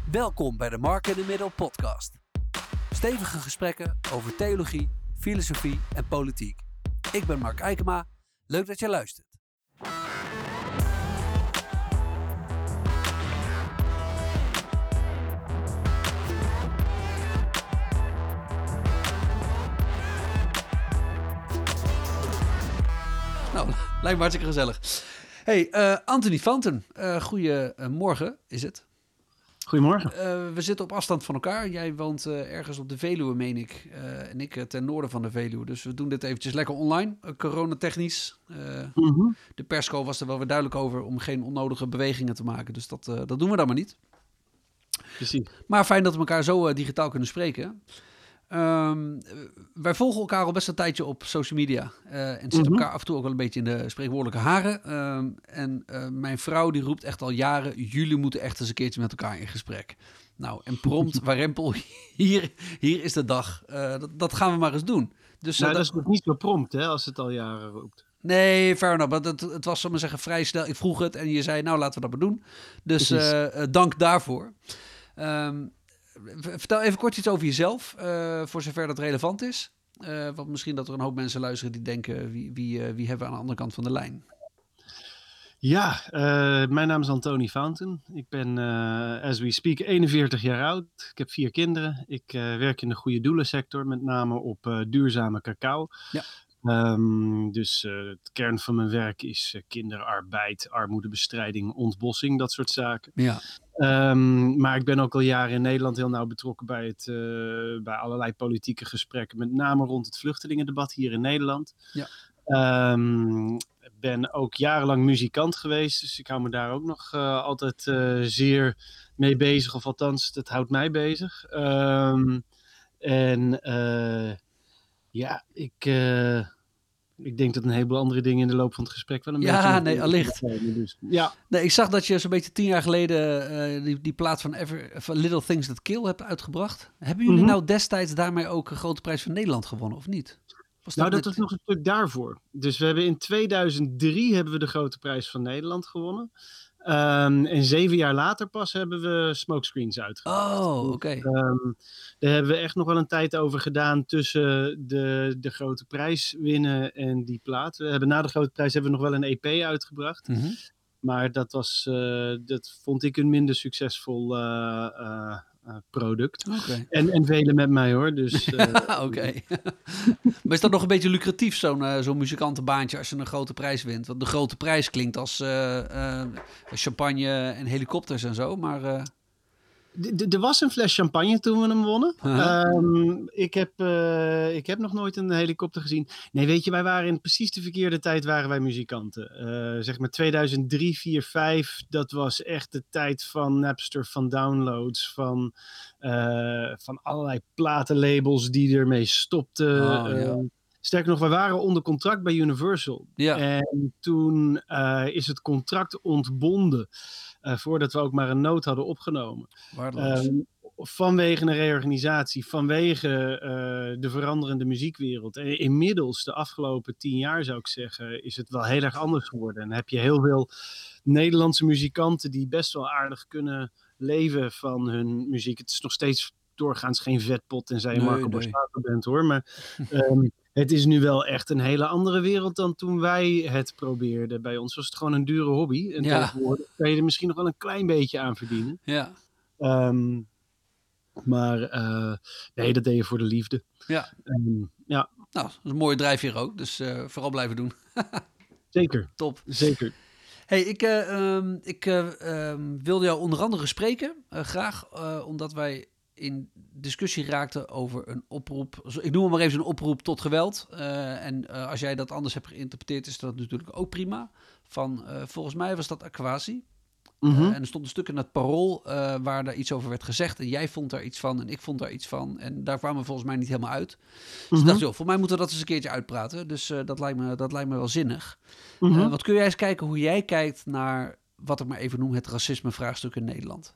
Welkom bij de Mark in the Middle podcast. Stevige gesprekken over theologie, filosofie en politiek. Ik ben Mark Eikema. Leuk dat je luistert. Nou, lijkt me hartstikke gezellig. Hey, Anthony Fountain. Goedemorgen is het. Goedemorgen. We zitten op afstand van elkaar. Jij woont ergens op de Veluwe, meen ik. En ik ten noorden van de Veluwe. Dus we doen dit eventjes lekker online, coronatechnisch. De persco was er wel weer duidelijk over om geen onnodige bewegingen te maken. Dus dat doen we dan maar niet. Precies. Maar fijn dat we elkaar zo digitaal kunnen spreken. Wij volgen elkaar al best een tijdje op social media. En zitten elkaar af en toe ook wel een beetje in de spreekwoordelijke haren. Mijn vrouw die roept echt al jaren: jullie moeten echt eens een keertje met elkaar in gesprek. Nou, en prompt, warempel, hier is de dag. Dat gaan we maar eens doen. Dus, dat is nog niet zo prompt, hè, als het al jaren roept. Nee, fair enough. Het was, zal maar zeggen, vrij snel. Ik vroeg het en je zei, nou, laten we dat maar doen. Dus dank daarvoor. Vertel even kort iets over jezelf, voor zover dat relevant is. Want misschien dat er een hoop mensen luisteren die denken, wie hebben we aan de andere kant van de lijn? Ja, mijn naam is Anthony Fountain. Ik ben, as we speak, 41 jaar oud. Ik heb 4 kinderen. Ik werk in de goede doelensector, met name op duurzame cacao. Ja. Dus het kern van mijn werk is kinderarbeid, armoedebestrijding, ontbossing, dat soort zaken. Ja. Maar ik ben ook al jaren in Nederland heel nauw betrokken bij allerlei politieke gesprekken, met name rond het vluchtelingendebat hier in Nederland. Ja. Ben ook jarenlang muzikant geweest, dus ik hou me daar ook nog altijd zeer mee bezig, of althans, dat houdt mij bezig. Ik denk dat een heleboel andere dingen in de loop van het gesprek wel een beetje... Ja, nee, allicht. Dus, ja. Nee, ik zag dat je zo'n beetje 10 jaar geleden die plaat van Little Things That Kill hebt uitgebracht. Hebben jullie nou destijds daarmee ook een Grote Prijs van Nederland gewonnen, of niet? Dat was nog een stuk daarvoor. Dus we hebben in 2003 de Grote Prijs van Nederland gewonnen. En 7 jaar later pas hebben we Smokescreens uitgebracht. Oh, oké. Daar hebben we echt nog wel een tijd over gedaan tussen de Grote Prijs winnen en die plaat. Na de Grote Prijs hebben we nog wel een EP uitgebracht. Maar dat vond ik een minder succesvol product. Okay. En velen met mij, hoor. Dus, Oké. Maar is dat nog een beetje lucratief, zo'n muzikantenbaantje, als je een grote prijs wint? Want de Grote Prijs klinkt als champagne en helikopters en zo, maar... Er was een fles champagne toen we hem wonnen. Ik heb nog nooit een helikopter gezien. Nee, weet je, wij waren in precies de verkeerde tijd waren wij muzikanten. Zeg maar 2003, 4, 5. Dat was echt de tijd van Napster, van downloads, van allerlei platenlabels die ermee stopten. Sterker nog, wij waren onder contract bij Universal. Ja. En toen is het contract ontbonden. Voordat we ook maar een noot hadden opgenomen. Vanwege een reorganisatie, vanwege de veranderende muziekwereld. En inmiddels, de afgelopen 10 jaar zou ik zeggen, is het wel heel erg anders geworden. En heb je heel veel Nederlandse muzikanten die best wel aardig kunnen leven van hun muziek. Het is nog steeds doorgaans geen vetpot, tenzij je Marco Borsato bent, hoor. Maar het is nu wel echt een hele andere wereld dan toen wij het probeerden. Bij ons was het gewoon een dure hobby. En tegenwoordig kan je er misschien nog wel een klein beetje aan verdienen. Ja. Nee, dat deed je voor de liefde. Ja. Ja. Nou, dat is een mooie drijfveer ook. Dus vooral blijven doen. Zeker. Top. Zeker. Hey, ik wilde jou onder andere spreken. Graag, omdat wij in discussie raakten over een oproep. Ik noem het maar even een oproep tot geweld. En als jij dat anders hebt geïnterpreteerd, is dat natuurlijk ook prima. Volgens mij was dat Aquasi. En er stond een stuk in het Parool waar daar iets over werd gezegd. En jij vond daar iets van en ik vond daar iets van. En daar kwamen we volgens mij niet helemaal uit. Dus ik dacht, voor mij moeten we dat eens een keertje uitpraten. Dus dat lijkt me wel zinnig. Wat kun jij eens kijken hoe jij kijkt naar, wat ik maar even noem, het racisme-vraagstuk in Nederland?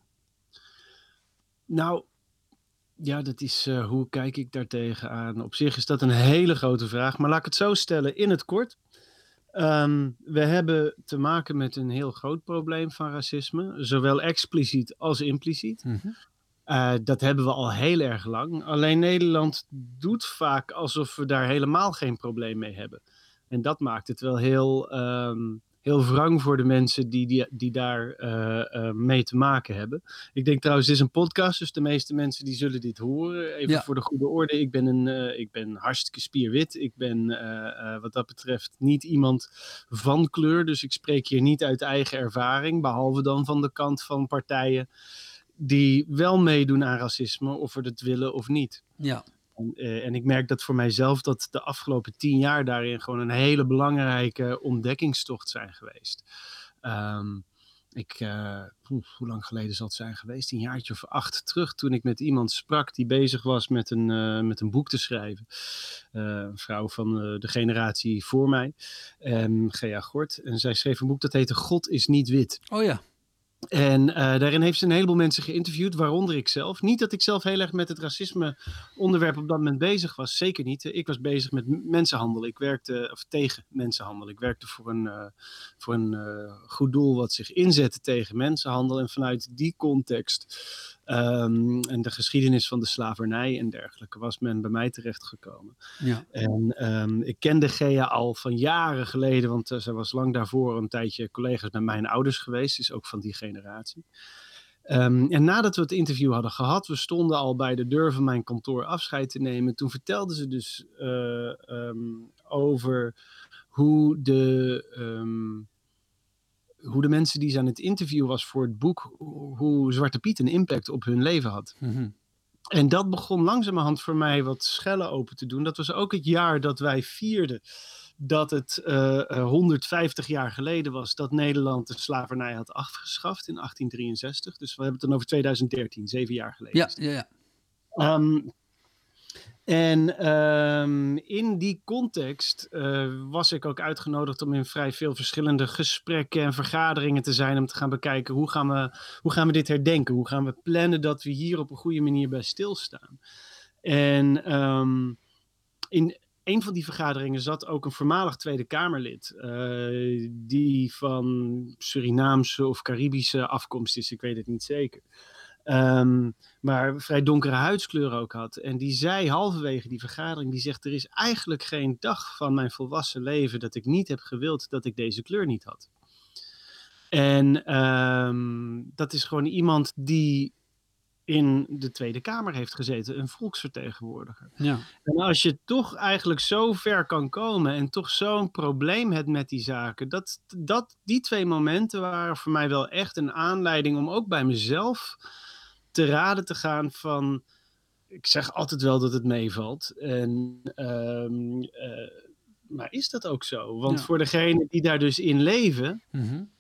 Nou, ja, dat is hoe kijk ik daar tegenaan? Op zich is dat een hele grote vraag. Maar laat ik het zo stellen, in het kort. We hebben te maken met een heel groot probleem van racisme, zowel expliciet als impliciet. Mhm. Dat hebben we al heel erg lang. Alleen Nederland doet vaak alsof we daar helemaal geen probleem mee hebben. En dat maakt het wel heel wrang voor de mensen die daar mee te maken hebben. Ik denk trouwens, dit is een podcast, dus de meeste mensen die zullen dit horen. Even voor de goede orde, ik ben hartstikke spierwit. Ik ben wat dat betreft niet iemand van kleur, dus ik spreek hier niet uit eigen ervaring, behalve dan van de kant van partijen die wel meedoen aan racisme, of we het willen of niet. Ja. En ik merk dat voor mijzelf dat de afgelopen 10 jaar daarin gewoon een hele belangrijke ontdekkingstocht zijn geweest. Hoe lang geleden zal het zijn geweest? Een jaartje of 8 terug, toen ik met iemand sprak die bezig was met een boek te schrijven. Een vrouw van de generatie voor mij, Gea Gort. En zij schreef een boek dat heette God is niet wit. Oh ja. En daarin heeft ze een heleboel mensen geïnterviewd, waaronder ik zelf. Niet dat ik zelf heel erg met het racisme onderwerp op dat moment bezig was. Zeker niet. Ik was bezig met mensenhandel. Ik werkte tegen mensenhandel. Ik werkte voor een goed doel wat zich inzette tegen mensenhandel. En vanuit die context en de geschiedenis van de slavernij en dergelijke was men bij mij terechtgekomen. Ja. En ik kende Gea al van jaren geleden, want zij was lang daarvoor een tijdje collega's met mijn ouders geweest. Is ook van die generatie. En nadat we het interview hadden gehad, we stonden al bij de deur van mijn kantoor afscheid te nemen. Toen vertelde ze dus over hoe de mensen die ze aan het interview was voor het boek, hoe Zwarte Piet een impact op hun leven had. Mm-hmm. En dat begon langzamerhand voor mij wat schellen open te doen. Dat was ook het jaar dat wij vierden dat het 150 jaar geleden was dat Nederland de slavernij had afgeschaft in 1863. Dus we hebben het dan over 2013, 7 jaar geleden. Ja. In die context was ik ook uitgenodigd om in vrij veel verschillende gesprekken en vergaderingen te zijn, om te gaan bekijken hoe gaan we dit herdenken? Hoe gaan we plannen dat we hier op een goede manier bij stilstaan? En in een van die vergaderingen zat ook een voormalig Tweede Kamerlid, die van Surinaamse of Caribische afkomst is, ik weet het niet zeker. Maar vrij donkere huidskleur ook had. En die zei halverwege die vergadering, die zegt, er is eigenlijk geen dag van mijn volwassen leven dat ik niet heb gewild dat ik deze kleur niet had. En dat is gewoon iemand die in de Tweede Kamer heeft gezeten, een volksvertegenwoordiger. Ja. En als je toch eigenlijk zo ver kan komen en toch zo'n probleem hebt met die zaken, die 2 momenten waren voor mij wel echt een aanleiding om ook bij mezelf te raden te gaan van, ik zeg altijd wel dat het meevalt. Maar is dat ook zo? Want voor degenen die daar dus in leven, mm-hmm.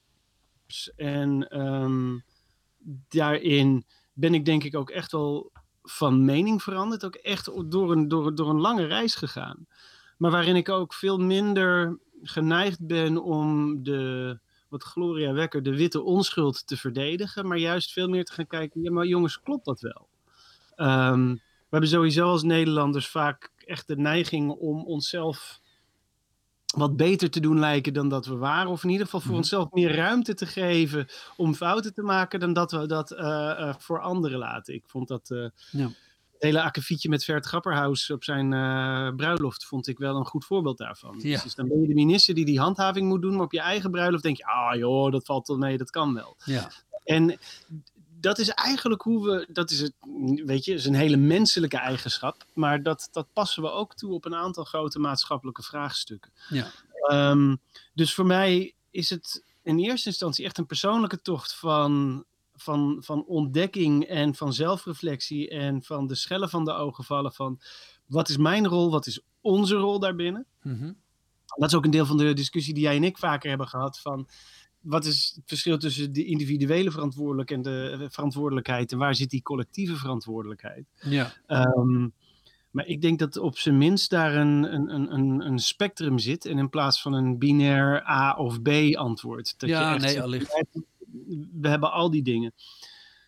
en daarin ben ik denk ik ook echt wel van mening veranderd. Ook echt door een lange reis gegaan. Maar waarin ik ook veel minder geneigd ben om wat Gloria Wekker, de witte onschuld te verdedigen. Maar juist veel meer te gaan kijken, ja maar jongens, klopt dat wel? We hebben sowieso als Nederlanders vaak echt de neiging om onszelf wat beter te doen lijken dan dat we waren. Of in ieder geval voor onszelf meer ruimte te geven om fouten te maken dan dat we dat voor anderen laten. Ik vond dat het hele akkefietje met Vert Grapperhaus op zijn bruiloft vond ik wel een goed voorbeeld daarvan. Ja. Dus dan ben je de minister die handhaving moet doen, maar op je eigen bruiloft denk je, dat valt wel mee, dat kan wel. Ja. En dat is eigenlijk is een hele menselijke eigenschap, maar dat passen we ook toe op een aantal grote maatschappelijke vraagstukken. Ja. Dus voor mij is het in eerste instantie echt een persoonlijke tocht van ontdekking en van zelfreflectie en van de schellen van de ogen vallen van wat is mijn rol, wat is onze rol daarbinnen. Mm-hmm. Dat is ook een deel van de discussie die jij en ik vaker hebben gehad van wat is het verschil tussen de individuele verantwoordelijkheid en waar zit die collectieve verantwoordelijkheid? Ja. Maar ik denk dat op zijn minst daar een spectrum zit en in plaats van een binair A of B antwoord. Dat Ja, je echt allicht. we hebben al die dingen.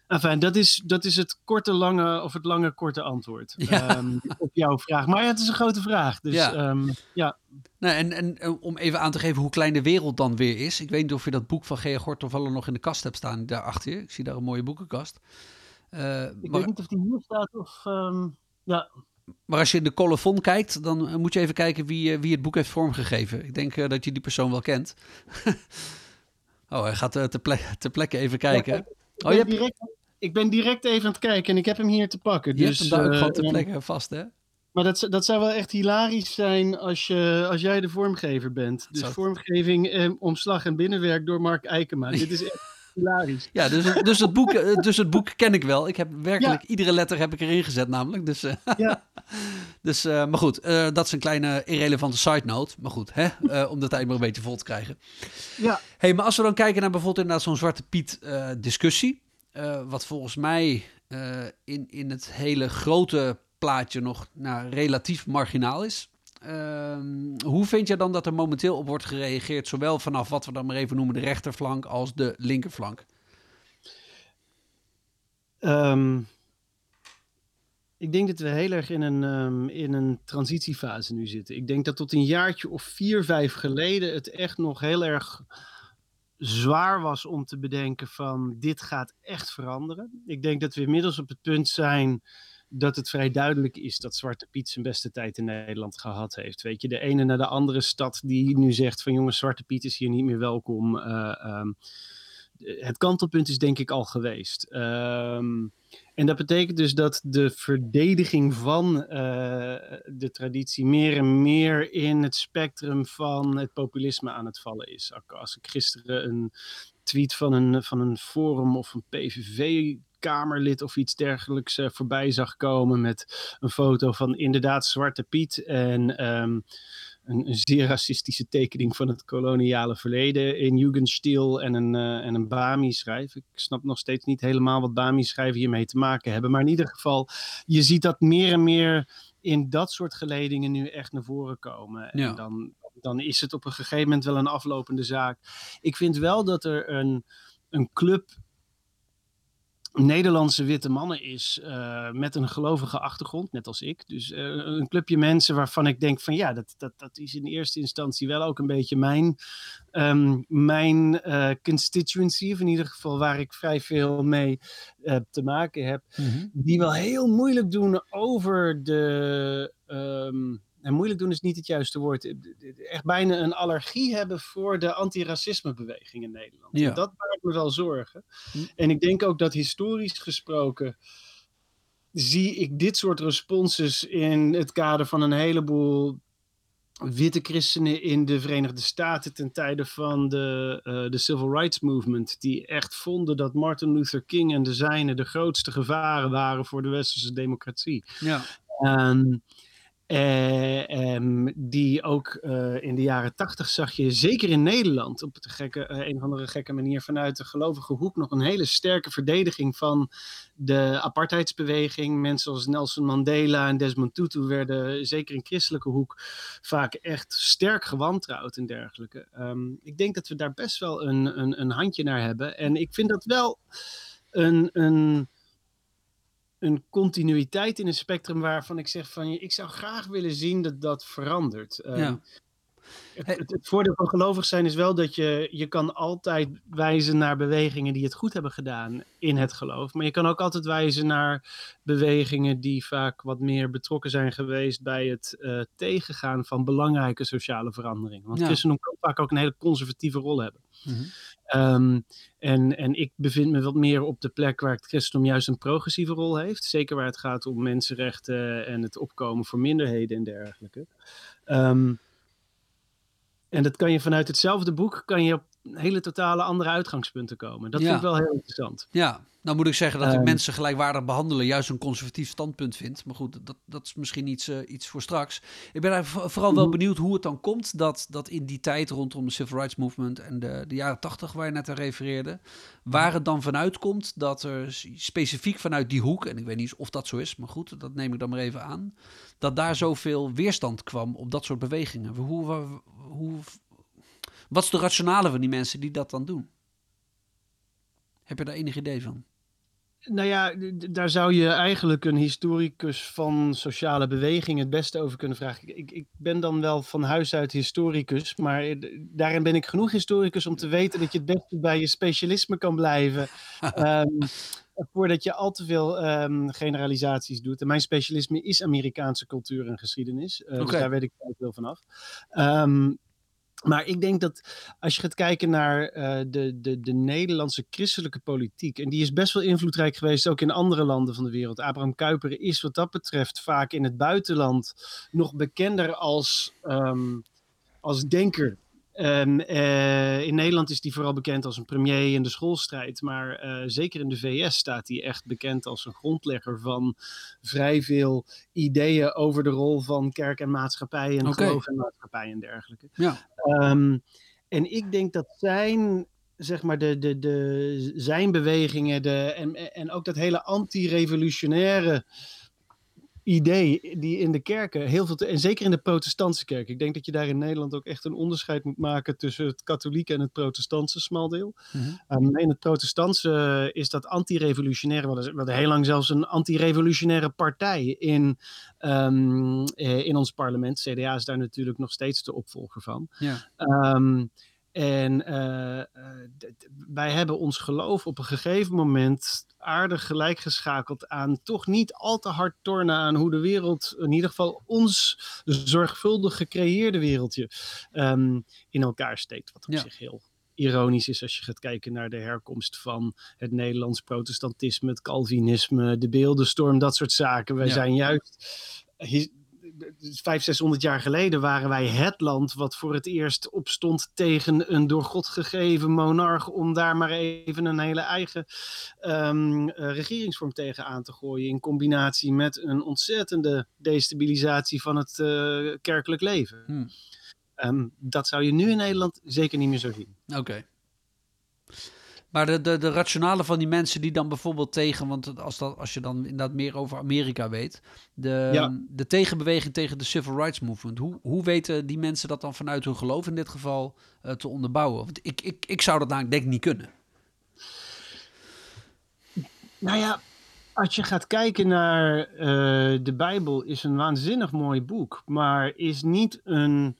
Enfin, dat is het korte, lange of het lange, korte antwoord op jouw vraag. Maar ja, het is een grote vraag. Dus ja. Nou, en om even aan te geven hoe klein de wereld dan weer is. Ik weet niet of je dat boek van G.J. Gort toevallig nog in de kast hebt staan daar achter je. Ik zie daar een mooie boekenkast. Ik weet niet of die hier staat of... ja. Maar als je in de colofon kijkt, dan moet je even kijken wie het boek heeft vormgegeven. Ik denk dat je die persoon wel kent. Oh, hij gaat ter plekke even kijken. Ik ben direct even aan het kijken en ik heb hem hier te pakken. Je hebt hem daar ook gewoon ter plekke vast, hè? Maar dat zou wel echt hilarisch zijn als jij de vormgever bent. Dus vormgeving, omslag en binnenwerk door Mark Eikema. Dit is echt hilarisch. Ja, dus het boek ken ik wel. Ik heb werkelijk iedere letter heb ik erin gezet namelijk. Dus, dus maar goed, dat is een kleine irrelevante side note. Maar goed, om de tijd maar een beetje vol te krijgen. Ja. Hey, maar als we dan kijken naar bijvoorbeeld inderdaad zo'n Zwarte Piet discussie. Wat volgens mij in het hele grote plaatje nog relatief marginaal is. Hoe vind je dan dat er momenteel op wordt gereageerd, zowel vanaf wat we dan maar even noemen de rechterflank als de linkerflank? Ik denk dat we heel erg in een transitiefase nu zitten. Ik denk dat tot een jaartje of 4, 5 geleden het echt nog heel erg zwaar was om te bedenken van dit gaat echt veranderen. Ik denk dat we inmiddels op het punt zijn dat het vrij duidelijk is dat Zwarte Piet zijn beste tijd in Nederland gehad heeft. Weet je, de ene naar de andere stad die nu zegt van jongens, Zwarte Piet is hier niet meer welkom. Het kantelpunt is denk ik al geweest. En dat betekent dus dat de verdediging van de traditie meer en meer in het spectrum van het populisme aan het vallen is. Als ik gisteren een tweet van een Forum of een PVV-kamerlid of iets dergelijks voorbij zag komen met een foto van inderdaad Zwarte Piet en een zeer racistische tekening van het koloniale verleden in Jugendstil en een Bami-schrijf. Ik snap nog steeds niet helemaal wat Bami-schrijven hiermee te maken hebben. Maar in ieder geval, je ziet dat meer en meer in dat soort geledingen nu echt naar voren komen. En dan is het op een gegeven moment wel een aflopende zaak. Ik vind wel dat er een club Nederlandse witte mannen is met een gelovige achtergrond, net als ik. Dus een clubje mensen waarvan ik denk van ja, dat is in eerste instantie wel ook een beetje mijn constituency, of in ieder geval waar ik vrij veel mee te maken heb. Mm-hmm. Die wel heel moeilijk doen over de... en moeilijk doen is niet het juiste woord. Echt bijna een allergie hebben voor de antiracismebeweging in Nederland. Ja. En dat maakt me wel zorgen. En ik denk ook dat historisch gesproken zie ik dit soort responses in het kader van een heleboel witte christenen in de Verenigde Staten ten tijde van de Civil Rights Movement, die echt vonden dat Martin Luther King en de zijnen de grootste gevaren waren voor de westerse democratie. Ja. Die ook in de jaren 80 zag je, zeker in Nederland, op een of andere gekke manier vanuit de gelovige hoek nog een hele sterke verdediging van de apartheidsbeweging. Mensen als Nelson Mandela en Desmond Tutu werden, zeker in christelijke hoek, vaak echt sterk gewantrouwd en dergelijke. Ik denk dat we daar best wel een handje naar hebben. En ik vind dat wel een continuïteit in een spectrum waarvan ik zeg van ik zou graag willen zien dat dat verandert. Het voordeel van gelovig zijn is wel dat je kan altijd wijzen naar bewegingen die het goed hebben gedaan in het geloof. Maar je kan ook altijd wijzen naar bewegingen die vaak wat meer betrokken zijn geweest bij het tegengaan van belangrijke sociale veranderingen. Want christendom kan vaak ook een hele conservatieve rol hebben. Mm-hmm. En ik bevind me wat meer op de plek waar het christendom juist een progressieve rol heeft. Zeker waar het gaat om mensenrechten en het opkomen voor minderheden en dergelijke. En dat kan je vanuit hetzelfde boek kan je op hele totale andere uitgangspunten komen. Dat vind ik wel heel interessant. Ja, nou moet ik zeggen dat ik mensen gelijkwaardig behandelen juist een conservatief standpunt vind. Maar goed, dat is misschien iets voor straks. Ik ben vooral wel benieuwd hoe het dan komt dat in die tijd rondom de Civil Rights Movement en de jaren 80 waar je net aan refereerde, waar het dan vanuit komt dat er specifiek vanuit die hoek, en ik weet niet of dat zo is, maar goed, dat neem ik dan maar even aan, dat daar zoveel weerstand kwam op dat soort bewegingen. Wat is de rationale van die mensen die dat dan doen? Heb je daar enig idee van? Nou ja, daar zou je eigenlijk een historicus van sociale beweging het beste over kunnen vragen. Ik ben dan wel van huis uit historicus, maar daarin ben ik genoeg historicus om te weten dat je het beste bij je specialisme kan blijven. Voordat je al te veel generalisaties doet. En mijn specialisme is Amerikaanse cultuur en geschiedenis. Dus daar weet ik ook veel van af. Maar ik denk dat als je gaat kijken naar de Nederlandse christelijke politiek, en die is best wel invloedrijk geweest ook in andere landen van de wereld. Abraham Kuyper is wat dat betreft vaak in het buitenland nog bekender als denker. In Nederland is hij vooral bekend als een premier in de schoolstrijd. Maar zeker in de VS staat hij echt bekend als een grondlegger van vrij veel ideeën over de rol van kerk en maatschappij en geloof en maatschappij en dergelijke. Ja. En ik denk dat zijn, zeg maar, zijn bewegingen en ook dat hele anti-revolutionaire idee die in de kerken heel veel, en zeker in de protestantse kerk. Ik denk dat je daar in Nederland ook echt een onderscheid moet maken tussen het katholieke en het protestantse smaldeel. In het protestantse is dat anti-revolutionaire, we hadden heel lang zelfs een anti-revolutionaire partij in ons parlement. CDA is daar natuurlijk nog steeds de opvolger van. Ja. En wij hebben ons geloof op een gegeven moment aardig gelijkgeschakeld aan toch niet al te hard tornen aan hoe de wereld, in ieder geval ons zorgvuldig gecreëerde wereldje, in elkaar steekt. Wat op zich heel ironisch is als je gaat kijken naar de herkomst van het Nederlands protestantisme, het Calvinisme, de beeldenstorm, dat soort zaken. Wij zijn juist 500-600 jaar geleden waren wij het land wat voor het eerst opstond tegen een door God gegeven monarch om daar maar even een hele eigen regeringsvorm tegen aan te gooien, in combinatie met een ontzettende destabilisatie van het kerkelijk leven. Dat zou je nu in Nederland zeker niet meer zo zien. Oké. Maar de rationale van die mensen die dan bijvoorbeeld tegen, want als je dan inderdaad meer over Amerika weet, de tegenbeweging tegen de Civil Rights Movement, hoe weten die mensen dat dan vanuit hun geloof in dit geval te onderbouwen? Want ik zou dat namelijk denk ik niet kunnen. Nou ja, als je gaat kijken naar de Bijbel, is een waanzinnig mooi boek, maar is niet een...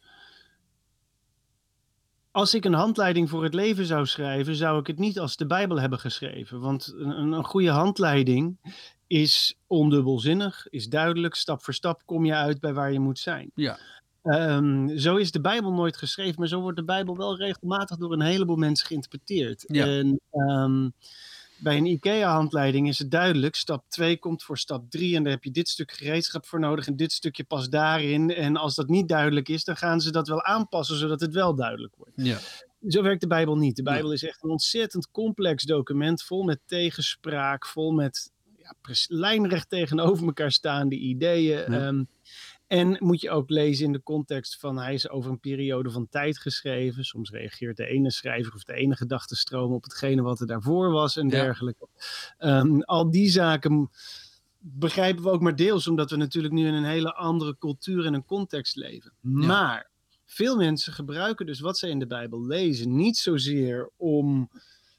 Als ik een handleiding voor het leven zou schrijven, zou ik het niet als de Bijbel hebben geschreven. Want een goede handleiding is ondubbelzinnig, is duidelijk. Stap voor stap kom je uit bij waar je moet zijn. Ja. Zo is de Bijbel nooit geschreven, maar zo wordt de Bijbel wel regelmatig door een heleboel mensen geïnterpreteerd. Ja. En bij een IKEA-handleiding is het duidelijk. Stap 2 komt voor stap 3 en daar heb je dit stuk gereedschap voor nodig en dit stukje past daarin. En als dat niet duidelijk is, dan gaan ze dat wel aanpassen, zodat het wel duidelijk wordt. Ja. Zo werkt de Bijbel niet. De Bijbel is echt een ontzettend complex document, vol met tegenspraak, vol met lijnrecht tegenover elkaar staande ideeën. Ja. En moet je ook lezen in de context van hij is over een periode van tijd geschreven. Soms reageert de ene schrijver of de ene gedachtenstroom op hetgene wat er daarvoor was en dergelijke. Al die zaken begrijpen we ook maar deels, omdat we natuurlijk nu in een hele andere cultuur en een context leven. Ja. Maar veel mensen gebruiken dus wat ze in de Bijbel lezen niet zozeer om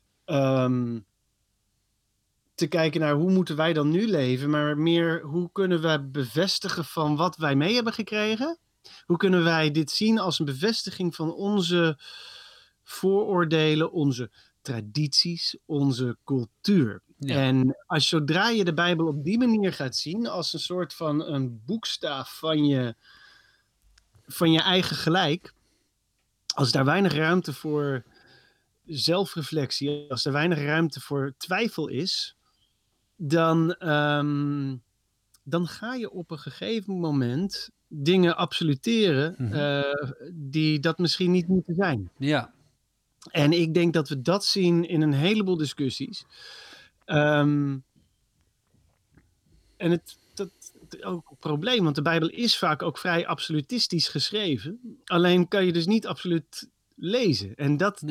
te kijken naar hoe moeten wij dan nu leven, maar meer hoe kunnen we bevestigen van wat wij mee hebben gekregen? Hoe kunnen wij dit zien als een bevestiging van onze vooroordelen, onze tradities, onze cultuur? Ja. En zodra je de Bijbel op die manier gaat zien, als een soort van een boekstaaf van je eigen gelijk, als daar weinig ruimte voor zelfreflectie, als er weinig ruimte voor twijfel is, dan ga je op een gegeven moment dingen absoluteren die dat misschien niet moeten zijn. Ja. En ik denk dat we dat zien in een heleboel discussies. En dat is ook een probleem, want de Bijbel is vaak ook vrij absolutistisch geschreven. Alleen kan je dus niet absoluut lezen. En dat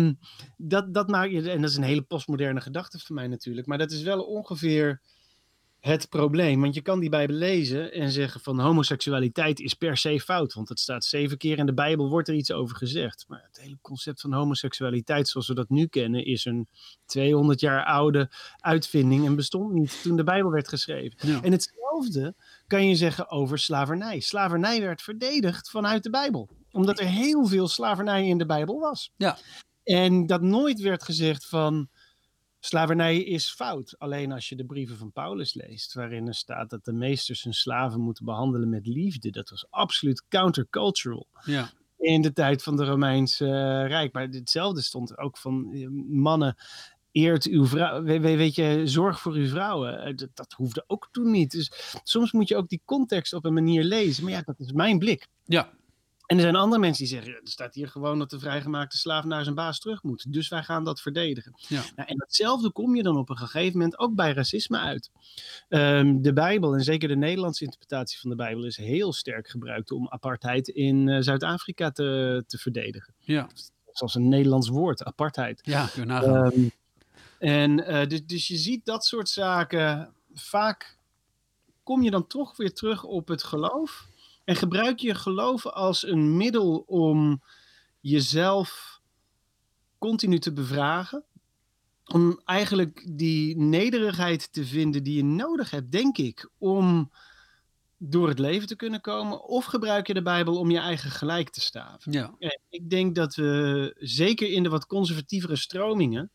maakt je, en dat is een hele postmoderne gedachte van mij natuurlijk, maar dat is wel ongeveer het probleem. Want je kan die Bijbel lezen en zeggen van homoseksualiteit is per se fout. Want het staat 7 keer in de Bijbel, wordt er iets over gezegd. Maar het hele concept van homoseksualiteit zoals we dat nu kennen is een 200 jaar oude uitvinding en bestond niet toen de Bijbel werd geschreven. Ja. En hetzelfde kan je zeggen over slavernij. Slavernij werd verdedigd vanuit de Bijbel. Omdat er heel veel slavernij in de Bijbel was. Ja. En dat nooit werd gezegd van slavernij is fout. Alleen als je de brieven van Paulus leest, waarin er staat dat de meesters hun slaven moeten behandelen met liefde. Dat was absoluut countercultural. Ja. In de tijd van de Romeinse Rijk. Maar hetzelfde stond ook van mannen. Eert uw vrouw, weet je, zorg voor uw vrouwen. Dat hoefde ook toen niet. Dus soms moet je ook die context op een manier lezen. Maar ja, dat is mijn blik. Ja. En er zijn andere mensen die zeggen, er staat hier gewoon dat de vrijgemaakte slaaf naar zijn baas terug moet. Dus wij gaan dat verdedigen. Ja. Nou, en datzelfde kom je dan op een gegeven moment ook bij racisme uit. De Bijbel, en zeker de Nederlandse interpretatie van de Bijbel, is heel sterk gebruikt om apartheid in Zuid-Afrika te verdedigen. Ja. Zoals een Nederlands woord, apartheid. Ja, kun je nagaan. Dus je ziet dat soort zaken. Vaak kom je dan toch weer terug op het geloof. En gebruik je geloof als een middel om jezelf continu te bevragen. Om eigenlijk die nederigheid te vinden die je nodig hebt, denk ik, om door het leven te kunnen komen. Of gebruik je de Bijbel om je eigen gelijk te staven. Ja. Ik denk dat we, zeker in de wat conservatievere stromingen,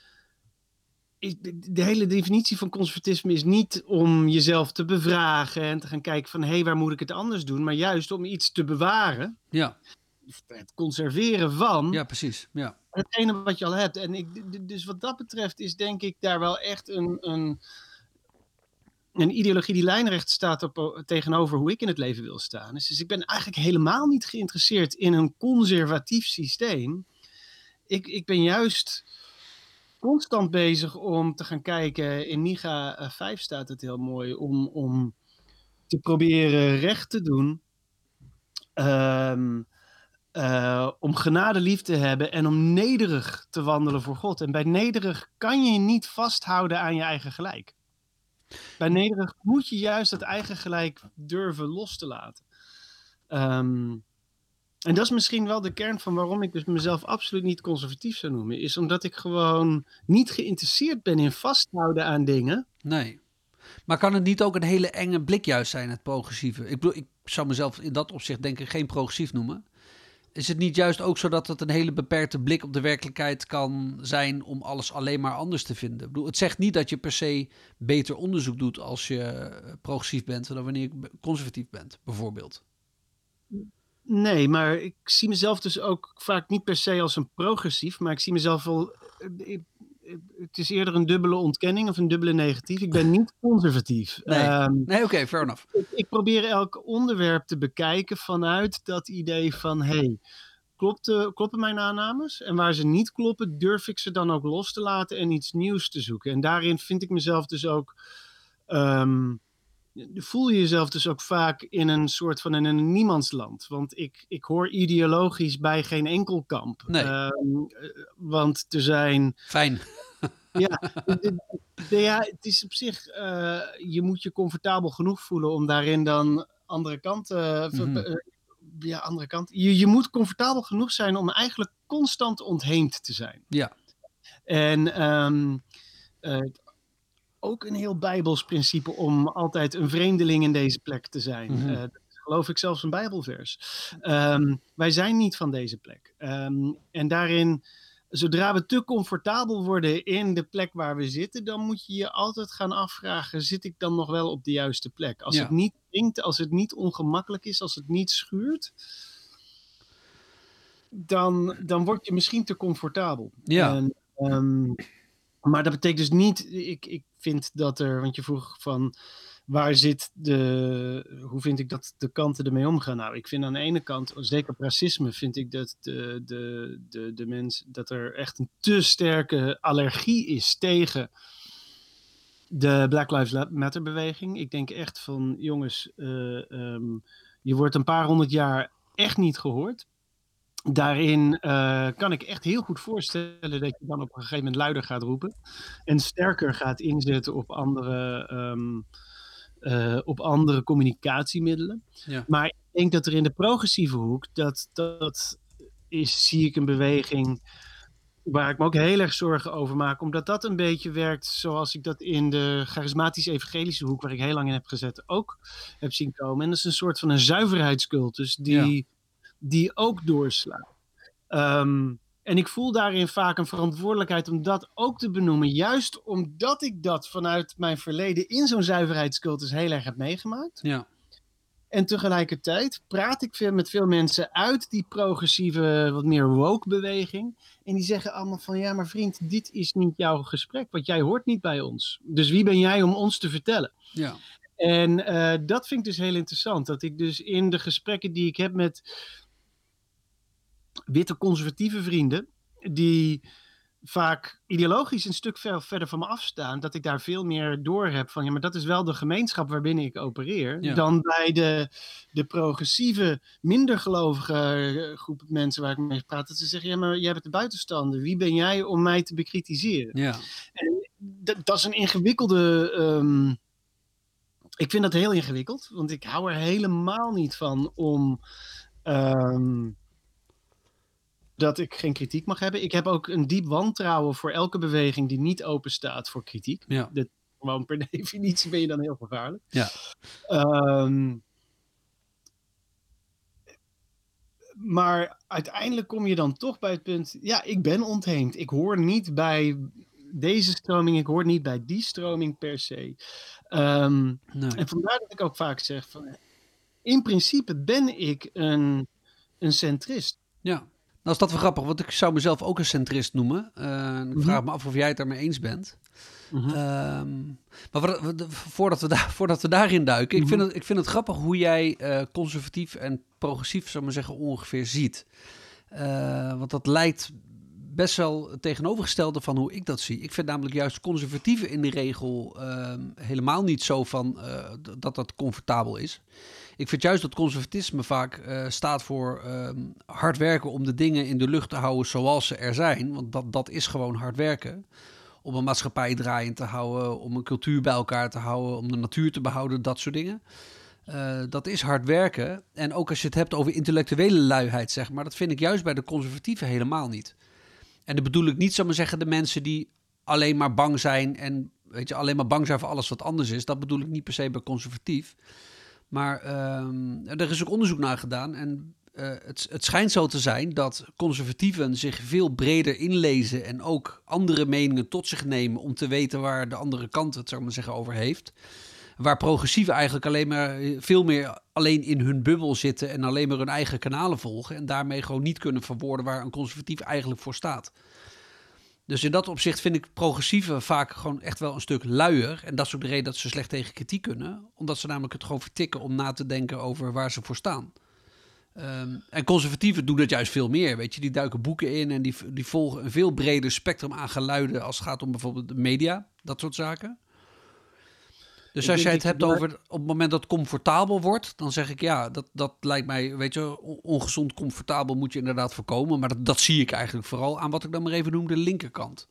de hele definitie van conservatisme is niet om jezelf te bevragen en te gaan kijken van hé, waar moet ik het anders doen, maar juist om iets te bewaren. Ja. Het conserveren van. Ja, precies. Ja. Hetgene wat je al hebt. En dus wat dat betreft is denk ik daar wel echt een ideologie die lijnrecht staat tegenover hoe ik in het leven wil staan. Dus ik ben eigenlijk helemaal niet geïnteresseerd in een conservatief systeem. Ik ben juist constant bezig om te gaan kijken. In Micha 5 staat het heel mooi. Om te proberen recht te doen. Om genade lief te hebben. En om nederig te wandelen voor God. En bij nederig kan je niet vasthouden aan je eigen gelijk. Bij nederig moet je juist dat eigen gelijk durven los te laten. En dat is misschien wel de kern van waarom ik dus mezelf absoluut niet conservatief zou noemen. Is omdat ik gewoon niet geïnteresseerd ben in vasthouden aan dingen. Nee. Maar kan het niet ook een hele enge blik juist zijn, het progressieve? Ik bedoel, ik zou mezelf in dat opzicht denk ik geen progressief noemen. Is het niet juist ook zo dat het een hele beperkte blik op de werkelijkheid kan zijn om alles alleen maar anders te vinden? Ik bedoel, het zegt niet dat je per se beter onderzoek doet als je progressief bent dan wanneer je conservatief bent, bijvoorbeeld. Nee, maar ik zie mezelf dus ook vaak niet per se als een progressief, maar ik zie mezelf wel. Het is eerder een dubbele ontkenning of een dubbele negatief. Ik ben niet conservatief. Nee, oké, fair enough. Ik probeer elk onderwerp te bekijken vanuit dat idee van kloppen mijn aannames? En waar ze niet kloppen, durf ik ze dan ook los te laten en iets nieuws te zoeken. En daarin vind ik mezelf dus ook. Voel je jezelf dus ook vaak in een soort van een niemandsland. Want ik hoor ideologisch bij geen enkel kamp. Nee. Want er zijn. Fijn. Ja, het is op zich. Je moet je comfortabel genoeg voelen om daarin dan andere kanten. Andere kant. Je moet comfortabel genoeg zijn om eigenlijk constant ontheemd te zijn. Ja. En ook een heel bijbels principe om altijd een vreemdeling in deze plek te zijn. Dat geloof ik zelfs een bijbelvers. Wij zijn niet van deze plek. En daarin, zodra we te comfortabel worden in de plek waar we zitten, dan moet je je altijd gaan afvragen, zit ik dan nog wel op de juiste plek? Als het niet dringt, als het niet ongemakkelijk is, als het niet schuurt, dan word je misschien te comfortabel. Ja. Maar dat betekent dus niet, ik vind dat er, want je vroeg van hoe vind ik dat de kanten ermee omgaan? Nou, ik vind aan de ene kant, zeker op racisme, vind ik dat de mens, dat er echt een te sterke allergie is tegen de Black Lives Matter beweging. Ik denk echt van, jongens, je wordt een paar 100 jaar echt niet gehoord. daarin kan ik echt heel goed voorstellen dat je dan op een gegeven moment luider gaat roepen en sterker gaat inzetten op andere communicatiemiddelen. Ja. Maar ik denk dat er in de progressieve hoek, zie ik een beweging waar ik me ook heel erg zorgen over maak, omdat dat een beetje werkt zoals ik dat in de charismatisch-evangelische hoek, waar ik heel lang in heb gezet, ook heb zien komen. En dat is een soort van een zuiverheidscultus die ook doorslaat. En ik voel daarin vaak een verantwoordelijkheid om dat ook te benoemen, juist omdat ik dat vanuit mijn verleden in zo'n zuiverheidscultus heel erg heb meegemaakt. Ja. En tegelijkertijd praat ik met veel mensen uit die progressieve, wat meer woke beweging. En die zeggen allemaal van, ja, maar vriend, dit is niet jouw gesprek, want jij hoort niet bij ons. Dus wie ben jij om ons te vertellen? Ja. En dat vind ik dus heel interessant. Dat ik dus in de gesprekken die ik heb met witte conservatieve vrienden, die vaak ideologisch een stuk verder van me afstaan, dat ik daar veel meer door heb van, ja, maar dat is wel de gemeenschap waarbinnen ik opereer, dan bij de progressieve, minder gelovige groep mensen waar ik mee praat, dat ze zeggen, ja, maar jij bent de buitenstander, wie ben jij om mij te bekritiseren? Ja. En dat is een ingewikkelde, ik vind dat heel ingewikkeld, want ik hou er helemaal niet van om dat ik geen kritiek mag hebben. Ik heb ook een diep wantrouwen voor elke beweging die niet open staat voor kritiek. Ja. Gewoon per definitie ben je dan heel gevaarlijk. Ja. Maar uiteindelijk kom je dan toch bij het punt, ja, ik ben ontheemd. Ik hoor niet bij deze stroming, ik hoor niet bij die stroming per se. Nee. En vandaar dat ik ook vaak zeg van, in principe ben ik een centrist. Ja. Nou is dat wel grappig, want ik zou mezelf ook een centrist noemen. Ik vraag me af of jij het daarmee eens bent. Maar voordat we daarin duiken, ik vind het grappig hoe jij conservatief en progressief, zou ik maar zeggen, ongeveer ziet. Want dat lijkt best wel het tegenovergestelde van hoe ik dat zie. Ik vind namelijk juist conservatieven in de regel helemaal niet zo van dat comfortabel is. Ik vind juist dat conservatisme vaak staat voor hard werken om de dingen in de lucht te houden zoals ze er zijn. Want dat is gewoon hard werken. Om een maatschappij draaiend te houden, om een cultuur bij elkaar te houden, om de natuur te behouden, dat soort dingen. Dat is hard werken. En ook als je het hebt over intellectuele luiheid, zeg maar, dat vind ik juist bij de conservatieven helemaal niet. En dat bedoel ik niet, zou maar zeggen, de mensen die alleen maar bang zijn en alleen maar bang zijn voor alles wat anders is. Dat bedoel ik niet per se bij conservatief. Maar er is ook onderzoek naar gedaan en het schijnt zo te zijn dat conservatieven zich veel breder inlezen en ook andere meningen tot zich nemen om te weten waar de andere kant het, zou ik maar zeggen, over heeft. Waar progressieven eigenlijk alleen maar veel meer alleen in hun bubbel zitten en alleen maar hun eigen kanalen volgen en daarmee gewoon niet kunnen verwoorden waar een conservatief eigenlijk voor staat. Dus in dat opzicht vind ik progressieven vaak gewoon echt wel een stuk luier. En dat is ook de reden dat ze slecht tegen kritiek kunnen. Omdat ze namelijk het gewoon vertikken om na te denken over waar ze voor staan. En conservatieven doen dat juist veel meer, weet je. Die duiken boeken in en die volgen een veel breder spectrum aan geluiden als het gaat om bijvoorbeeld de media, dat soort zaken. Dus als jij het hebt over op het moment dat het comfortabel wordt, dan zeg ik ja, dat lijkt mij, weet je, ongezond comfortabel moet je inderdaad voorkomen. Maar dat zie ik eigenlijk vooral aan wat ik dan maar even noem de linkerkant.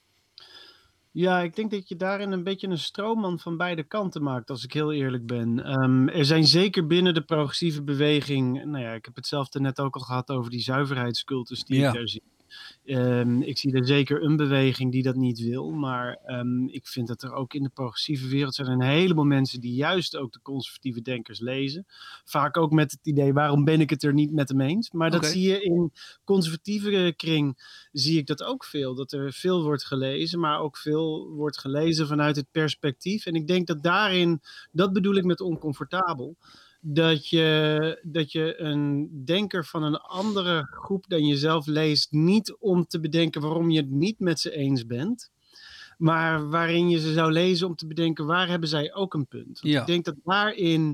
Ja, ik denk dat je daarin een beetje een stroomman van beide kanten maakt, als ik heel eerlijk ben. Er zijn zeker binnen de progressieve beweging, nou ja, ik heb het zelf net ook al gehad over die zuiverheidscultus die ik daar zie. Ik zie er zeker een beweging die dat niet wil, maar ik vind dat er ook in de progressieve wereld zijn een heleboel mensen die juist ook de conservatieve denkers lezen. Vaak ook met het idee, waarom ben ik het er niet met hem eens? Maar dat zie je in conservatieve kring, zie ik dat ook veel. Dat er veel wordt gelezen, maar ook veel wordt gelezen vanuit het perspectief. En ik denk dat daarin, dat bedoel ik met oncomfortabel, dat je een denker van een andere groep dan jezelf leest, niet om te bedenken waarom je het niet met ze eens bent, maar waarin je ze zou lezen om te bedenken waar hebben zij ook een punt. Want ik denk dat daarin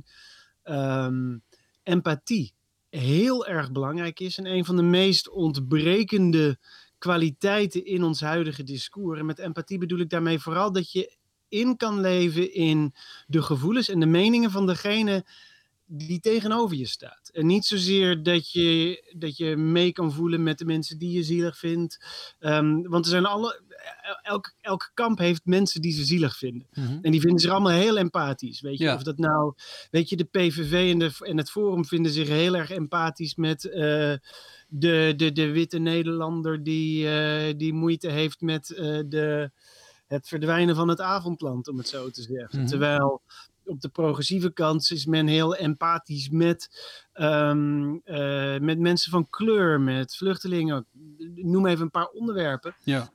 empathie heel erg belangrijk is en een van de meest ontbrekende kwaliteiten in ons huidige discours. En met empathie bedoel ik daarmee vooral dat je in kan leven in de gevoelens en de meningen van degene die tegenover je staat. En niet zozeer dat je mee kan voelen met de mensen die je zielig vindt. Want er zijn elk kamp heeft mensen die ze zielig vinden. Mm-hmm. En die vinden zich allemaal heel empathisch. Weet je, Ja. of dat nou, weet je, de PVV en het Forum vinden zich heel erg empathisch met de witte Nederlander die moeite heeft met het verdwijnen van het avondland, om het zo te zeggen. Mm-hmm. Terwijl op de progressieve kant is men heel empathisch met mensen van kleur, met vluchtelingen. Noem even een paar onderwerpen. Ja.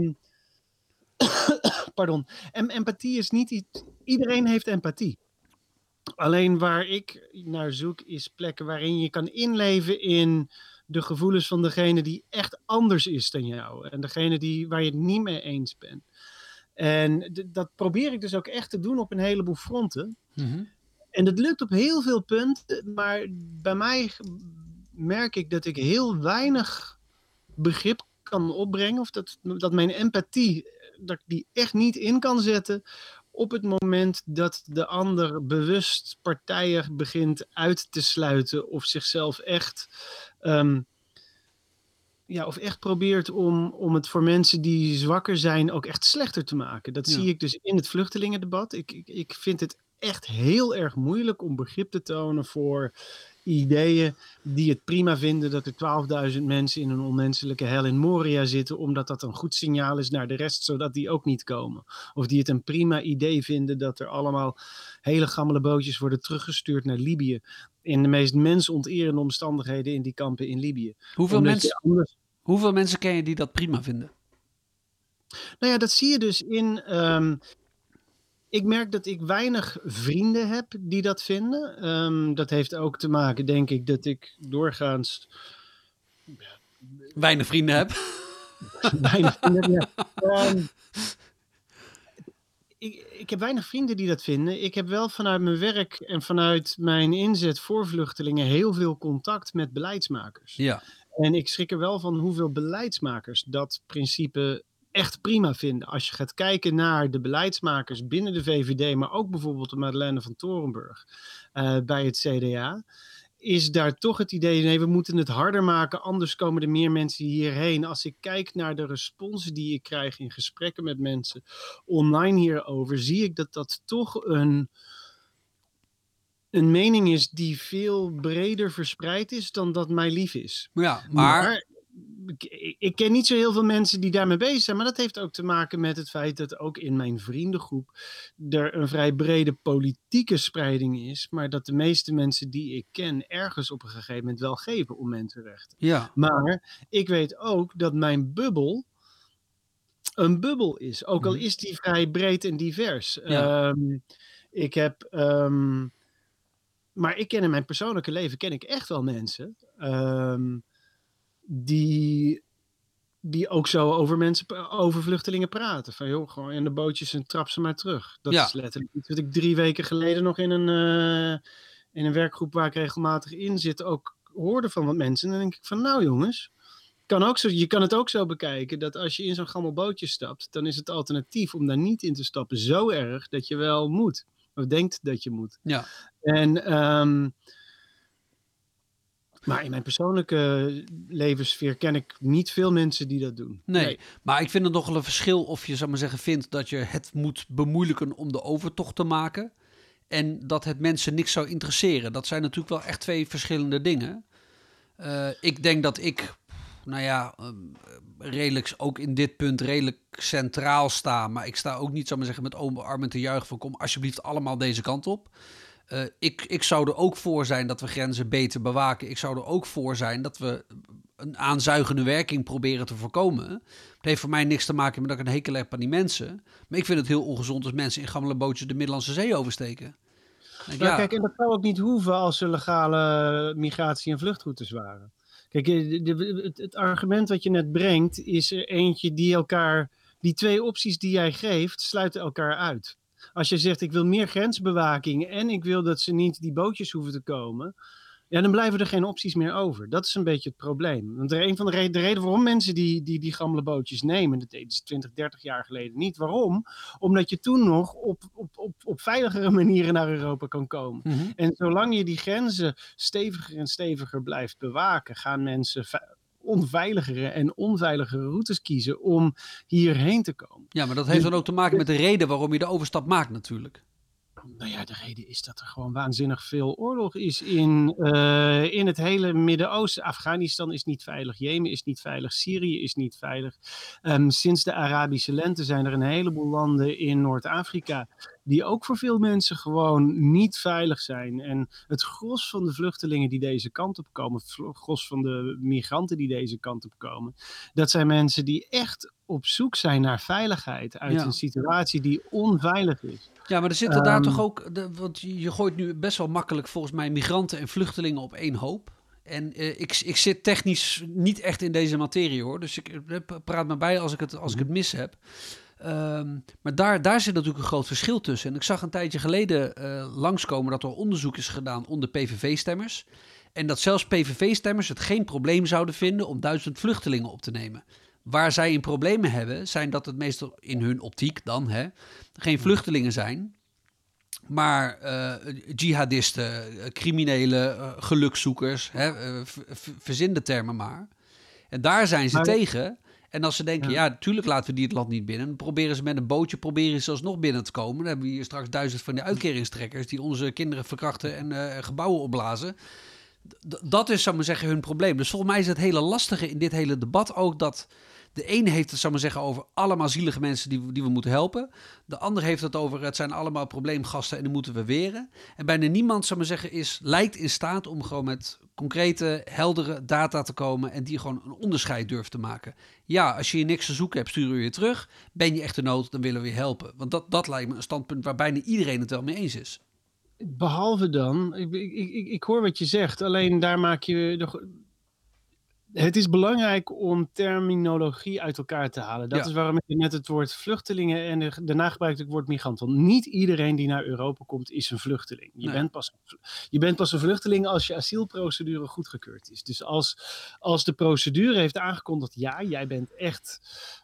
Pardon. En empathie is niet iets... Iedereen heeft empathie. Alleen waar ik naar zoek is plekken waarin je kan inleven in de gevoelens van degene die echt anders is dan jou. En degene waar je het niet mee eens bent. En dat probeer ik dus ook echt te doen op een heleboel fronten. Mm-hmm. En dat lukt op heel veel punten, maar bij mij merk ik dat ik heel weinig begrip kan opbrengen, of dat mijn empathie, dat ik die echt niet in kan zetten op het moment dat de ander bewust partijen begint uit te sluiten of zichzelf echt... of echt probeert om het voor mensen die zwakker zijn ook echt slechter te maken. Dat zie ik dus in het vluchtelingendebat. Ik vind het echt heel erg moeilijk om begrip te tonen voor ideeën die het prima vinden dat er 12.000 mensen in een onmenselijke hel in Moria zitten, omdat dat een goed signaal is naar de rest, zodat die ook niet komen. Of die het een prima idee vinden dat er allemaal hele gammele bootjes worden teruggestuurd naar Libië. In de meest mensonterende omstandigheden in die kampen in Libië. Hoeveel mensen ken je die dat prima vinden? Nou ja, dat zie je dus in... ik merk dat ik weinig vrienden heb die dat vinden. Dat heeft ook te maken, denk ik, dat ik doorgaans... Weinig vrienden heb? Weinig vrienden, ja. Ik heb weinig vrienden die dat vinden. Ik heb wel vanuit mijn werk en vanuit mijn inzet voor vluchtelingen heel veel contact met beleidsmakers. Ja. En ik schrik er wel van hoeveel beleidsmakers dat principe echt prima vinden. Als je gaat kijken naar de beleidsmakers binnen de VVD, maar ook bijvoorbeeld de Madeleine van Torenburg bij het CDA, is daar toch het idee, nee, we moeten het harder maken, anders komen er meer mensen hierheen. Als ik kijk naar de responsen die ik krijg in gesprekken met mensen online hierover, zie ik dat toch een mening is die veel breder verspreid is dan dat mij lief is. Ja, maar ik ken niet zo heel veel mensen die daarmee bezig zijn, maar dat heeft ook te maken met het feit dat ook in mijn vriendengroep er een vrij brede politieke spreiding is, maar dat de meeste mensen die ik ken ergens op een gegeven moment wel geven om mensenrechten. Ja. Maar ik weet ook dat mijn bubbel een bubbel is, ook al is die vrij breed en divers. Ja. Maar ik ken in mijn persoonlijke leven echt wel mensen die ook zo over vluchtelingen praten. Van joh, gewoon in de bootjes en trap ze maar terug. Dat is letterlijk iets wat ik 3 weken geleden nog in een werkgroep waar ik regelmatig in zit ook hoorde van wat mensen. En dan denk ik van nou jongens, je kan het ook zo bekijken dat als je in zo'n gammel bootje stapt, dan is het alternatief om daar niet in te stappen zo erg dat je wel moet. Of denkt dat je moet. Ja. Maar in mijn persoonlijke levenssfeer ken ik niet veel mensen die dat doen. Nee, maar ik vind het nogal een verschil of je, zou maar zeggen, vindt dat je het moet bemoeilijken om de overtocht te maken en dat het mensen niks zou interesseren. Dat zijn natuurlijk wel echt 2 verschillende dingen. Ik denk dat ik, redelijk ook in dit punt redelijk centraal sta, maar ik sta ook niet, zou maar zeggen, met open armen te juichen van kom alsjeblieft allemaal deze kant op. Ik zou er ook voor zijn dat we grenzen beter bewaken. Ik zou er ook voor zijn dat we een aanzuigende werking proberen te voorkomen. Het heeft voor mij niks te maken met dat ik een hekel heb aan die mensen. Maar ik vind het heel ongezond als mensen in gammele bootjes de Middellandse Zee oversteken. Kijk, en dat zou ook niet hoeven als er legale migratie- en vluchtroutes waren. Kijk, het argument wat je net brengt is er eentje die 2 opties die jij geeft, sluiten elkaar uit. Als je zegt ik wil meer grensbewaking en ik wil dat ze niet die bootjes hoeven te komen. ja, dan blijven er geen opties meer over. Dat is een beetje het probleem. Want een van de reden waarom mensen die gammele bootjes nemen, dat deden ze 20, 30 jaar geleden niet. Waarom? Omdat je toen nog op veiligere manieren naar Europa kan komen. Mhm. En zolang je die grenzen steviger en steviger blijft bewaken, gaan mensen onveiligere en onveiligere routes kiezen om hierheen te komen. Ja, maar dat heeft dan ook te maken met de reden waarom je de overstap maakt natuurlijk. Nou ja, de reden is dat er gewoon waanzinnig veel oorlog is in het hele Midden-Oosten. Afghanistan is niet veilig, Jemen is niet veilig, Syrië is niet veilig. Sinds de Arabische lente zijn er een heleboel landen in Noord-Afrika die ook voor veel mensen gewoon niet veilig zijn. En het gros van de vluchtelingen die deze kant op komen, het gros van de migranten die deze kant op komen, dat zijn mensen die echt op zoek zijn naar veiligheid uit een situatie die onveilig is. Ja, maar er zitten daar toch ook, want je gooit nu best wel makkelijk volgens mij migranten en vluchtelingen op één hoop. En ik zit technisch niet echt in deze materie hoor, dus ik praat me bij als ik het mis heb. Maar daar zit natuurlijk een groot verschil tussen. En ik zag een tijdje geleden langskomen dat er onderzoek is gedaan onder PVV-stemmers. En dat zelfs PVV-stemmers het geen probleem zouden vinden om 1000 vluchtelingen op te nemen. Waar zij in problemen hebben, zijn dat het meestal in hun optiek dan geen vluchtelingen zijn, maar jihadisten, criminelen, gelukszoekers, verzin de termen maar. En daar zijn ze tegen. En als ze denken, ja, natuurlijk laten we die het land niet binnen. Dan proberen ze met een bootje alsnog binnen te komen. Dan hebben we hier straks 1000 van die uitkeringstrekkers die onze kinderen verkrachten en gebouwen opblazen. Dat is, zou ik maar zeggen, hun probleem. Dus volgens mij is het hele lastige in dit hele debat ook dat de ene heeft het, zou ik maar zeggen, over allemaal zielige mensen die we moeten helpen. De ander heeft het over het zijn allemaal probleemgasten en die moeten we weren. En bijna niemand, zou ik maar zeggen, lijkt in staat om gewoon met concrete, heldere data te komen en die gewoon een onderscheid durft te maken. Ja, als je hier niks te zoeken hebt, sturen we je terug. Ben je echt in nood, dan willen we je helpen. Want dat lijkt me een standpunt waar bijna iedereen het wel mee eens is. Behalve dan, ik hoor wat je zegt, alleen daar maak je... Het is belangrijk om terminologie uit elkaar te halen. Dat is waarom ik net het woord vluchtelingen en daarna gebruik ik het woord migrant. Want niet iedereen die naar Europa komt is een vluchteling. Je bent pas een vluchteling als je asielprocedure goedgekeurd is. Dus als de procedure heeft aangekondigd, ja, jij bent echt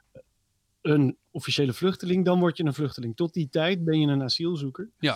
een officiële vluchteling, dan word je een vluchteling. Tot die tijd ben je een asielzoeker. Ja.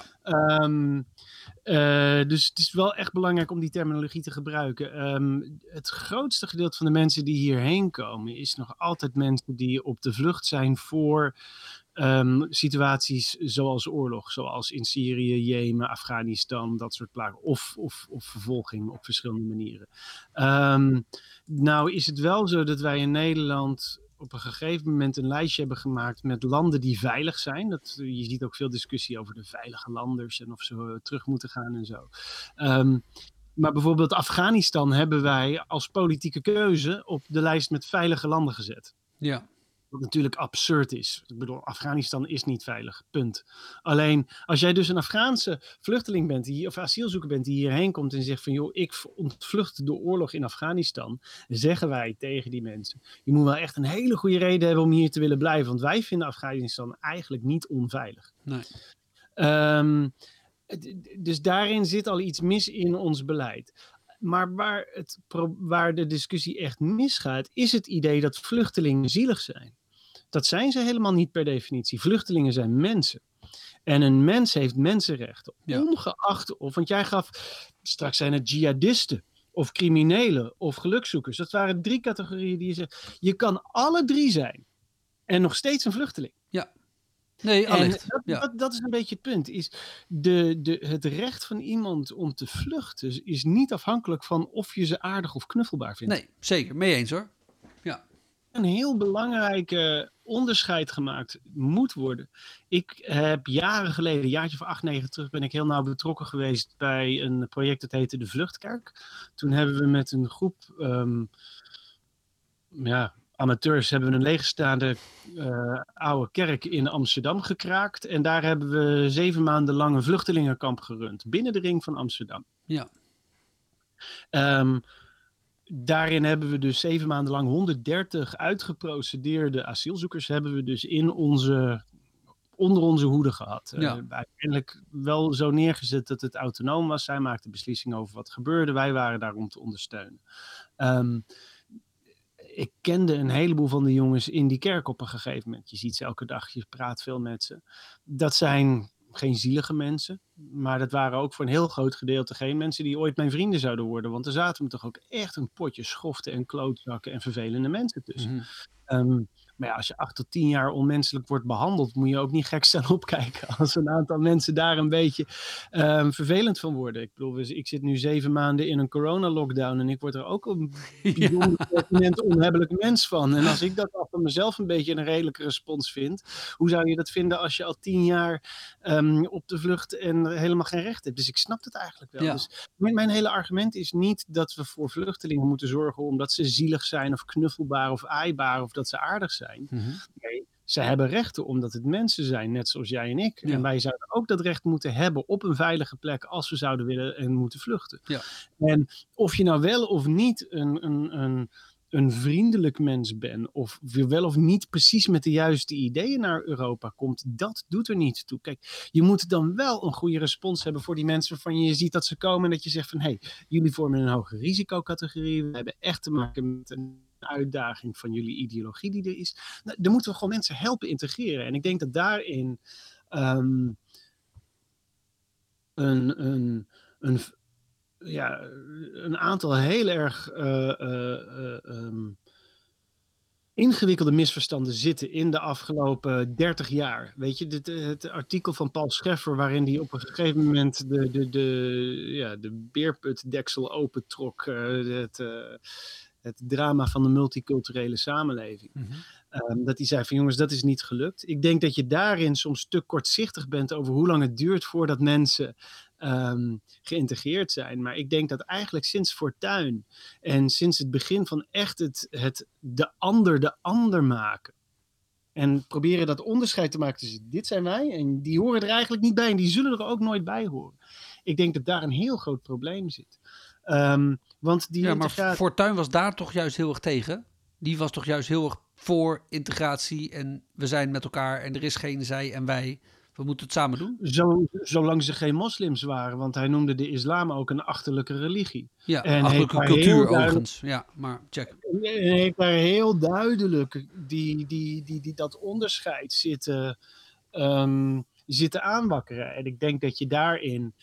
Dus het is wel echt belangrijk om die terminologie te gebruiken. Het grootste gedeelte van de mensen die hierheen komen is nog altijd mensen die op de vlucht zijn voor situaties zoals oorlog, zoals in Syrië, Jemen, Afghanistan, dat soort plagen, of vervolging op verschillende manieren. Nou is het wel zo dat wij in Nederland op een gegeven moment een lijstje hebben gemaakt met landen die veilig zijn. Je ziet ook veel discussie over de veilige landers en of ze terug moeten gaan en zo. Maar bijvoorbeeld Afghanistan hebben wij als politieke keuze op de lijst met veilige landen gezet. Ja. Wat natuurlijk absurd is. Ik bedoel, Afghanistan is niet veilig, punt. Alleen, als jij dus een Afghaanse vluchteling bent, of asielzoeker bent die hierheen komt en zegt van, joh, ik ontvlucht de oorlog in Afghanistan, zeggen wij tegen die mensen, je moet wel echt een hele goede reden hebben om hier te willen blijven, want wij vinden Afghanistan eigenlijk niet onveilig. Nee. Dus daarin zit al iets mis in ons beleid. Maar waar de discussie echt misgaat, is het idee dat vluchtelingen zielig zijn. Dat zijn ze helemaal niet per definitie. Vluchtelingen zijn mensen. En een mens heeft mensenrechten. Ja. Ongeacht of, want jij gaf, straks zijn het jihadisten of criminelen of gelukzoekers. Dat waren 3 categorieën die je zegt. Je kan alle 3 zijn en nog steeds een vluchteling. Ja. Nee, allicht. Dat is een beetje het punt. Is het recht van iemand om te vluchten is niet afhankelijk van of je ze aardig of knuffelbaar vindt. Nee, zeker. Mee eens hoor. Ja. Een heel belangrijke onderscheid gemaakt moet worden. Ik heb jaren geleden, een jaartje of 8, 9 terug, ben ik heel nauw betrokken geweest bij een project dat heette De Vluchtkerk. Toen hebben we met een groep amateurs hebben we een leegstaande oude kerk in Amsterdam gekraakt. En daar hebben we 7 maanden lang een vluchtelingenkamp gerund. Binnen de ring van Amsterdam. Ja. Daarin hebben we dus 7 maanden lang 130 uitgeprocedeerde asielzoekers hebben we dus in onze onder onze hoede gehad. Ja. Uiteindelijk wel zo neergezet dat het autonoom was. Zij maakte beslissingen over wat gebeurde. Wij waren daar om te ondersteunen. Ik kende een heleboel van de jongens in die kerk op een gegeven moment. Je ziet ze elke dag, je praat veel met ze. Dat zijn geen zielige mensen, maar dat waren ook voor een heel groot gedeelte geen mensen die ooit mijn vrienden zouden worden. Want er zaten me toch ook echt een potje schoften en klootzakken en vervelende mensen tussen. Maar ja, als je 8 tot 10 jaar onmenselijk wordt behandeld, moet je ook niet gek staan opkijken als een aantal mensen daar een beetje vervelend van worden. Ik bedoel, ik zit nu 7 maanden in een corona-lockdown en ik word er ook een bijzonder pertinent onhebbelijk mens van. En als ik dat al van mezelf een beetje een redelijke respons vind, hoe zou je dat vinden als je al 10 jaar op de vlucht en helemaal geen recht hebt? Dus ik snap het eigenlijk wel. Ja. Dus mijn hele argument is niet dat we voor vluchtelingen moeten zorgen omdat ze zielig zijn of knuffelbaar of aaibaar of dat ze aardig zijn. Nee, ze hebben rechten omdat het mensen zijn, net zoals jij en ik. Ja. En wij zouden ook dat recht moeten hebben op een veilige plek als we zouden willen en moeten vluchten. Ja. En of je nou wel of niet een vriendelijk mens bent, of je wel of niet precies met de juiste ideeën naar Europa komt, dat doet er niet toe. Kijk, je moet dan wel een goede respons hebben voor die mensen waarvan je ziet dat ze komen en dat je zegt van, hey, jullie vormen een hoge risicocategorie, we hebben echt te maken met een uitdaging van jullie ideologie die er is. Nou, dan moeten we gewoon mensen helpen integreren. En ik denk dat daarin een aantal heel erg ingewikkelde misverstanden zitten in de afgelopen 30 jaar. Weet je, het artikel van Paul Scheffer, waarin hij op een gegeven moment de beerputdeksel opentrok, het drama van de multiculturele samenleving. Dat hij zei van jongens, dat is niet gelukt. Ik denk dat je daarin soms te kortzichtig bent over hoe lang het duurt voordat mensen geïntegreerd zijn. Maar ik denk dat eigenlijk sinds Fortuyn en sinds het begin van echt de ander maken en proberen dat onderscheid te maken tussen dit zijn wij en die horen er eigenlijk niet bij en die zullen er ook nooit bij horen. Ik denk dat daar een heel groot probleem zit. Want die maar Fortuyn was daar toch juist heel erg tegen? Die was toch juist heel erg voor integratie en we zijn met elkaar en er is geen zij en wij. We moeten het samen doen. Zolang ze geen moslims waren, want hij noemde de islam ook een achterlijke religie. Ja, en achterlijke cultuur overigens. Ja, maar check. En heeft daar heel duidelijk dat onderscheid zitten aanwakkeren. En ik denk dat je daarin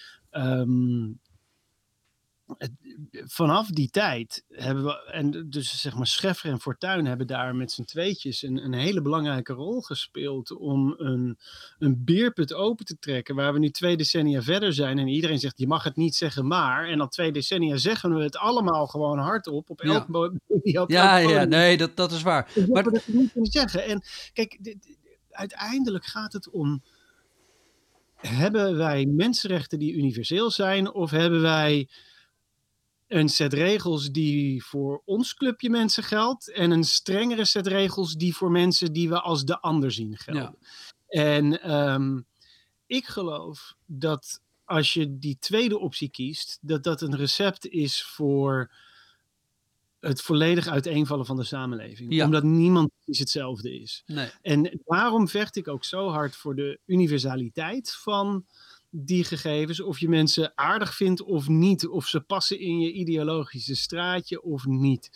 vanaf die tijd hebben we, en dus zeg maar Scheffer en Fortuyn hebben daar met z'n tweetjes een hele belangrijke rol gespeeld om een beerput open te trekken, waar we nu 2 decennia verder zijn en iedereen zegt, je mag het niet zeggen maar, en al 2 decennia zeggen we het allemaal gewoon hardop op elk podium. Nee, dat is waar. Maar dat niet kunnen zeggen. En kijk, uiteindelijk gaat het om, hebben wij mensenrechten die universeel zijn, of hebben wij een set regels die voor ons clubje mensen geldt en een strengere set regels die voor mensen die we als de ander zien gelden. Ja. En ik geloof dat als je die tweede optie kiest, dat een recept is voor het volledig uiteenvallen van de samenleving. Ja. Omdat niemand precies hetzelfde is. Nee. En waarom vecht ik ook zo hard voor de universaliteit van die gegevens, of je mensen aardig vindt of niet, of ze passen in je ideologische straatje of niet.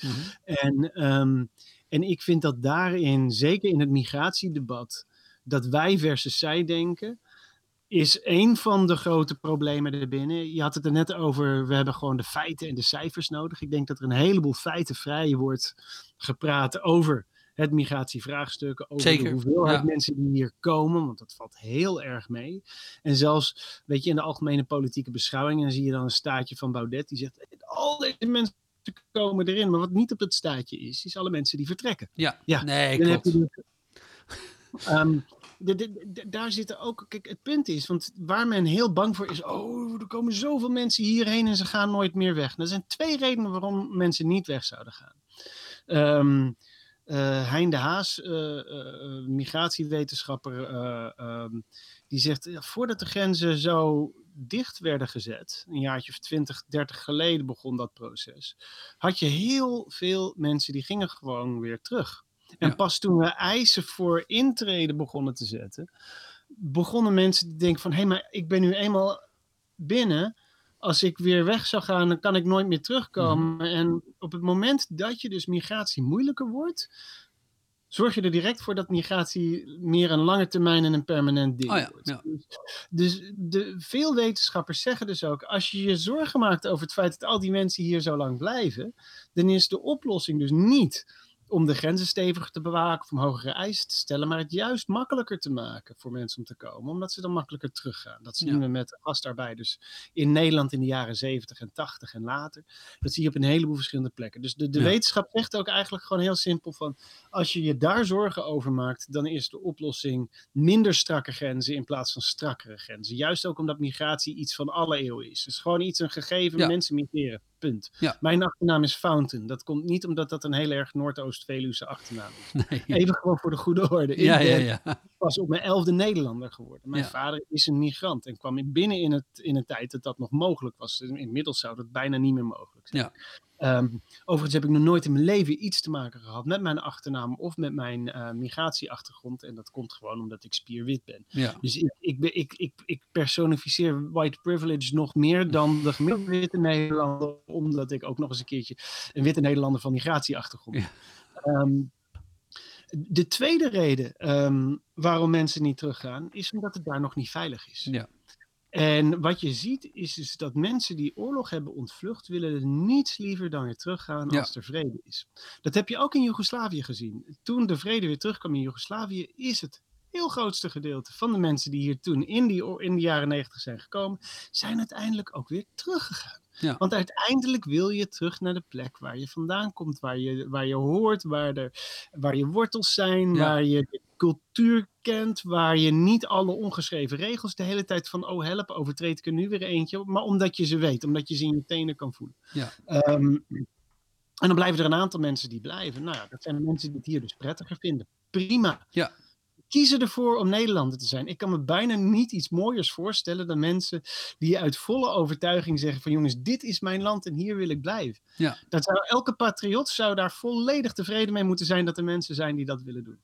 En ik vind dat daarin, zeker in het migratiedebat, dat wij versus zij denken, is een van de grote problemen erbinnen. Je had het er net over, we hebben gewoon de feiten en de cijfers nodig. Ik denk dat er een heleboel feitenvrij wordt gepraat over het migratievraagstuk, over de hoeveelheid mensen die hier komen, want dat valt heel erg mee. En zelfs, weet je, in de algemene politieke beschouwingen zie je dan een staatje van Baudet die zegt, al deze mensen komen erin, maar wat niet op het staatje is alle mensen die vertrekken. Nee, klopt. Daar zitten ook, kijk, het punt is, want waar men heel bang voor is, er komen zoveel mensen hierheen en ze gaan nooit meer weg. Er zijn 2 redenen waarom mensen niet weg zouden gaan. Hein de Haas, migratiewetenschapper, die zegt, voordat de grenzen zo dicht werden gezet, een jaartje of 20, 30 geleden begon dat proces, had je heel veel mensen die gingen gewoon weer terug. En pas toen we eisen voor intrede begonnen te zetten, begonnen mensen te denken van, hé, maar ik ben nu eenmaal binnen. Als ik weer weg zou gaan, dan kan ik nooit meer terugkomen. En op het moment dat je dus migratie moeilijker wordt, zorg je er direct voor dat migratie meer een lange termijn en een permanent ding wordt. Ja. Dus veel wetenschappers zeggen dus ook, als je je zorgen maakt over het feit dat al die mensen hier zo lang blijven, dan is de oplossing dus niet om de grenzen steviger te bewaken of om hogere eisen te stellen, maar het juist makkelijker te maken voor mensen om te komen, omdat ze dan makkelijker teruggaan. Dat zien we met gastarbeiders in Nederland in de jaren 70 en 80 en later. Dat zie je op een heleboel verschillende plekken. Dus de wetenschap zegt ook eigenlijk gewoon heel simpel van, als je je daar zorgen over maakt, dan is de oplossing minder strakke grenzen in plaats van strakkere grenzen. Juist ook omdat migratie iets van alle eeuwen is. Het is gewoon iets, een gegeven, mensen migreren. Punt. Ja. Mijn achternaam is Fountain. Dat komt niet omdat dat een heel erg Noordoost-Veluwse achternaam is. Nee. Even gewoon voor de goede orde. Ik ben pas op mijn 11e Nederlander geworden. Mijn vader is een migrant en kwam binnen in een tijd dat dat nog mogelijk was. Inmiddels zou dat bijna niet meer mogelijk zijn. Overigens heb ik nog nooit in mijn leven iets te maken gehad met mijn achternaam of met mijn migratieachtergrond. En dat komt gewoon omdat ik spierwit ben. Dus ik personificeer white privilege nog meer dan de gemiddelde witte Nederlander, omdat ik ook nog eens een keertje een witte Nederlander van migratieachtergrond ben. De tweede reden waarom mensen niet teruggaan, is omdat het daar nog niet veilig is. En wat je ziet is dat mensen die oorlog hebben ontvlucht, willen niets liever dan weer teruggaan als er vrede is. Dat heb je ook in Joegoslavië gezien. Toen de vrede weer terugkwam in Joegoslavië, is het heel grootste gedeelte van de mensen die hier toen in de jaren 90 zijn gekomen, zijn uiteindelijk ook weer teruggegaan. Want uiteindelijk wil je terug naar de plek waar je vandaan komt, waar je hoort, waar je wortels zijn, waar je de cultuur kent, waar je niet alle ongeschreven regels de hele tijd van, oh help, overtreed ik er nu weer eentje, maar omdat je ze weet, omdat je ze in je tenen kan voelen. En dan blijven er een aantal mensen die blijven. Nou ja, dat zijn de mensen die het hier dus prettiger vinden. Prima. Kiezen ervoor om Nederlander te zijn. Ik kan me bijna niet iets mooiers voorstellen dan mensen die uit volle overtuiging zeggen van, jongens, dit is mijn land en hier wil ik blijven. Elke patriot zou daar volledig tevreden mee moeten zijn dat er mensen zijn die dat willen doen.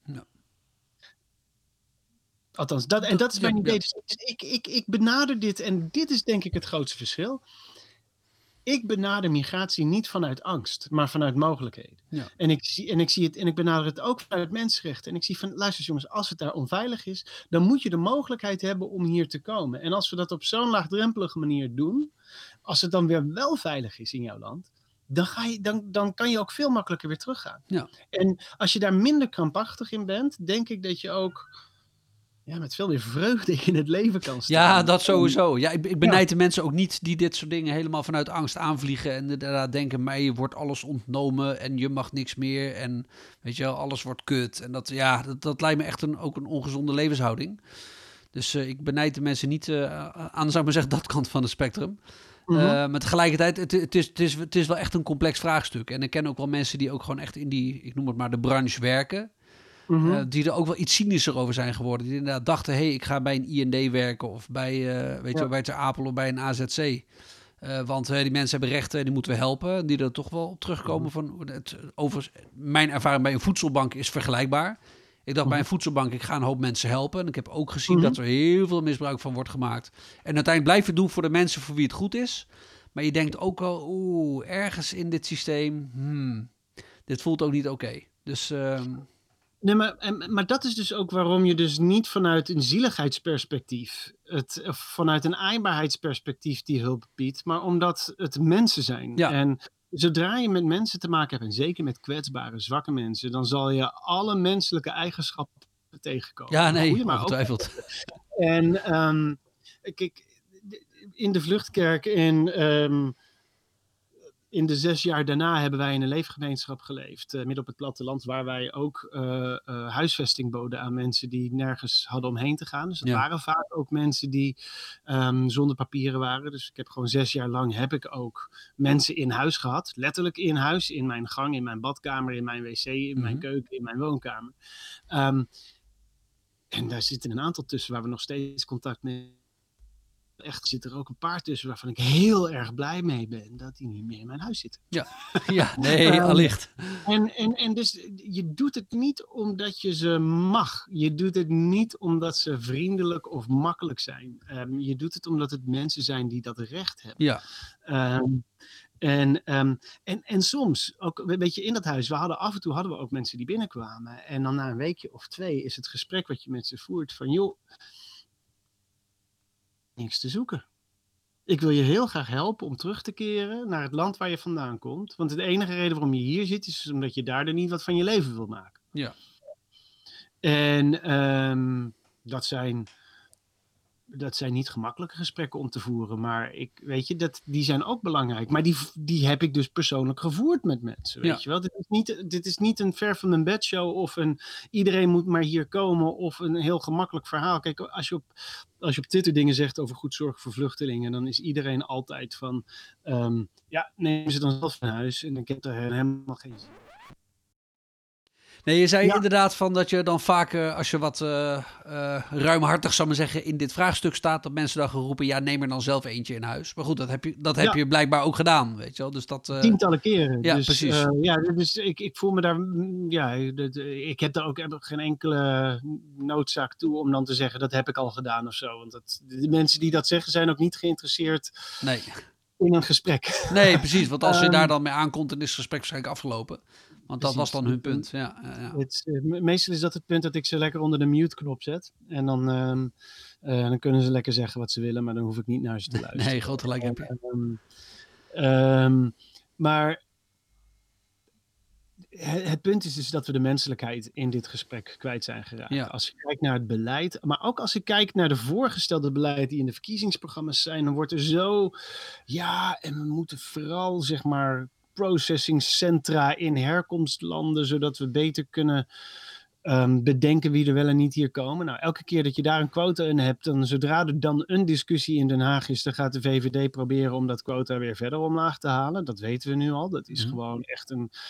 Althans, dat is mijn idee. Dus ik benader dit en dit is denk ik het grootste verschil. Ik benader migratie niet vanuit angst, maar vanuit mogelijkheden. En ik benader het ook vanuit mensenrechten. En ik zie van, luister jongens, als het daar onveilig is, dan moet je de mogelijkheid hebben om hier te komen. En als we dat op zo'n laagdrempelige manier doen, als het dan weer wel veilig is in jouw land, dan kan je ook veel makkelijker weer teruggaan. En als je daar minder krampachtig in bent, denk ik dat je ook met veel meer vreugde in het leven kan staan. Ja, dat sowieso. Ja, ik benijd de mensen ook niet die dit soort dingen helemaal vanuit angst aanvliegen en inderdaad denken, mij wordt alles ontnomen en je mag niks meer en weet je wel, alles wordt kut. En dat lijkt me echt ook een ongezonde levenshouding. Dus ik benijd de mensen niet aan, zou ik maar zeggen, dat kant van het spectrum. Maar tegelijkertijd, het is wel echt een complex vraagstuk. En ik ken ook wel mensen die ook gewoon echt in die, ik noem het maar, de branche werken. Die er ook wel iets cynischer over zijn geworden. Die inderdaad dachten, ik ga bij een IND werken of bij, bij Ter Apel of bij een AZC. Want die mensen hebben rechten en die moeten we helpen. Die er toch wel op terugkomen van... mijn ervaring bij een voedselbank is vergelijkbaar. Ik dacht bij een voedselbank, ik ga een hoop mensen helpen. En ik heb ook gezien dat er heel veel misbruik van wordt gemaakt. En uiteindelijk blijf je het doen voor de mensen voor wie het goed is. Maar je denkt ook wel, ergens in dit systeem... dit voelt ook niet oké. Dus... Nee, maar dat is dus ook waarom je dus niet vanuit een zieligheidsperspectief, vanuit een aaibaarheidsperspectief die hulp biedt, maar omdat het mensen zijn. En zodra je met mensen te maken hebt, en zeker met kwetsbare, zwakke mensen, dan zal je alle menselijke eigenschappen tegenkomen. Ja, nee, ongetwijfeld. En kijk, in de Vluchtkerk in de 6 jaar daarna hebben wij in een leefgemeenschap geleefd, midden op het platteland, waar wij ook huisvesting boden aan mensen die nergens hadden om heen te gaan. Dus dat waren vaak ook mensen die zonder papieren waren. Dus ik heb gewoon 6 jaar lang ook mensen in huis gehad. Letterlijk in huis, in mijn gang, in mijn badkamer, in mijn wc, in mijn keuken, in mijn woonkamer. En daar zitten een aantal tussen waar we nog steeds contact mee echt zitten er ook een paar tussen waarvan ik heel erg blij mee ben dat die niet meer in mijn huis zitten. Ja, nee, allicht. En dus je doet het niet omdat je ze mag. Je doet het niet omdat ze vriendelijk of makkelijk zijn. Je doet het omdat het mensen zijn die dat recht hebben. Ja. En soms, ook, weet je, in dat huis, af en toe hadden we ook mensen die binnenkwamen. En dan na een weekje of 2 is het gesprek wat je met ze voert van, joh, niks te zoeken. Ik wil je heel graag helpen om terug te keren naar het land waar je vandaan komt. Want de enige reden waarom je hier zit, is omdat je daar niet wat van je leven wil maken. Ja. En dat zijn niet gemakkelijke gesprekken om te voeren. Maar die zijn ook belangrijk. Maar die heb ik dus persoonlijk gevoerd met mensen. Weet je wel? Dit is niet een ver van mijn bedshow of iedereen moet maar hier komen of een heel gemakkelijk verhaal. Kijk, als je op Twitter dingen zegt over goed zorgen voor vluchtelingen, dan is iedereen altijd van, neem ze dan zelf naar huis. En ik heb er helemaal geen zin. Nee, je zei inderdaad van dat je dan vaak, als je wat ruimhartig, zou maar zeggen, in dit vraagstuk staat, dat mensen dan gaan roepen, ja, neem er dan zelf eentje in huis. Maar goed, dat heb je blijkbaar ook gedaan, weet je wel. Dus dat, tientallen keren. Ja, dus, precies. Dus ik voel me daar, ik heb daar ook geen enkele noodzaak toe om dan te zeggen, dat heb ik al gedaan of zo. Want de mensen die dat zeggen, zijn ook niet geïnteresseerd in een gesprek. Nee, precies. Want als je daar dan mee aankomt, dan is het gesprek waarschijnlijk afgelopen. Want dat was dan hun punt. Ja. Meestal is dat het punt dat ik ze lekker onder de mute-knop zet. En dan kunnen ze lekker zeggen wat ze willen, maar dan hoef ik niet naar ze te luisteren. Nee, groot gelijk heb je. Maar het punt is dus dat we de menselijkheid in dit gesprek kwijt zijn geraakt. Ja. Als je kijkt naar het beleid, maar ook als je kijkt naar de voorgestelde beleid die in de verkiezingsprogramma's zijn, dan wordt er zo, en we moeten vooral, zeg maar, processingcentra in herkomstlanden, zodat we beter kunnen bedenken wie er wel en niet hier komen. Nou, elke keer dat je daar een quota in hebt, dan zodra er dan een discussie in Den Haag is, dan gaat de VVD proberen om dat quota weer verder omlaag te halen. Dat weten we nu al. Dat is gewoon echt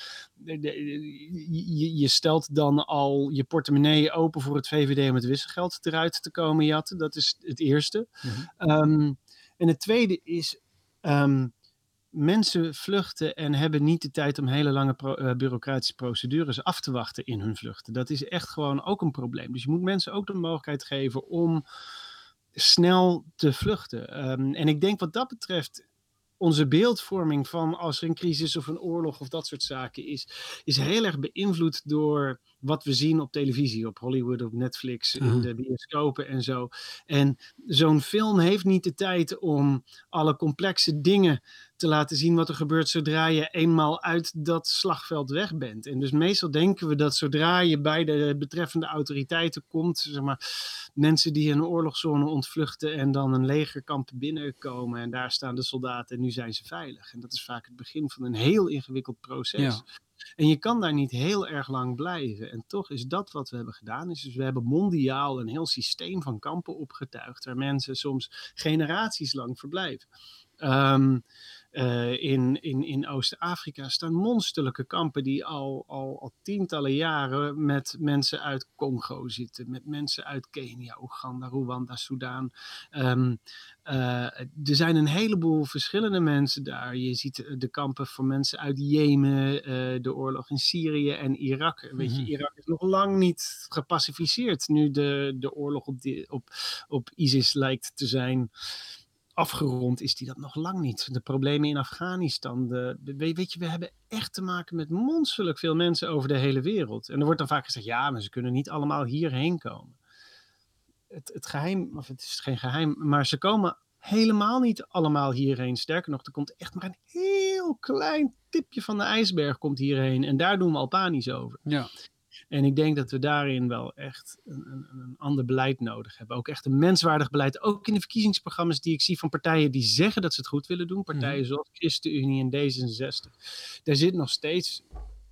je stelt dan al je portemonnee open voor het VVD om het wisselgeld eruit te komen jatten. Dat is het eerste. En het tweede is, mensen vluchten en hebben niet de tijd om hele lange bureaucratische procedures af te wachten in hun vluchten. Dat is echt gewoon ook een probleem. Dus je moet mensen ook de mogelijkheid geven om snel te vluchten. En ik denk wat dat betreft, onze beeldvorming van als er een crisis of een oorlog of dat soort zaken is heel erg beïnvloed door wat we zien op televisie, op Hollywood, op Netflix, in de bioscopen en zo. En zo'n film heeft niet de tijd om alle complexe dingen te laten zien wat er gebeurt zodra je eenmaal uit dat slagveld weg bent. En dus meestal denken we dat zodra je bij de betreffende autoriteiten komt, zeg maar, mensen die een oorlogszone ontvluchten en dan een legerkamp binnenkomen en daar staan de soldaten en nu zijn ze veilig. En dat is vaak het begin van een heel ingewikkeld proces. Ja. En je kan daar niet heel erg lang blijven. En toch is dat wat we hebben gedaan. Dus we hebben mondiaal een heel systeem van kampen opgetuigd, waar mensen soms generaties lang verblijven. In Oost-Afrika staan monsterlijke kampen die al tientallen jaren met mensen uit Congo zitten, met mensen uit Kenia, Oeganda, Rwanda, Soudaan. Er zijn een heleboel verschillende mensen daar. Je ziet de kampen voor mensen uit Jemen, de oorlog in Syrië en Irak. Weet je, Irak is nog lang niet gepacificeerd nu de oorlog op ISIS lijkt te zijn afgerond, is die dat nog lang niet. De problemen in Afghanistan. Weet je, we hebben echt te maken met monsterlijk veel mensen over de hele wereld. En er wordt dan vaak gezegd, ja, maar ze kunnen niet allemaal hierheen komen. Het geheim, of het is geen geheim, maar ze komen helemaal niet allemaal hierheen. Sterker nog, er komt echt maar een heel klein tipje van de ijsberg komt hierheen. En daar doen we al panisch over. Ja. En ik denk dat we daarin wel echt een ander beleid nodig hebben. Ook echt een menswaardig beleid. Ook in de verkiezingsprogramma's die ik zie van partijen die zeggen dat ze het goed willen doen. Partijen zoals ChristenUnie en D66. Daar zit nog steeds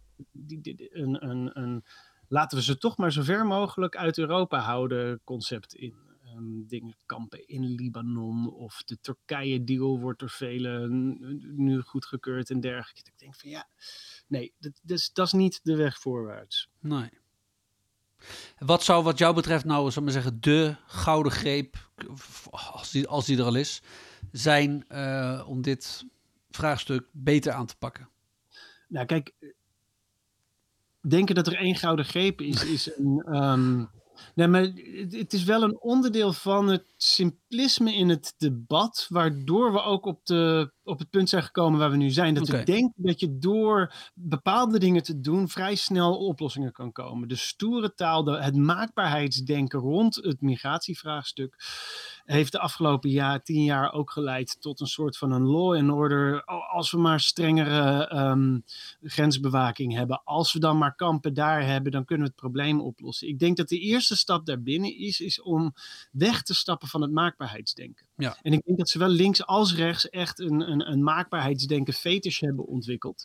een laten we ze toch maar zo ver mogelijk uit Europa houden concept in. Dingen kampen in Libanon of de Turkije-deal wordt door velen nu goedgekeurd en dergelijke. Ik denk van nee, dat is niet de weg voorwaarts. Nee. Wat zou wat jou betreft nou, zal ik maar zeggen, de gouden greep, als die er al is, zijn om dit vraagstuk beter aan te pakken? Nou, kijk, denken dat er één gouden greep is een... nee, maar het is wel een onderdeel van het simplisme in het debat, waardoor we ook op het punt zijn gekomen waar we nu zijn. Dat we denken dat je door bepaalde dingen te doen vrij snel oplossingen kan komen. De stoere taal, het maakbaarheidsdenken rond het migratievraagstuk heeft de afgelopen 10 jaar ook geleid tot een soort van een law and order. Als we maar strengere grensbewaking hebben, als we dan maar kampen daar hebben, dan kunnen we het probleem oplossen. Ik denk dat de eerste stap daarbinnen is om weg te stappen van het maakbaarheidsdenken. Ja. En ik denk dat zowel links als rechts echt een maakbaarheidsdenken fetish hebben ontwikkeld.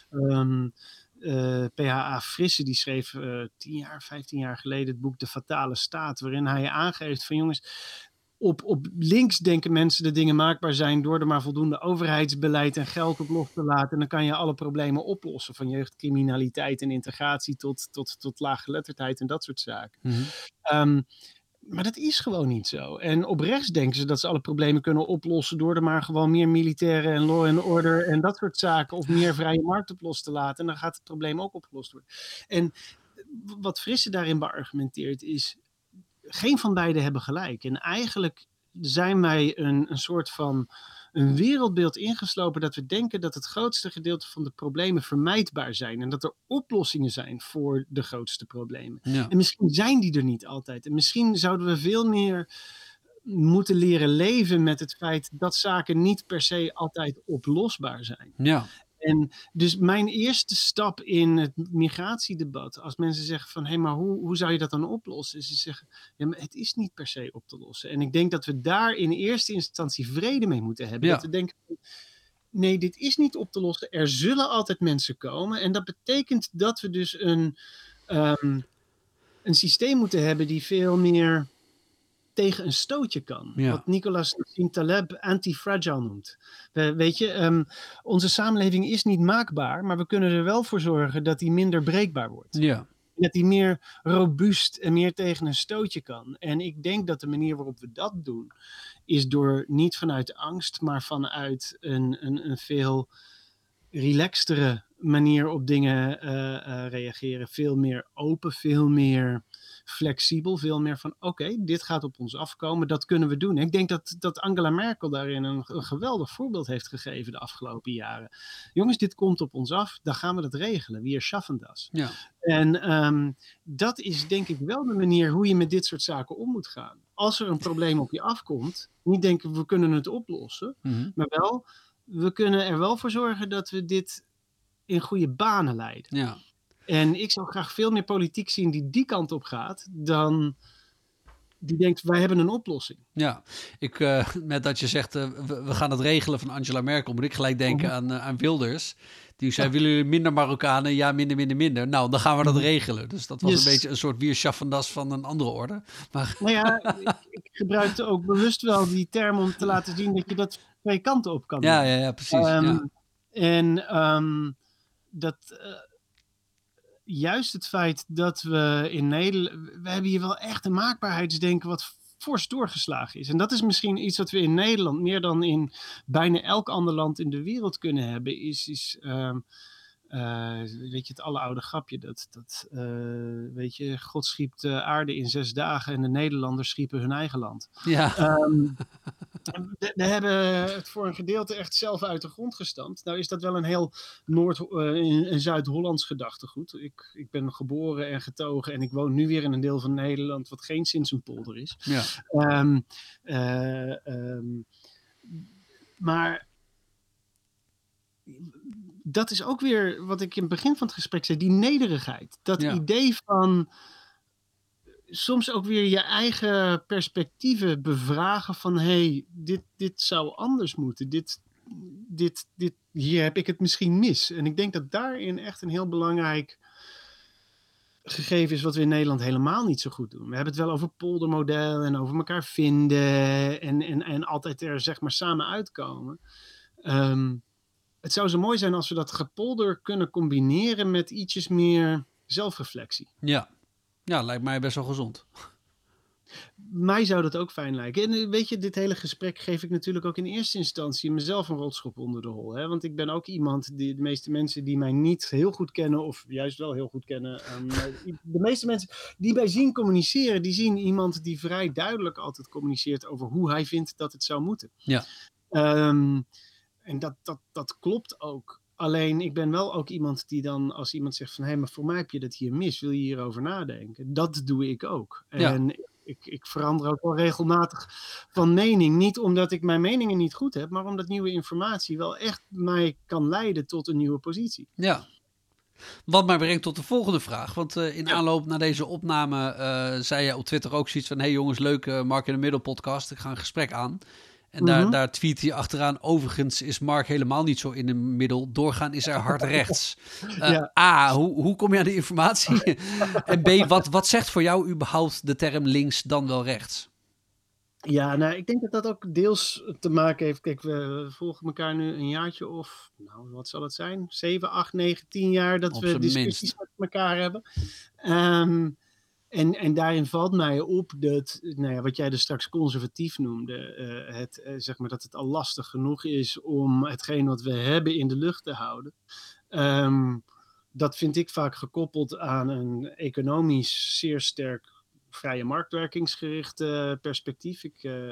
PHA Frisse die schreef 10 jaar, 15 jaar geleden het boek De Fatale Staat, waarin hij aangeeft van jongens, op links denken mensen dat dingen maakbaar zijn door er maar voldoende overheidsbeleid en geld op los te laten. En dan kan je alle problemen oplossen, van jeugdcriminaliteit en integratie tot laaggeletterdheid en dat soort zaken. Mm-hmm. Maar dat is gewoon niet zo. En op rechts denken ze dat ze alle problemen kunnen oplossen door er maar gewoon meer militairen en law and order en dat soort zaken of meer vrije markt op los te laten. En dan gaat het probleem ook opgelost worden. En wat Frisse daarin beargumenteert is, geen van beiden hebben gelijk. En eigenlijk zijn wij een soort van een wereldbeeld ingeslopen dat we denken dat het grootste gedeelte van de problemen vermijdbaar zijn. En dat er oplossingen zijn voor de grootste problemen. Ja. En misschien zijn die er niet altijd. En misschien zouden we veel meer moeten leren leven met het feit dat zaken niet per se altijd oplosbaar zijn. Ja. En dus mijn eerste stap in het migratiedebat, als mensen zeggen van, hé, maar hoe zou je dat dan oplossen? Is ze zeggen, ja, maar het is niet per se op te lossen. En ik denk dat we daar in eerste instantie vrede mee moeten hebben. Ja. Dat we denken, nee, dit is niet op te lossen. Er zullen altijd mensen komen. En dat betekent dat we dus een systeem moeten hebben die veel meer tegen een stootje kan. Ja. Wat Nicolas Nassim Taleb anti-fragile noemt. Weet je, onze samenleving is niet maakbaar, maar we kunnen er wel voor zorgen dat die minder breekbaar wordt. Ja. Dat die meer robuust en meer tegen een stootje kan. En ik denk dat de manier waarop we dat doen, is door niet vanuit angst, maar vanuit een veel relaxtere manier op dingen reageren. Veel meer open, veel meer flexibel, veel meer van oké, dit gaat op ons afkomen, dat kunnen we doen. Ik denk dat Angela Merkel daarin een geweldig voorbeeld heeft gegeven de afgelopen jaren. Jongens, dit komt op ons af, dan gaan we dat regelen. Wir schaffen das. Ja. En dat is denk ik wel de manier hoe je met dit soort zaken om moet gaan. Als er een probleem op je afkomt, niet denken we kunnen het oplossen, maar wel, we kunnen er wel voor zorgen dat we dit in goede banen leiden. Ja. En ik zou graag veel meer politiek zien die kant op gaat, dan die denkt, wij hebben een oplossing. Ja, met dat je zegt, we gaan het regelen van Angela Merkel, moet ik gelijk denken aan Wilders. Die zei, willen jullie minder Marokkanen? Ja, minder. Nou, dan gaan we dat regelen. Dus dat was een beetje een soort wir schaffen das van een andere orde. Maar... Nou ja, ik gebruikte ook bewust wel die term om te laten zien dat je dat twee kanten op kan doen. Ja, precies. En dat... juist het feit dat we in Nederland... We hebben hier wel echt een maakbaarheidsdenken wat fors doorgeslagen is. En dat is misschien iets wat we in Nederland meer dan in bijna elk ander land in de wereld kunnen hebben. Weet je, het alleroude grapje. Weet je, God schiep de aarde in 6 dagen en de Nederlanders schiepen hun eigen land. Ja. We hebben het voor een gedeelte echt zelf uit de grond gestampt. Nou is dat wel een heel en Zuid-Hollands gedachtegoed. Ik ben geboren en getogen en ik woon nu weer in een deel van Nederland wat geen sinds een polder is. Ja. Maar dat is ook weer wat ik in het begin van het gesprek zei, die nederigheid. Dat idee van soms ook weer je eigen perspectieven bevragen van dit zou anders moeten. Hier heb ik het misschien mis. En ik denk dat daarin echt een heel belangrijk gegeven is wat we in Nederland helemaal niet zo goed doen. We hebben het wel over poldermodel en over elkaar vinden en altijd er zeg maar samen uitkomen. Het zou zo mooi zijn als we dat gepolder kunnen combineren met ietsjes meer zelfreflectie. Ja. Ja, lijkt mij best wel gezond. Mij zou dat ook fijn lijken. En weet je, dit hele gesprek geef ik natuurlijk ook in eerste instantie mezelf een rotschop onder de hol. Hè? Want ik ben ook iemand die de meeste mensen die mij niet heel goed kennen, of juist wel heel goed kennen. De meeste mensen die mij zien communiceren, die zien iemand die vrij duidelijk altijd communiceert over hoe hij vindt dat het zou moeten. Ja. En dat klopt ook. Alleen ik ben wel ook iemand die dan, als iemand zegt van, hé, maar voor mij heb je dat hier mis, wil je hierover nadenken? Dat doe ik ook. Ja. En ik verander ook wel regelmatig van mening. Niet omdat ik mijn meningen niet goed heb, maar omdat nieuwe informatie wel echt mij kan leiden tot een nieuwe positie. Ja. Wat mij brengt tot de volgende vraag. Want in aanloop naar deze opname zei je op Twitter ook zoiets van, hey jongens, leuk Mark in de Middel podcast. Ik ga een gesprek aan. En daar tweet hij achteraan, overigens is Mark helemaal niet zo in de middel. Doorgaan is er hard rechts. A, hoe kom je aan die informatie? En B, wat zegt voor jou überhaupt de term links dan wel rechts? Ja, nou, ik denk dat dat ook deels te maken heeft. Kijk, we volgen elkaar nu een jaartje of, nou, wat zal het zijn? 7, 8, 9, 10 jaar dat we discussies met elkaar hebben. En daarin valt mij op dat, nou ja, wat jij dus straks conservatief noemde, zeg maar dat het al lastig genoeg is om hetgeen wat we hebben in de lucht te houden. Dat vind ik vaak gekoppeld aan een economisch zeer sterk vrije marktwerkingsgericht perspectief.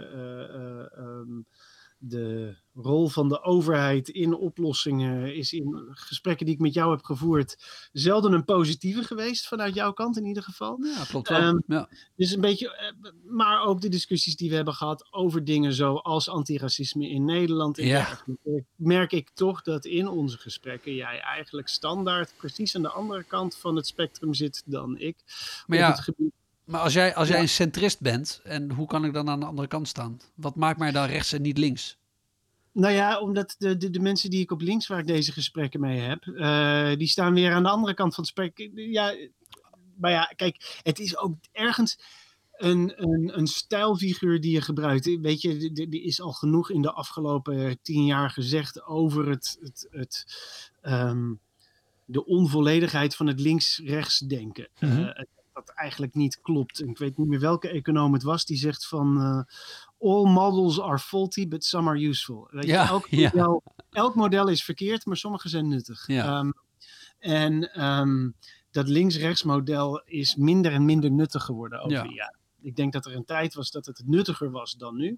De rol van de overheid in oplossingen is in gesprekken die ik met jou heb gevoerd zelden een positieve geweest, vanuit jouw kant in ieder geval. Ja, klopt wel. Dus een beetje, maar ook de discussies die we hebben gehad over dingen zoals antiracisme in Nederland. Merk ik toch dat in onze gesprekken jij eigenlijk standaard precies aan de andere kant van het spectrum zit dan ik. Maar ja, het gebied. Maar als jij een centrist bent, en hoe kan ik dan aan de andere kant staan? Wat maakt mij dan rechts en niet links? Nou ja, omdat de mensen die ik op links, waar ik deze gesprekken mee heb, die staan weer aan de andere kant van het spectrum. Ja, maar ja, kijk, het is ook ergens een stijlfiguur die je gebruikt. Weet je, er is al genoeg in de afgelopen 10 jaar gezegd over de onvolledigheid van het links-rechts denken. Dat eigenlijk niet klopt. En ik weet niet meer welke econoom het was die zegt van all models are faulty, but some are useful. Weet je, elk model is verkeerd, maar sommige zijn nuttig. Ja. Dat links-rechts model is minder en minder nuttig geworden over de jaren. Ik denk dat er een tijd was dat het nuttiger was dan nu.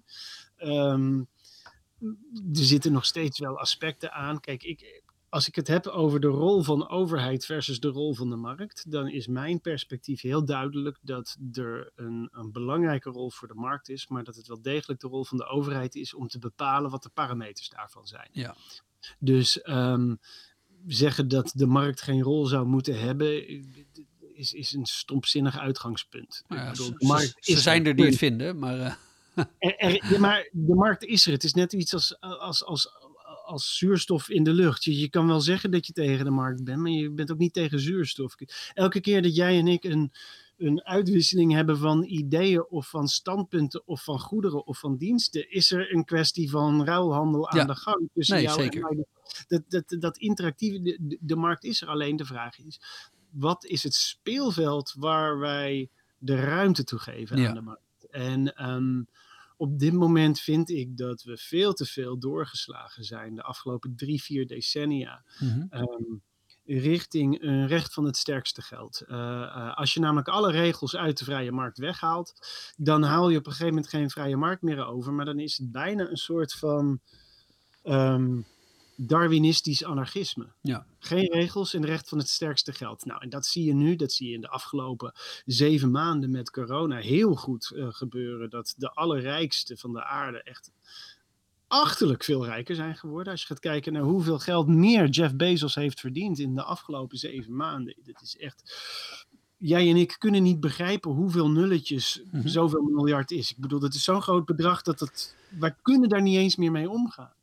Er zitten nog steeds wel aspecten aan. Kijk, als ik het heb over de rol van overheid versus de rol van de markt, dan is mijn perspectief heel duidelijk dat er een belangrijke rol voor de markt is, maar dat het wel degelijk de rol van de overheid is om te bepalen wat de parameters daarvan zijn. Ja. Dus zeggen dat de markt geen rol zou moeten hebben, is een stompzinnig uitgangspunt. Nou ja, ze zijn er die het vinden, maar... maar de markt is er. Het is net iets als zuurstof in de lucht. Je kan wel zeggen dat je tegen de markt bent, maar je bent ook niet tegen zuurstof. Elke keer dat jij en ik een uitwisseling hebben van ideeën of van standpunten of van goederen of van diensten, is er een kwestie van ruilhandel aan de gang tussen jou en mij. Dat interactieve, de markt is er, alleen de vraag is, wat is het speelveld waar wij de ruimte toe geven aan de markt? En op dit moment vind ik dat we veel te veel doorgeslagen zijn de afgelopen 3-4 decennia. Richting een recht van het sterkste geld. Als je namelijk alle regels uit de vrije markt weghaalt, dan haal je op een gegeven moment geen vrije markt meer over, maar dan is het bijna een soort van Darwinistisch anarchisme. Ja. Geen regels en recht van het sterkste geld. Nou, en dat zie je nu, dat zie je in de afgelopen 7 maanden met corona heel goed gebeuren, dat de allerrijkste van de aarde echt achterlijk veel rijker zijn geworden. Als je gaat kijken naar hoeveel geld meer Jeff Bezos heeft verdiend in de afgelopen 7 maanden. Dat is echt... Jij en ik kunnen niet begrijpen hoeveel nulletjes zoveel miljard is. Ik bedoel, dat is zo'n groot bedrag dat wij kunnen daar niet eens meer mee omgaan.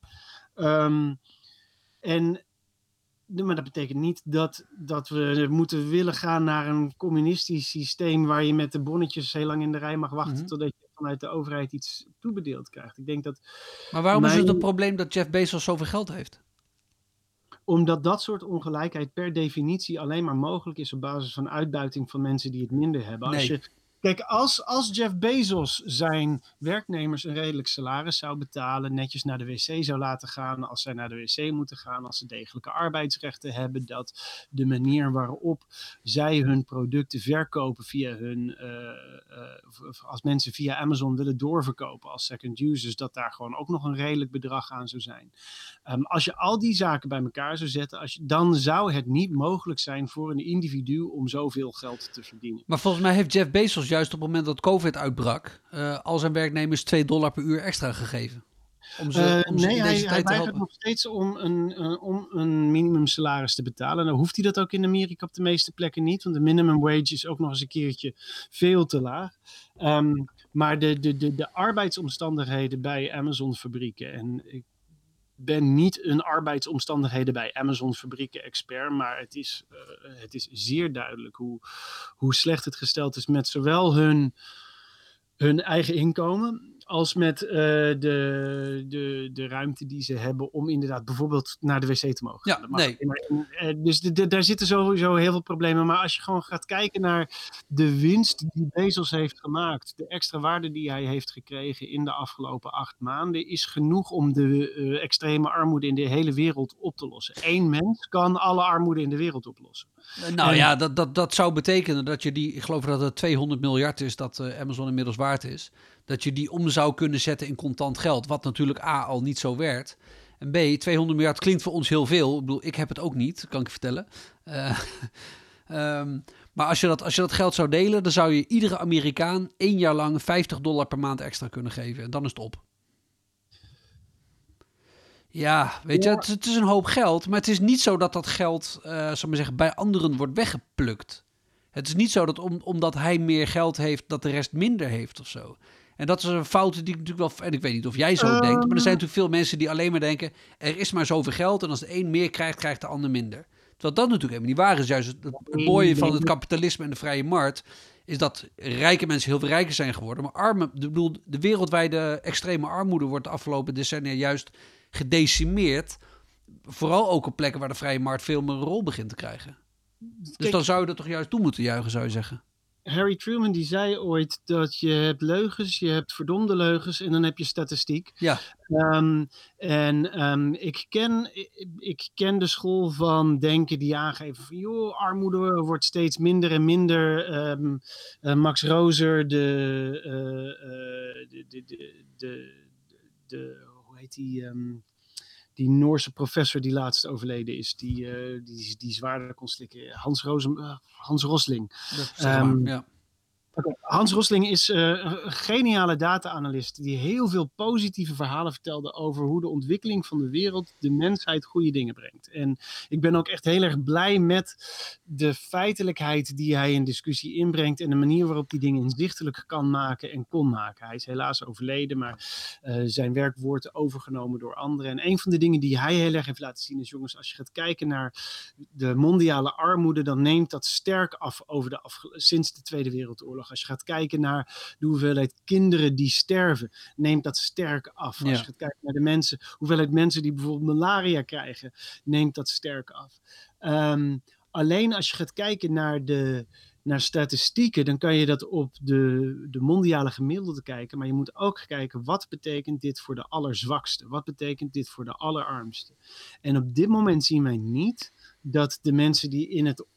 Maar dat betekent niet dat we moeten willen gaan naar een communistisch systeem waar je met de bonnetjes heel lang in de rij mag wachten totdat je vanuit de overheid iets toebedeeld krijgt. Ik denk dat. Maar waarom is het een probleem dat Jeff Bezos zoveel geld heeft? Omdat dat soort ongelijkheid per definitie alleen maar mogelijk is op basis van uitbuiting van mensen die het minder hebben. Nee. Kijk, als Jeff Bezos zijn werknemers een redelijk salaris zou betalen, netjes naar de wc zou laten gaan als zij naar de wc moeten gaan, als ze degelijke arbeidsrechten hebben, dat de manier waarop zij hun producten verkopen via als mensen via Amazon willen doorverkopen als second users, dat daar gewoon ook nog een redelijk bedrag aan zou zijn. Als je al die zaken bij elkaar zou zetten, dan zou het niet mogelijk zijn voor een individu om zoveel geld te verdienen. Maar volgens mij heeft Jeff Bezos juist op het moment dat COVID uitbrak, al zijn werknemers $2 per uur extra gegeven. Hij weigert nog steeds om een minimumsalaris te betalen. Nou hoeft hij dat ook in Amerika op de meeste plekken niet, want de minimum wage is ook nog eens een keertje veel te laag. Maar de arbeidsomstandigheden bij Amazon fabrieken, en ik ben niet een arbeidsomstandigheden bij Amazon fabrieken expert, maar het is zeer duidelijk hoe slecht het gesteld is met zowel hun eigen inkomen als met de ruimte die ze hebben om inderdaad bijvoorbeeld naar de wc te mogen gaan. Dus daar zitten sowieso heel veel problemen. Maar als je gewoon gaat kijken naar de winst die Bezos heeft gemaakt, de extra waarde die hij heeft gekregen in de afgelopen 8 maanden, is genoeg om de extreme armoede in de hele wereld op te lossen. 1 mens kan alle armoede in de wereld oplossen. Dat zou betekenen dat je ik geloof dat het 200 miljard is dat Amazon inmiddels waard is, dat je die om zou kunnen zetten in contant geld, wat natuurlijk A, al niet zo werd, en B, 200 miljard klinkt voor ons heel veel. Ik bedoel, ik heb het ook niet, kan ik je vertellen. Maar als je dat geld zou delen, dan zou je iedere Amerikaan 1 jaar lang $50 per maand extra kunnen geven. En dan is het op. Ja, weet je, het is een hoop geld, maar het is niet zo dat geld, zal maar zeggen, bij anderen wordt weggeplukt. Het is niet zo dat omdat hij meer geld heeft, dat de rest minder heeft of zo. En dat is een fout die ik natuurlijk wel, en ik weet niet of jij zo denkt, maar er zijn natuurlijk veel mensen die alleen maar denken, er is maar zoveel geld en als de een meer krijgt, krijgt de ander minder. Terwijl dat natuurlijk helemaal niet waar is. Juist het mooie van het kapitalisme en de vrije markt is dat rijke mensen heel veel rijker zijn geworden, maar arme, de wereldwijde extreme armoede wordt de afgelopen decennia juist gedecimeerd. Vooral ook op plekken waar de vrije markt veel meer een rol begint te krijgen. Dus dan zou je er toch juist toe moeten juichen, zou je zeggen. Harry Truman die zei ooit dat je hebt leugens, je hebt verdomde leugens en dan heb je statistiek. Ja. Ik ken de school van denken die aangeven van joh, armoede wordt steeds minder en minder. Max Roser, hoe heet die Noorse professor die laatst overleden is, die zwaarder kon slikken. Hans Rosling. Ja. Hans Rosling is een geniale data-analyst die heel veel positieve verhalen vertelde over hoe de ontwikkeling van de wereld de mensheid goede dingen brengt. En ik ben ook echt heel erg blij met de feitelijkheid die hij in discussie inbrengt en de manier waarop hij dingen inzichtelijk kan maken en kon maken. Hij is helaas overleden, maar zijn werk wordt overgenomen door anderen. En een van de dingen die hij heel erg heeft laten zien is, jongens, als je gaat kijken naar de mondiale armoede, dan neemt dat sterk af sinds de Tweede Wereldoorlog. Als je gaat kijken naar de hoeveelheid kinderen die sterven, neemt dat sterk af. Als je gaat kijken naar de hoeveelheid mensen die bijvoorbeeld malaria krijgen, neemt dat sterk af. Alleen als je gaat kijken naar statistieken, dan kan je dat op de mondiale gemiddelde kijken, maar je moet ook kijken, wat betekent dit voor de allerzwakste? Wat betekent dit voor de allerarmste? En op dit moment zien wij niet dat de mensen die in de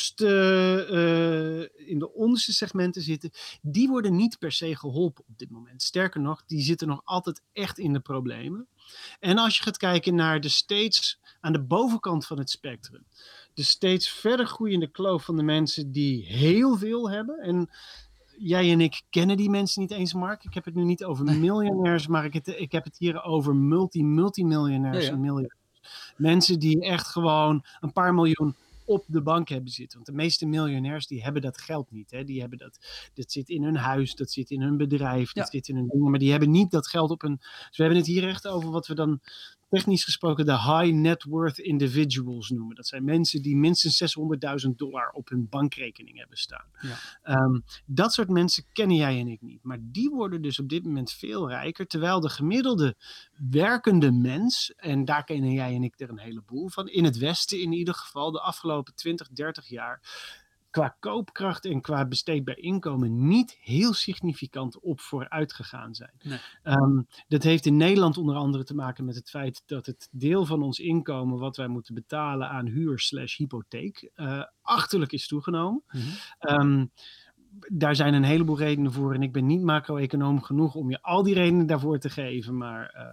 onderste segmenten zitten, die worden niet per se geholpen op dit moment. Sterker nog, die zitten nog altijd echt in de problemen. En als je gaat kijken naar aan de bovenkant van het spectrum, de steeds verder groeiende kloof van de mensen die heel veel hebben. En jij en ik kennen die mensen niet eens, Mark. Ik heb het nu niet over miljonairs, maar ik heb het hier over multimiljonairs en miljardairs. Mensen die echt gewoon een paar miljoen op de bank hebben zitten. Want de meeste miljonairs die hebben dat geld niet. Hè? Die hebben dat zit in hun huis, dat zit in hun bedrijf, dat zit in hun dingen. Maar die hebben niet dat geld op hun. Dus we hebben het hier echt over wat we dan technisch gesproken de high net worth individuals noemen. Dat zijn mensen die minstens $600.000 op hun bankrekening hebben staan. Ja. Dat soort mensen kennen jij en ik niet. Maar die worden dus op dit moment veel rijker, terwijl de gemiddelde werkende mens, en daar kennen jij en ik er een heleboel van, in het Westen in ieder geval, de afgelopen 20, 30 jaar, qua koopkracht en qua besteedbaar inkomen niet heel significant op vooruit gegaan zijn. Nee. Dat heeft in Nederland onder andere te maken met het feit dat het deel van ons inkomen wat wij moeten betalen aan huur/hypotheek achterlijk is toegenomen. Mm-hmm. Daar zijn een heleboel redenen voor en ik ben niet macro-econoom genoeg om je al die redenen daarvoor te geven, maar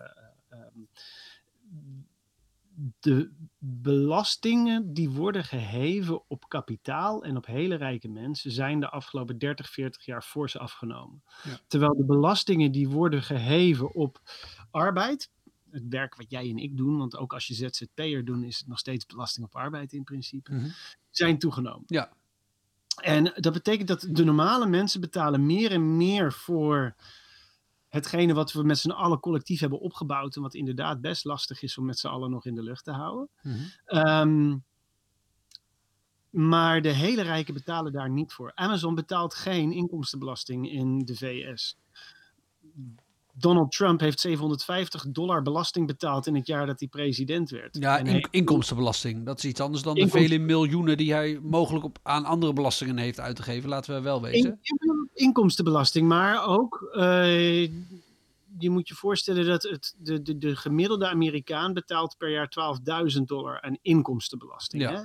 de belastingen die worden geheven op kapitaal en op hele rijke mensen zijn de afgelopen 30, 40 jaar fors afgenomen. Ja. Terwijl de belastingen die worden geheven op arbeid, het werk wat jij en ik doen, want ook als je ZZP'er doet is het nog steeds belasting op arbeid in principe, zijn toegenomen. Ja. En dat betekent dat de normale mensen betalen meer en meer voor hetgene wat we met z'n allen collectief hebben opgebouwd en wat inderdaad best lastig is om met z'n allen nog in de lucht te houden. Mm-hmm. Maar de hele rijken betalen daar niet voor. Amazon betaalt geen inkomstenbelasting in de VS. Donald Trump heeft $750 belasting betaald in het jaar dat hij president werd. Ja, inkomstenbelasting. Dat is iets anders dan de vele miljoenen die hij mogelijk aan andere belastingen heeft uitgegeven. Laten we wel weten. Inkomstenbelasting, maar ook je moet je voorstellen dat de gemiddelde Amerikaan betaalt per jaar $12.000 aan inkomstenbelasting. Ja.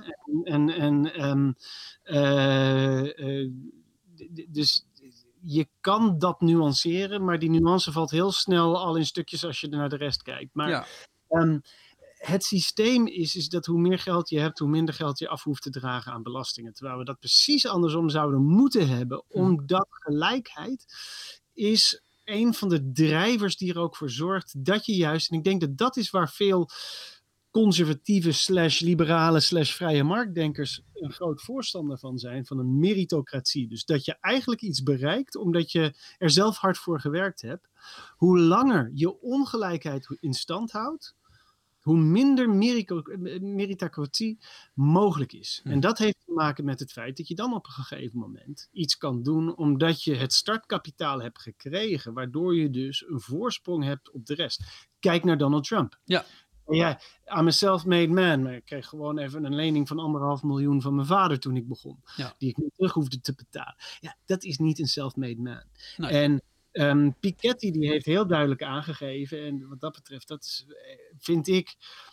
Hè? Dus je kan dat nuanceren, maar die nuance valt heel snel al in stukjes als je naar de rest kijkt. Maar het systeem is dat hoe meer geld je hebt, hoe minder geld je af hoeft te dragen aan belastingen. Terwijl we dat precies andersom zouden moeten hebben, omdat gelijkheid is een van de drijvers die er ook voor zorgt dat je juist, en ik denk dat dat is waar veel conservatieve /liberale /vrije marktdenkers een groot voorstander van zijn, van een meritocratie. Dus dat je eigenlijk iets bereikt omdat je er zelf hard voor gewerkt hebt. Hoe langer je ongelijkheid in stand houdt, hoe minder meritocratie mogelijk is. En dat heeft te maken met het feit dat je dan op een gegeven moment iets kan doen omdat je het startkapitaal hebt gekregen, waardoor je dus een voorsprong hebt op de rest. Kijk naar Donald Trump. Ja. Ja, I'm a self-made man. Maar ik kreeg gewoon even een lening van $1,5 miljoen van mijn vader toen ik begon. Ja. Die ik niet terug hoefde te betalen. Ja, dat is niet een self-made man. Nee. En Piketty die heeft heel duidelijk aangegeven. En wat dat betreft, dat is, vind ik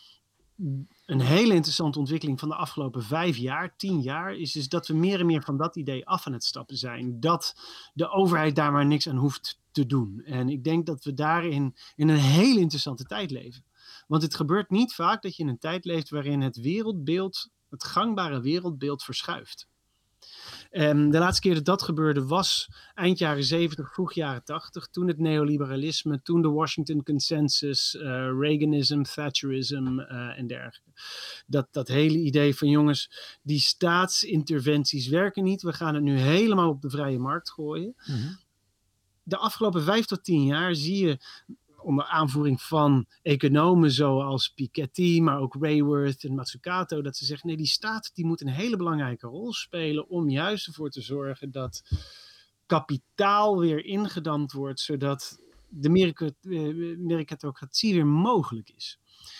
een hele interessante ontwikkeling van de afgelopen 5 jaar, 10 jaar. Is dus dat we meer en meer van dat idee af aan het stappen zijn. Dat de overheid daar maar niks aan hoeft te doen. En ik denk dat we daarin in een hele interessante tijd leven. Want het gebeurt niet vaak dat je in een tijd leeft waarin het wereldbeeld, het gangbare wereldbeeld verschuift. De laatste keer dat gebeurde was eind jaren 70, vroeg jaren 80. Toen het neoliberalisme, toen de Washington Consensus, Reaganism, Thatcherism en dergelijke. Dat hele idee van jongens, die staatsinterventies werken niet. We gaan het nu helemaal op de vrije markt gooien. Mm-hmm. De afgelopen 5 tot 10 jaar zie je onder aanvoering van economen zoals Piketty, maar ook Raworth en Mazzucato, dat ze zeggen, nee, die staat die moet een hele belangrijke rol spelen om juist ervoor te zorgen dat kapitaal weer ingedampt wordt, zodat de meritocratie weer mogelijk is.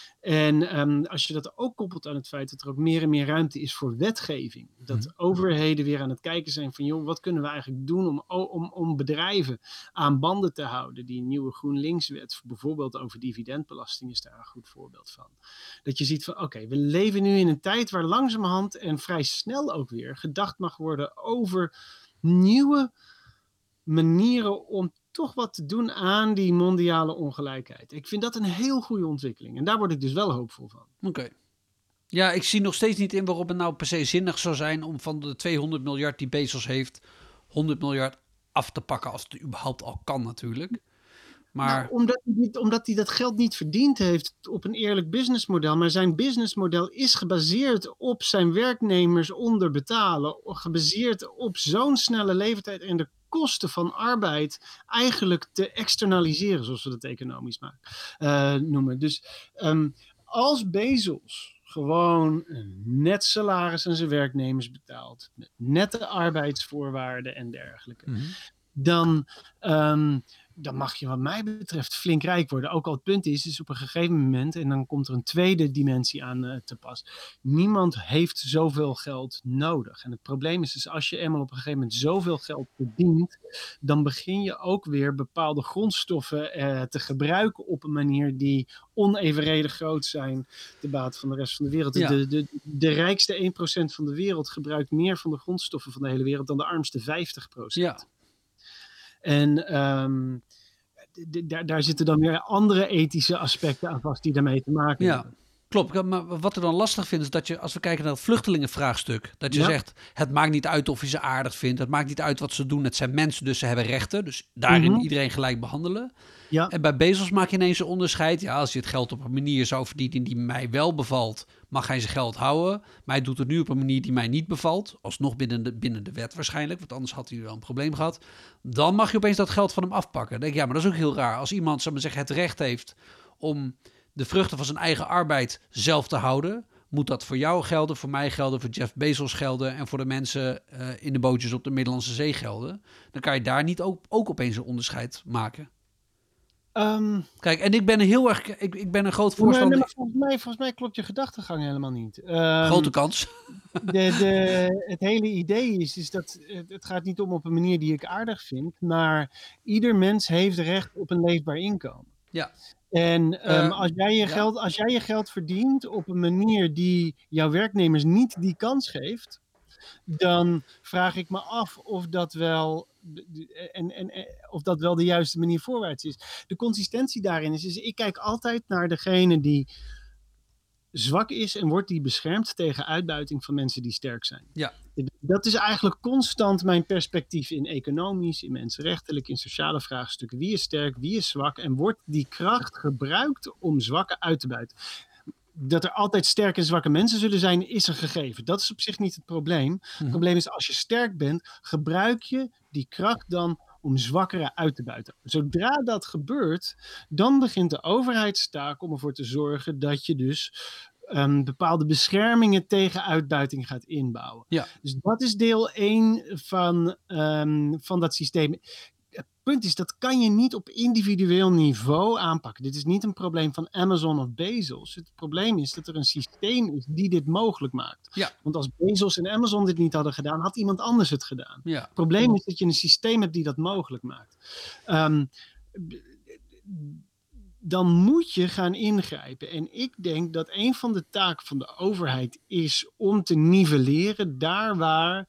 En als je dat ook koppelt aan het feit dat er ook meer en meer ruimte is voor wetgeving. Dat overheden weer aan het kijken zijn van, joh, wat kunnen we eigenlijk doen om bedrijven aan banden te houden. Die nieuwe GroenLinks-wet, bijvoorbeeld over dividendbelasting, is daar een goed voorbeeld van. Dat je ziet van, oké, we leven nu in een tijd waar langzamerhand en vrij snel ook weer gedacht mag worden over nieuwe manieren om toch wat te doen aan die mondiale ongelijkheid. Ik vind dat een heel goede ontwikkeling. En daar word ik dus wel hoopvol van. Oké. Ja, ik zie nog steeds niet in waarom het nou per se zinnig zou zijn om van de 200 miljard die Bezos heeft, 100 miljard af te pakken, als het überhaupt al kan natuurlijk. Maar omdat hij dat geld niet verdiend heeft op een eerlijk businessmodel. Maar zijn businessmodel is gebaseerd op zijn werknemers onderbetalen. Gebaseerd op zo'n snelle leeftijd en de kosten van arbeid eigenlijk te externaliseren, zoals we dat economisch noemen. Dus als Bezos gewoon een net salaris aan zijn werknemers betaalt, met nette arbeidsvoorwaarden en dergelijke, dan mag je wat mij betreft flink rijk worden. Ook al het punt is op een gegeven moment, en dan komt er een tweede dimensie aan te pas. Niemand heeft zoveel geld nodig. En het probleem is dus, als je eenmaal op een gegeven moment zoveel geld verdient, dan begin je ook weer bepaalde grondstoffen te gebruiken op een manier die onevenredig groot zijn ten bate van de rest van de wereld. Ja. De rijkste 1% van de wereld gebruikt meer van de grondstoffen van de hele wereld dan de armste 50%. Ja. En daar zitten dan weer andere ethische aspecten aan vast die daarmee te maken hebben. Klopt, maar wat ik dan lastig vind is dat je, als we kijken naar het vluchtelingenvraagstuk, dat je zegt, het maakt niet uit of je ze aardig vindt, het maakt niet uit wat ze doen, het zijn mensen, dus ze hebben rechten, dus daarin iedereen gelijk behandelen. Ja. En bij Bezos maak je ineens een onderscheid. Ja, als je het geld op een manier zou verdienen die mij wel bevalt, mag hij zijn geld houden. Maar hij doet het nu op een manier die mij niet bevalt. Alsnog binnen de wet waarschijnlijk, want anders had hij wel een probleem gehad. Dan mag je opeens dat geld van hem afpakken. Dan denk ik, ja, maar dat is ook heel raar. Als iemand, zou maar zeggen, het recht heeft om de vruchten van zijn eigen arbeid zelf te houden, moet dat voor jou gelden, voor mij gelden, voor Jeff Bezos gelden en voor de mensen in de bootjes op de Middellandse Zee gelden. Dan kan je daar niet ook opeens een onderscheid maken. Kijk, en ik ben een groot voorstander. Nee, volgens mij klopt je gedachtegang helemaal niet. Grote kans. Het hele idee is dat het gaat niet om op een manier die ik aardig vind, maar ieder mens heeft recht op een leefbaar inkomen. Ja. En als jij je geld verdient op een manier die jouw werknemers niet die kans geeft, dan vraag ik me af of dat wel de juiste manier voorwaarts is. De consistentie daarin is ik kijk altijd naar degene die zwak is en wordt die beschermd tegen uitbuiting van mensen die sterk zijn. Ja. Dat is eigenlijk constant mijn perspectief in economisch, in mensenrechtelijk, in sociale vraagstukken. Wie is sterk, wie is zwak en wordt die kracht gebruikt om zwakken uit te buiten? Dat er altijd sterke en zwakke mensen zullen zijn, is een gegeven. Dat is op zich niet het probleem. Het probleem is, als je sterk bent, gebruik je die kracht dan om zwakkeren uit te buiten. Zodra dat gebeurt, dan begint de overheidstaak om ervoor te zorgen dat je dus bepaalde beschermingen tegen uitbuiting gaat inbouwen. Ja. Dus dat is deel 1 van dat systeem. Het punt is, dat kan je niet op individueel niveau aanpakken. Dit is niet een probleem van Amazon of Bezos. Het probleem is dat er een systeem is die dit mogelijk maakt. Ja. Want als Bezos en Amazon dit niet hadden gedaan, had iemand anders het gedaan. Ja. Het probleem is dat je een systeem hebt die dat mogelijk maakt. Dan moet je gaan ingrijpen. En ik denk dat een van de taken van de overheid is om te nivelleren daar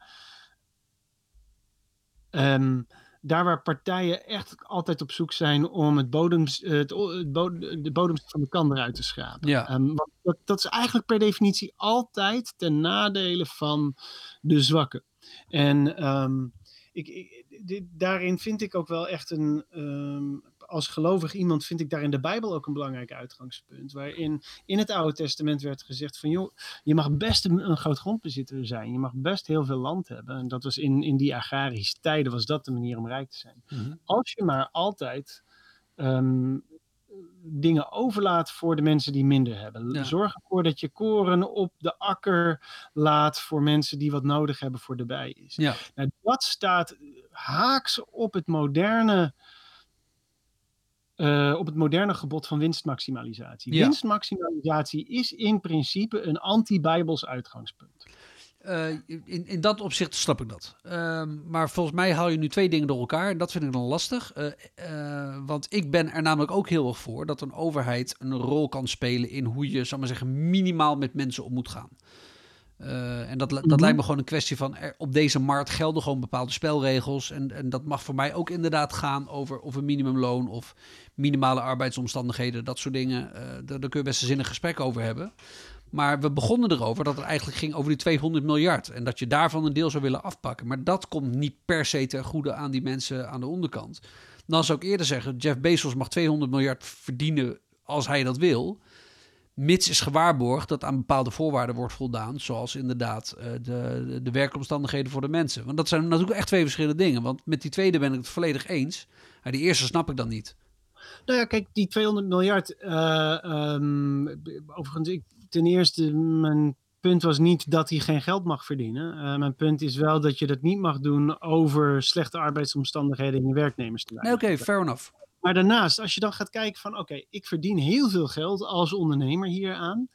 waar partijen echt altijd op zoek zijn om de bodems van de kan eruit te schrapen. Ja. Want dat is eigenlijk per definitie altijd ten nadele van de zwakken. En daarin vind ik ook wel echt als gelovig iemand vind ik daarin de Bijbel ook een belangrijk uitgangspunt. Waarin in het Oude Testament werd gezegd van joh, je mag best een groot grondbezitter zijn. Je mag best heel veel land hebben. En dat was in die agrarische tijden was dat de manier om rijk te zijn. Mm-hmm. Als je maar altijd dingen overlaat voor de mensen die minder hebben. Ja. Zorg ervoor dat je koren op de akker laat voor mensen die wat nodig hebben voor de bij is. Ja. Nou, dat staat haaks op het moderne gebod van winstmaximalisatie. Ja. Winstmaximalisatie is in principe een anti-bijbels uitgangspunt. In dat opzicht snap ik dat. Maar volgens mij haal je nu twee dingen door elkaar. En dat vind ik dan lastig. Want ik ben er namelijk ook heel erg voor dat een overheid een rol kan spelen in hoe je, zal maar zeggen, minimaal met mensen om moet gaan. En dat lijkt me gewoon een kwestie van op deze markt gelden gewoon bepaalde spelregels. En dat mag voor mij ook inderdaad gaan over of een minimumloon of minimale arbeidsomstandigheden, dat soort dingen. Daar kun je best een zinnig gesprek over hebben. Maar we begonnen erover dat het eigenlijk ging over die 200 miljard. En dat je daarvan een deel zou willen afpakken. Maar dat komt niet per se ten goede aan die mensen aan de onderkant. Dan zou ik eerder zeggen, Jeff Bezos mag 200 miljard verdienen als hij dat wil. Mits is gewaarborgd dat aan bepaalde voorwaarden wordt voldaan. Zoals inderdaad de werkomstandigheden voor de mensen. Want dat zijn natuurlijk echt twee verschillende dingen. Want met die tweede ben ik het volledig eens. Maar die eerste snap ik dan niet. Nou ja, kijk, die 200 miljard. Overigens, ten eerste, mijn punt was niet dat hij geen geld mag verdienen. Mijn punt is wel dat je dat niet mag doen over slechte arbeidsomstandigheden in je werknemersterrein. Nee, oké, fair enough. Maar daarnaast, als je dan gaat kijken van oké, ik verdien heel veel geld als ondernemer hieraan.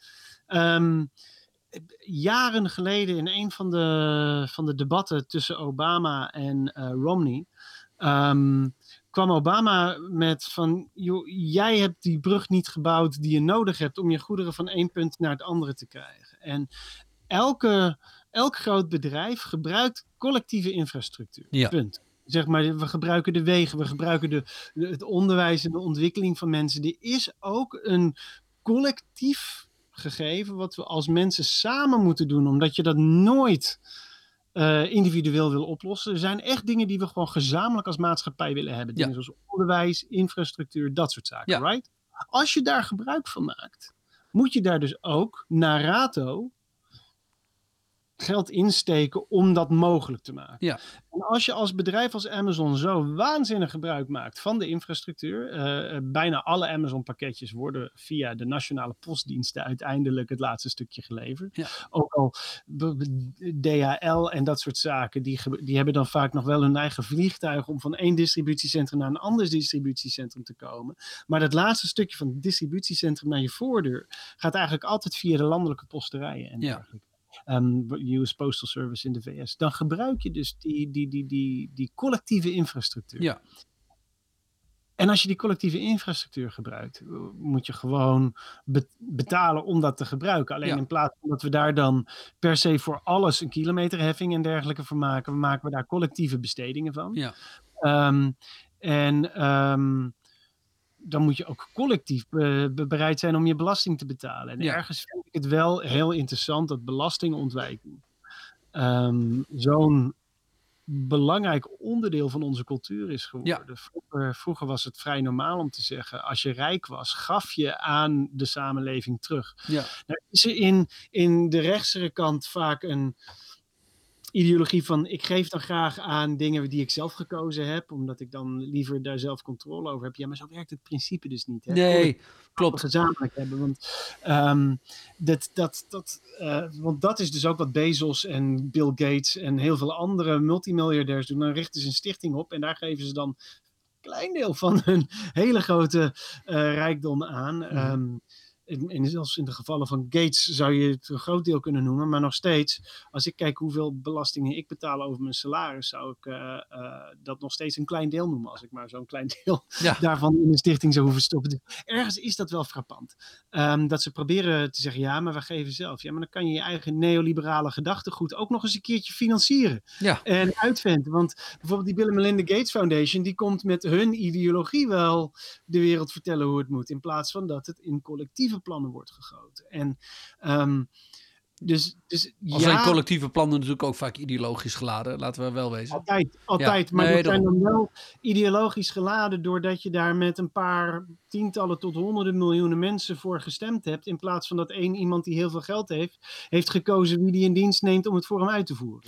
Jaren geleden in een van de debatten tussen Obama en Romney kwam Obama met van, joh, jij hebt die brug niet gebouwd die je nodig hebt om je goederen van één punt naar het andere te krijgen. En elk groot bedrijf gebruikt collectieve infrastructuur. Ja. Punt. Zeg maar, we gebruiken de wegen, we gebruiken het onderwijs en de ontwikkeling van mensen. Er is ook een collectief gegeven wat we als mensen samen moeten doen, omdat je dat nooit individueel wil oplossen. Er zijn echt dingen die we gewoon gezamenlijk als maatschappij willen hebben. Dingen zoals onderwijs, infrastructuur, dat soort zaken. Ja. Right? Als je daar gebruik van maakt, moet je daar dus ook naar rato geld insteken om dat mogelijk te maken. Ja. En als je als bedrijf als Amazon zo waanzinnig gebruik maakt van de infrastructuur, bijna alle Amazon pakketjes worden via de nationale postdiensten uiteindelijk het laatste stukje geleverd. Ja. Ook al DHL en dat soort zaken, die hebben dan vaak nog wel hun eigen vliegtuig om van één distributiecentrum naar een ander distributiecentrum te komen. Maar dat laatste stukje van het distributiecentrum naar je voordeur gaat eigenlijk altijd via de landelijke posterijen en dergelijke. US Postal Service in de VS. Dan gebruik je dus die collectieve infrastructuur. Ja. En als je die collectieve infrastructuur gebruikt, moet je gewoon betalen om dat te gebruiken. Alleen in plaats van dat we daar dan per se voor alles een kilometerheffing en dergelijke van maken we daar collectieve bestedingen van. Ja. Dan moet je ook collectief bereid zijn om je belasting te betalen. En ergens vind ik het wel heel interessant dat belastingontwijking zo'n belangrijk onderdeel van onze cultuur is geworden. Ja. Vroeger was het vrij normaal om te zeggen, als je rijk was, gaf je aan de samenleving terug. Ja. Nou is er in de rechtsere kant vaak een ideologie van, ik geef dan graag aan dingen die ik zelf gekozen heb, omdat ik dan liever daar zelf controle over heb. Ja, maar zo werkt het principe dus niet. Hè? Nee, klopt. Gezamenlijk hebben, want dat is dus ook wat Bezos en Bill Gates en heel veel andere multimiljardairs doen. Dan richten ze een stichting op en daar geven ze dan een klein deel van hun hele grote rijkdom aan. En zelfs in de gevallen van Gates zou je het een groot deel kunnen noemen. Maar nog steeds, als ik kijk hoeveel belastingen ik betaal over mijn salaris, zou ik dat nog steeds een klein deel noemen. Als ik maar zo'n klein deel daarvan in een stichting zou hoeven stoppen. Ergens is dat wel frappant. Dat ze proberen te zeggen, ja, maar we geven zelf. Ja, maar dan kan je je eigen neoliberale gedachtegoed ook nog eens een keertje financieren. Ja. En uitventen. Want bijvoorbeeld die Bill and Melinda Gates Foundation, die komt met hun ideologie wel de wereld vertellen hoe het moet. In plaats van dat het in collectieve plannen wordt gegoten. En zijn collectieve plannen natuurlijk ook vaak ideologisch geladen, laten we wel wezen. Altijd. Ja. Maar die zijn dan wel ideologisch geladen doordat je daar met een paar tientallen tot honderden miljoenen mensen voor gestemd hebt, in plaats van dat één iemand die heel veel geld heeft gekozen wie die in dienst neemt om het voor hem uit te voeren.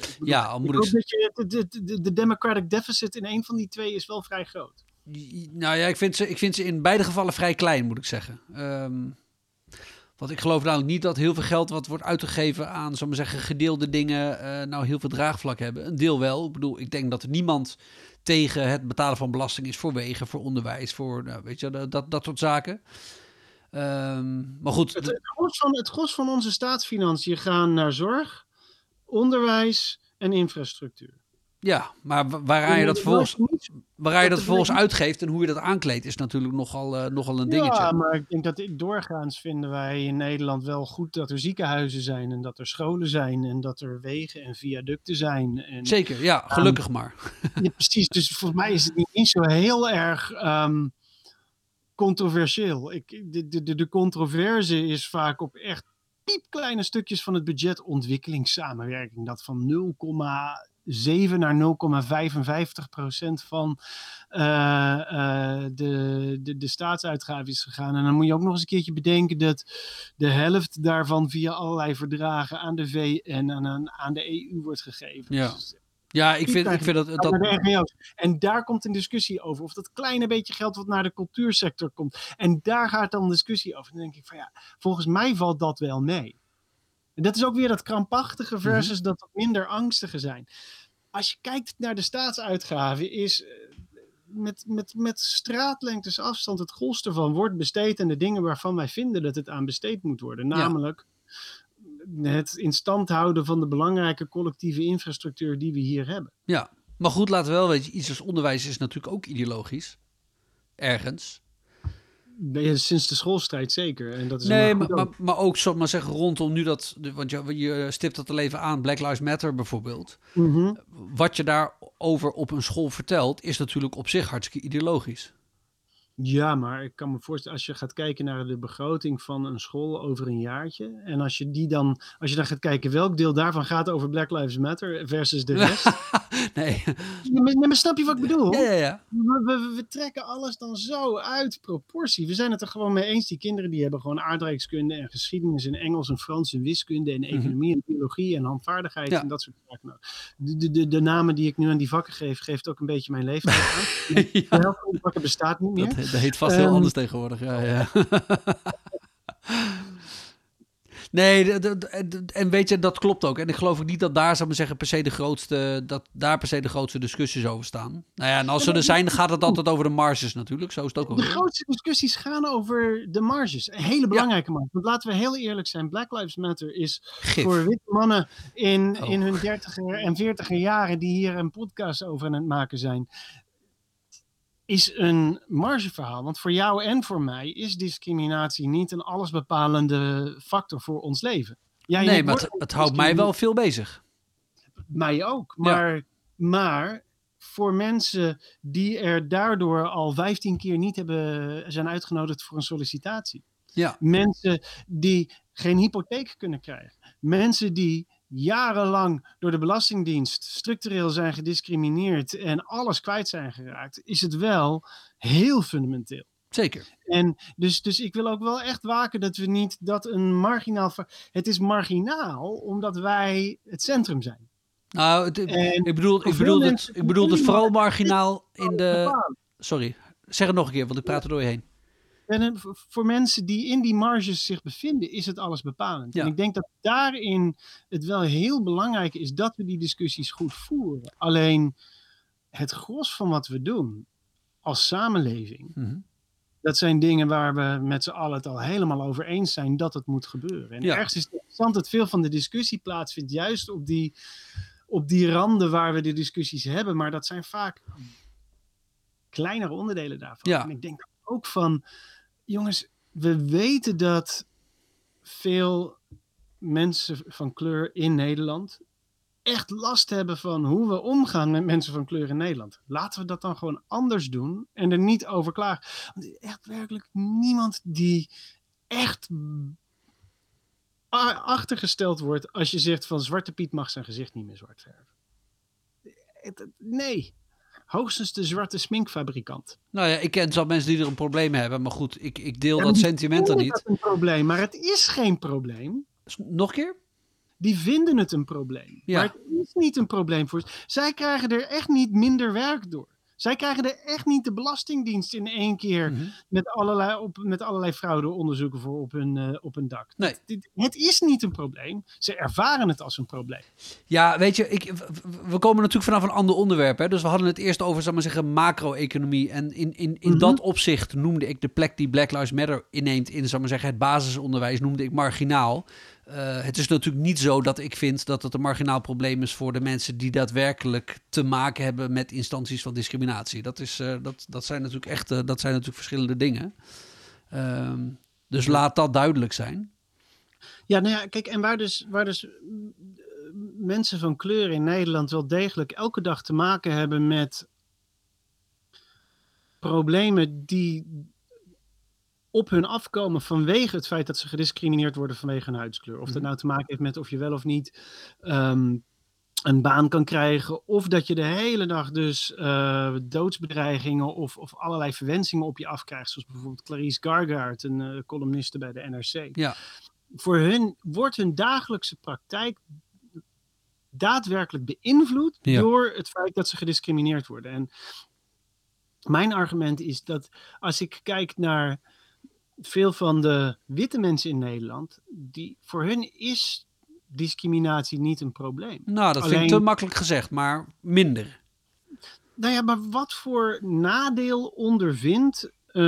De democratic deficit in een van die twee is wel vrij groot. Nou ja, ik vind ze in beide gevallen vrij klein, moet ik zeggen. Want ik geloof namelijk niet dat heel veel geld wat wordt uitgegeven aan, zal maar zeggen, gedeelde dingen nou heel veel draagvlak hebben. Een deel wel. Ik bedoel, ik denk dat er niemand tegen het betalen van belasting is voor wegen, voor onderwijs, voor weet je, dat soort zaken. Maar goed. Het gros van onze staatsfinanciën gaan naar zorg, onderwijs en infrastructuur. Ja, maar waaraan je dat vervolgens uitgeeft en hoe je dat aankleedt is natuurlijk nogal een dingetje. Ja, maar ik denk dat doorgaans vinden wij in Nederland wel goed dat er ziekenhuizen zijn en dat er scholen zijn en dat er wegen en viaducten zijn. En, zeker, ja, gelukkig maar. Ja, precies, dus volgens mij is het niet zo heel erg controversieel. De controverse is vaak op echt piepkleine stukjes van het budget ontwikkelingssamenwerking, dat van naar 0,55% van de staatsuitgaven is gegaan. En dan moet je ook nog eens een keertje bedenken dat de helft daarvan via allerlei verdragen aan de VN en aan de EU wordt gegeven. Ja. Dus, ja, ik vind dat... de NGO's. En daar komt een discussie over. Of dat kleine beetje geld wat naar de cultuursector komt. En daar gaat dan een discussie over. En dan denk ik van ja, volgens mij valt dat wel mee. En dat is ook weer dat krampachtige versus dat wat minder angstige zijn. Als je kijkt naar de staatsuitgaven is met straatlengtes afstand het gros ervan wordt besteed aan de dingen waarvan wij vinden dat het aan besteed moet worden. Namelijk het in stand houden van de belangrijke collectieve infrastructuur die we hier hebben. Ja, maar goed, laten we wel weten, iets als onderwijs is natuurlijk ook ideologisch. Ergens. Sinds de schoolstrijd zeker. En dat is maar ook, zal ik maar zeggen, rondom nu dat... Want je stipt dat al even aan, Black Lives Matter bijvoorbeeld. Mm-hmm. Wat je daarover op een school vertelt, is natuurlijk op zich hartstikke ideologisch. Ja, maar ik kan me voorstellen, als je gaat kijken naar de begroting van een school over een jaartje. En als je dan gaat kijken welk deel daarvan gaat over Black Lives Matter versus de rest. Nee, maar snap je wat ik bedoel? Ja. We trekken alles dan zo uit proportie. We zijn het er gewoon mee eens. Die kinderen die hebben gewoon aardrijkskunde en geschiedenis en Engels en Frans en wiskunde en economie en biologie en handvaardigheid en dat soort zaken. De namen die ik nu aan die vakken geeft ook een beetje mijn leeftijd aan. De helft van die vakken bestaat niet meer. Dat heet vast heel anders tegenwoordig. Ja. Nee, en weet je, dat klopt ook. En ik geloof ook niet dat daar, zou ik zeggen, per se de grootste discussies over staan. Nou ja, en als ze er zijn, dan gaat het altijd over de marges natuurlijk. Zo is het ook alweer. De grootste discussies gaan over de marges. Een hele belangrijke marge. Want laten we heel eerlijk zijn, Black Lives Matter is voor witte mannen in hun 30er en 40er jaren die hier een podcast over aan het maken zijn, is een margeverhaal. Want voor jou en voor mij is discriminatie niet een allesbepalende factor voor ons leven. Nee, maar het houdt mij wel veel bezig. Mij ook. Maar voor mensen die er daardoor al 15 keer niet zijn uitgenodigd voor een sollicitatie. Ja. Mensen die geen hypotheek kunnen krijgen. Mensen die jarenlang door de Belastingdienst structureel zijn gediscrimineerd en alles kwijt zijn geraakt, is het wel heel fundamenteel. Zeker. En dus ik wil ook wel echt waken dat we niet dat een marginaal... Het is marginaal omdat wij het centrum zijn. Nou, ik bedoel het vooral marginaal in de... Sorry, zeg het nog een keer, want ik praat er door je heen. En voor mensen die in die marges zich bevinden, is het alles bepalend. Ja. En ik denk dat daarin het wel heel belangrijk is dat we die discussies goed voeren. Alleen het gros van wat we doen als samenleving, dat zijn dingen waar we met z'n allen het al helemaal over eens zijn dat het moet gebeuren. En ergens is het interessant dat veel van de discussie plaatsvindt juist op die randen waar we de discussies hebben. Maar dat zijn vaak kleinere onderdelen daarvan. Ja. En ik denk ook van, jongens, we weten dat veel mensen van kleur in Nederland echt last hebben van hoe we omgaan met mensen van kleur in Nederland. Laten we dat dan gewoon anders doen en er niet over klagen. Want er is echt werkelijk niemand die echt achtergesteld wordt als je zegt van Zwarte Piet mag zijn gezicht niet meer zwart verven. Nee. Hoogstens de zwarte sminkfabrikant. Nou ja, ik ken zo mensen die er een probleem hebben. Maar goed, ik deel dat sentiment dan niet. Dat is een probleem, maar het is geen probleem. Nog een keer? Die vinden het een probleem. Ja. Maar het is niet een probleem voor ze. Zij krijgen er echt niet minder werk door. Zij krijgen er echt niet de Belastingdienst in één keer met allerlei fraudeonderzoeken voor op hun dak. Nee. Het is niet een probleem. Ze ervaren het als een probleem. Ja, weet je, we komen natuurlijk vanaf een ander onderwerp. Hè? Dus we hadden het eerst over, zal maar zeggen, macro-economie. En in dat opzicht noemde ik de plek die Black Lives Matter inneemt in, zal maar zeggen, het basisonderwijs, noemde ik marginaal. Het is natuurlijk niet zo dat ik vind dat het een marginaal probleem is voor de mensen die daadwerkelijk te maken hebben met instanties van discriminatie. Dat zijn natuurlijk echt verschillende dingen. Dus laat dat duidelijk zijn. Ja, nou ja, kijk, en waar dus mensen van kleur in Nederland wel degelijk elke dag te maken hebben met problemen die op hun afkomen vanwege het feit dat ze gediscrimineerd worden vanwege hun huidskleur. Of dat nou te maken heeft met of je wel of niet een baan kan krijgen, of dat je de hele dag dus doodsbedreigingen of allerlei verwensingen op je afkrijgt, zoals bijvoorbeeld Clarice Gargaard, een columniste bij de NRC. Ja. Voor hun wordt hun dagelijkse praktijk daadwerkelijk beïnvloed door het feit dat ze gediscrimineerd worden. En mijn argument is dat als ik kijk naar veel van de witte mensen in Nederland, voor hun is discriminatie niet een probleem. Nou, dat vind ik te makkelijk gezegd, maar minder. Nou ja, maar wat voor nadeel ondervindt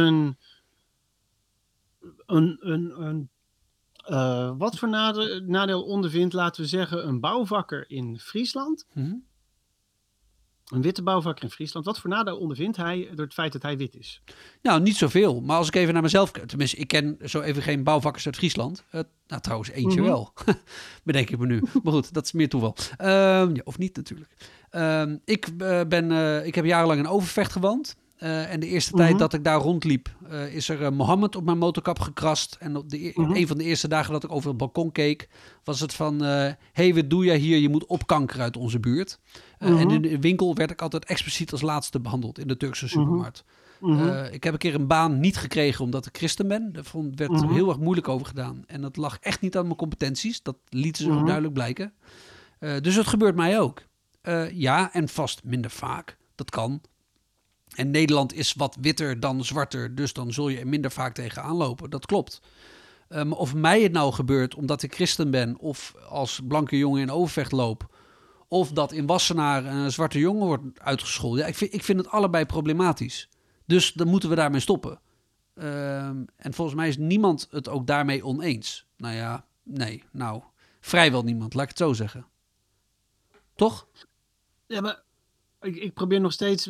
wat voor nadeel ondervindt, laten we zeggen, een bouwvakker in Friesland? Mm-hmm. Een witte bouwvakker in Friesland. Wat voor nadeel ondervindt hij door het feit dat hij wit is? Nou, niet zoveel. Maar als ik even naar mezelf kijk. Tenminste, ik ken zo even geen bouwvakkers uit Friesland. Nou, trouwens, eentje wel. Bedenk ik me nu. Maar goed, dat is meer toeval. Ja, of niet natuurlijk. Ik heb jarenlang in Overvecht gewoond. En de eerste tijd dat ik daar rondliep, is er Mohammed op mijn motorkap gekrast. En op een van de eerste dagen dat ik over het balkon keek, was het van, hey, wat doe jij hier? Je moet opkankeren uit onze buurt. En in de winkel werd ik altijd expliciet als laatste behandeld in de Turkse supermarkt. Ik heb een keer een baan niet gekregen omdat ik christen ben. Daar werd heel erg moeilijk over gedaan. En dat lag echt niet aan mijn competenties. Dat lieten ze ook duidelijk blijken. Dus het gebeurt mij ook. Ja, en vast minder vaak. Dat kan. En Nederland is wat witter dan zwarter, dus dan zul je er minder vaak tegenaan lopen. Dat klopt. Maar of mij het nou gebeurt omdat ik christen ben, of als blanke jongen in Overvecht loop, of dat in Wassenaar een zwarte jongen wordt uitgescholden. Ja, ik vind het allebei problematisch. Dus dan moeten we daarmee stoppen. En volgens mij is niemand het ook daarmee oneens. Nou ja, nee. Nou, vrijwel niemand, laat ik het zo zeggen. Toch? Ja, maar ik probeer nog steeds...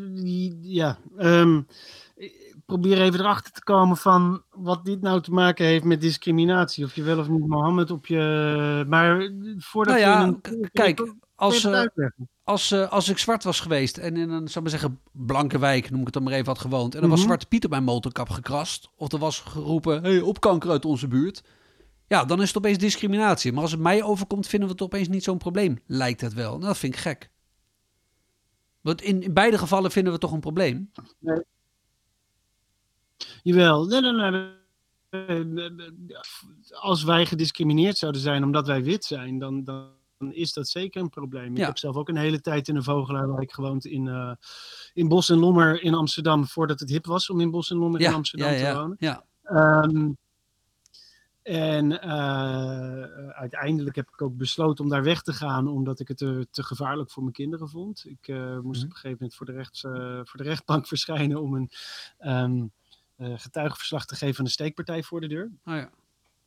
ik probeer even erachter te komen van wat dit nou te maken heeft met discriminatie. Of je wel of niet Mohammed op je... Maar voordat kijk, als ik zwart was geweest en in een, zou maar zeggen, blanke wijk, noem ik het dan maar even, had gewoond, en er was Zwarte Piet op mijn motorkap gekrast, of er was geroepen, hey, opkanker uit onze buurt, ja, dan is het opeens discriminatie. Maar als het mij overkomt, vinden we het opeens niet zo'n probleem. Lijkt het wel. Nou, dat vind ik gek. Want in beide gevallen vinden we toch een probleem? Nee. Jawel. Nee. Als wij gediscrimineerd zouden zijn omdat wij wit zijn, dan is dat zeker een probleem. Ja. Ik heb zelf ook een hele tijd in een vogelaarwijk gewoond in Bos en Lommer in Amsterdam, voordat het hip was om in Bos en Lommer in Amsterdam te wonen. Ja. Uiteindelijk heb ik ook besloten om daar weg te gaan, omdat ik het te gevaarlijk voor mijn kinderen vond. Ik moest op een gegeven moment voor de rechtbank verschijnen om een getuigenverslag te geven van de steekpartij voor de deur. Oh ja.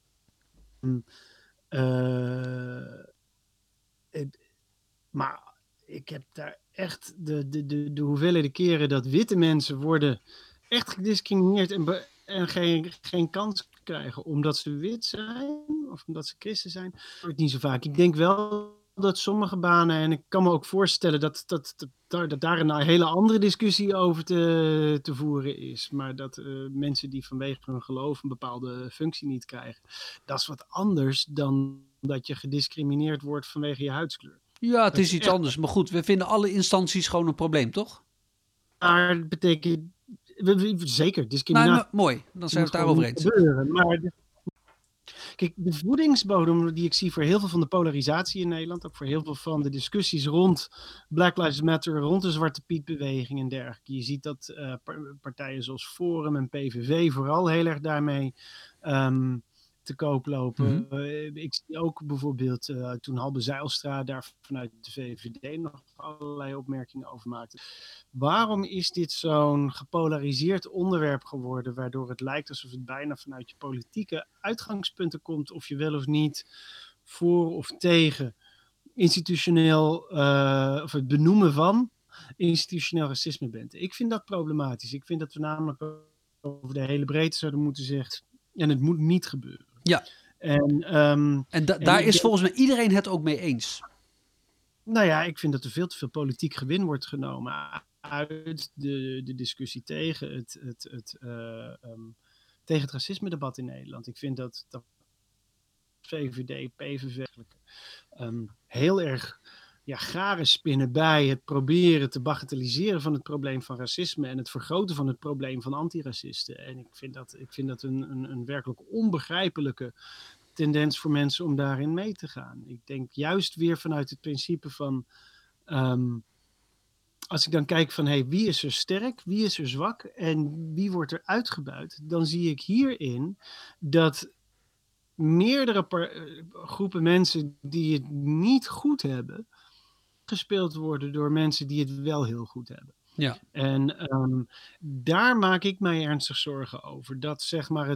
Maar ik heb daar echt de hoeveelheden keren dat witte mensen worden echt gediscrimineerd en geen kans krijgen omdat ze wit zijn of omdat ze christen zijn. Dat wordt niet zo vaak. Ik denk wel dat sommige banen, en ik kan me ook voorstellen dat daar een hele andere discussie over te voeren is, maar dat mensen die vanwege hun geloof een bepaalde functie niet krijgen, dat is wat anders dan dat je gediscrimineerd wordt vanwege je huidskleur. Ja, het is iets anders. Maar goed, we vinden alle instanties gewoon een probleem, toch? Maar het betekent zeker discriminatie. Nou, mooi, dan zijn we het daarover eens. Maar kijk, de voedingsbodem die ik zie voor heel veel van de polarisatie in Nederland, ook voor heel veel van de discussies rond Black Lives Matter, rond de Zwarte Piet-beweging en dergelijke. Je ziet dat partijen zoals Forum en PVV vooral heel erg daarmee te koop lopen. Ik zie ook bijvoorbeeld toen Halbe Zijlstra daar vanuit de VVD nog allerlei opmerkingen over maakte. Waarom is dit zo'n gepolariseerd onderwerp geworden, waardoor het lijkt alsof het bijna vanuit je politieke uitgangspunten komt, of je wel of niet voor of tegen institutioneel, of het benoemen van institutioneel racisme bent? Ik vind dat problematisch. Ik vind dat we namelijk over de hele breedte zouden moeten zeggen, en het moet niet gebeuren. Ja. En daar is volgens mij iedereen het ook mee eens. Nou ja, ik vind dat er veel te veel politiek gewin wordt genomen uit de discussie tegen het racisme-debat in Nederland. Ik vind dat VVD, PVV heel erg garen spinnen bij het proberen te bagatelliseren van het probleem van racisme en het vergroten van het probleem van antiracisten. En ik vind dat een werkelijk onbegrijpelijke tendens voor mensen om daarin mee te gaan. Ik denk juist weer vanuit het principe van, als ik dan kijk van wie is er sterk, wie is er zwak en wie wordt er uitgebuit, dan zie ik hierin dat meerdere groepen mensen die het niet goed hebben, gespeeld worden door mensen die het wel heel goed hebben. Ja. En daar maak ik mij ernstig zorgen over. Dat zeg maar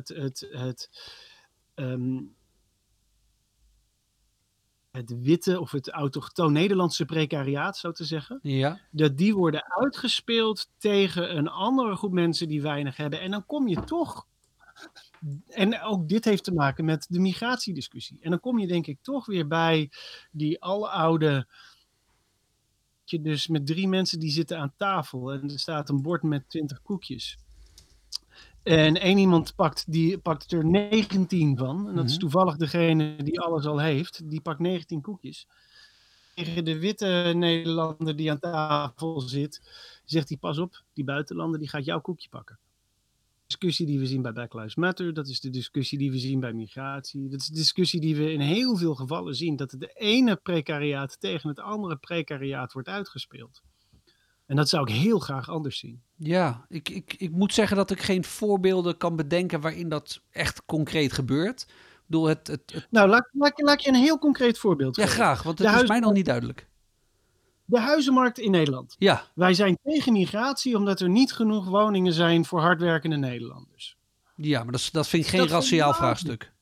het witte of het autochtoon Nederlandse precariaat, zo te zeggen. Ja. Dat die worden uitgespeeld tegen een andere groep mensen die weinig hebben. En dan kom je toch, en ook dit heeft te maken met de migratiediscussie. En dan kom je denk ik toch weer bij die aloude, dus met 3 mensen die zitten aan tafel en er staat een bord met 20 koekjes. En één iemand pakt er 19 van. En dat is toevallig degene die alles al heeft. Die pakt 19 koekjes. Tegen de witte Nederlander die aan tafel zit, zegt hij: pas op, die buitenlander die gaat jouw koekje pakken. De discussie die we zien bij Black Lives Matter, dat is de discussie die we zien bij migratie. Dat is de discussie die we in heel veel gevallen zien, dat de ene precariaat tegen het andere precariaat wordt uitgespeeld. En dat zou ik heel graag anders zien. Ja, ik moet zeggen dat ik geen voorbeelden kan bedenken waarin dat echt concreet gebeurt. Ik bedoel, Nou, laat je een heel concreet voorbeeld geven. Ja, graag, want het is mij nog niet duidelijk. De huizenmarkt in Nederland. Ja. Wij zijn tegen migratie omdat er niet genoeg woningen zijn voor hardwerkende Nederlanders. Ja, maar dat vind ik geen raciaal vraagstuk.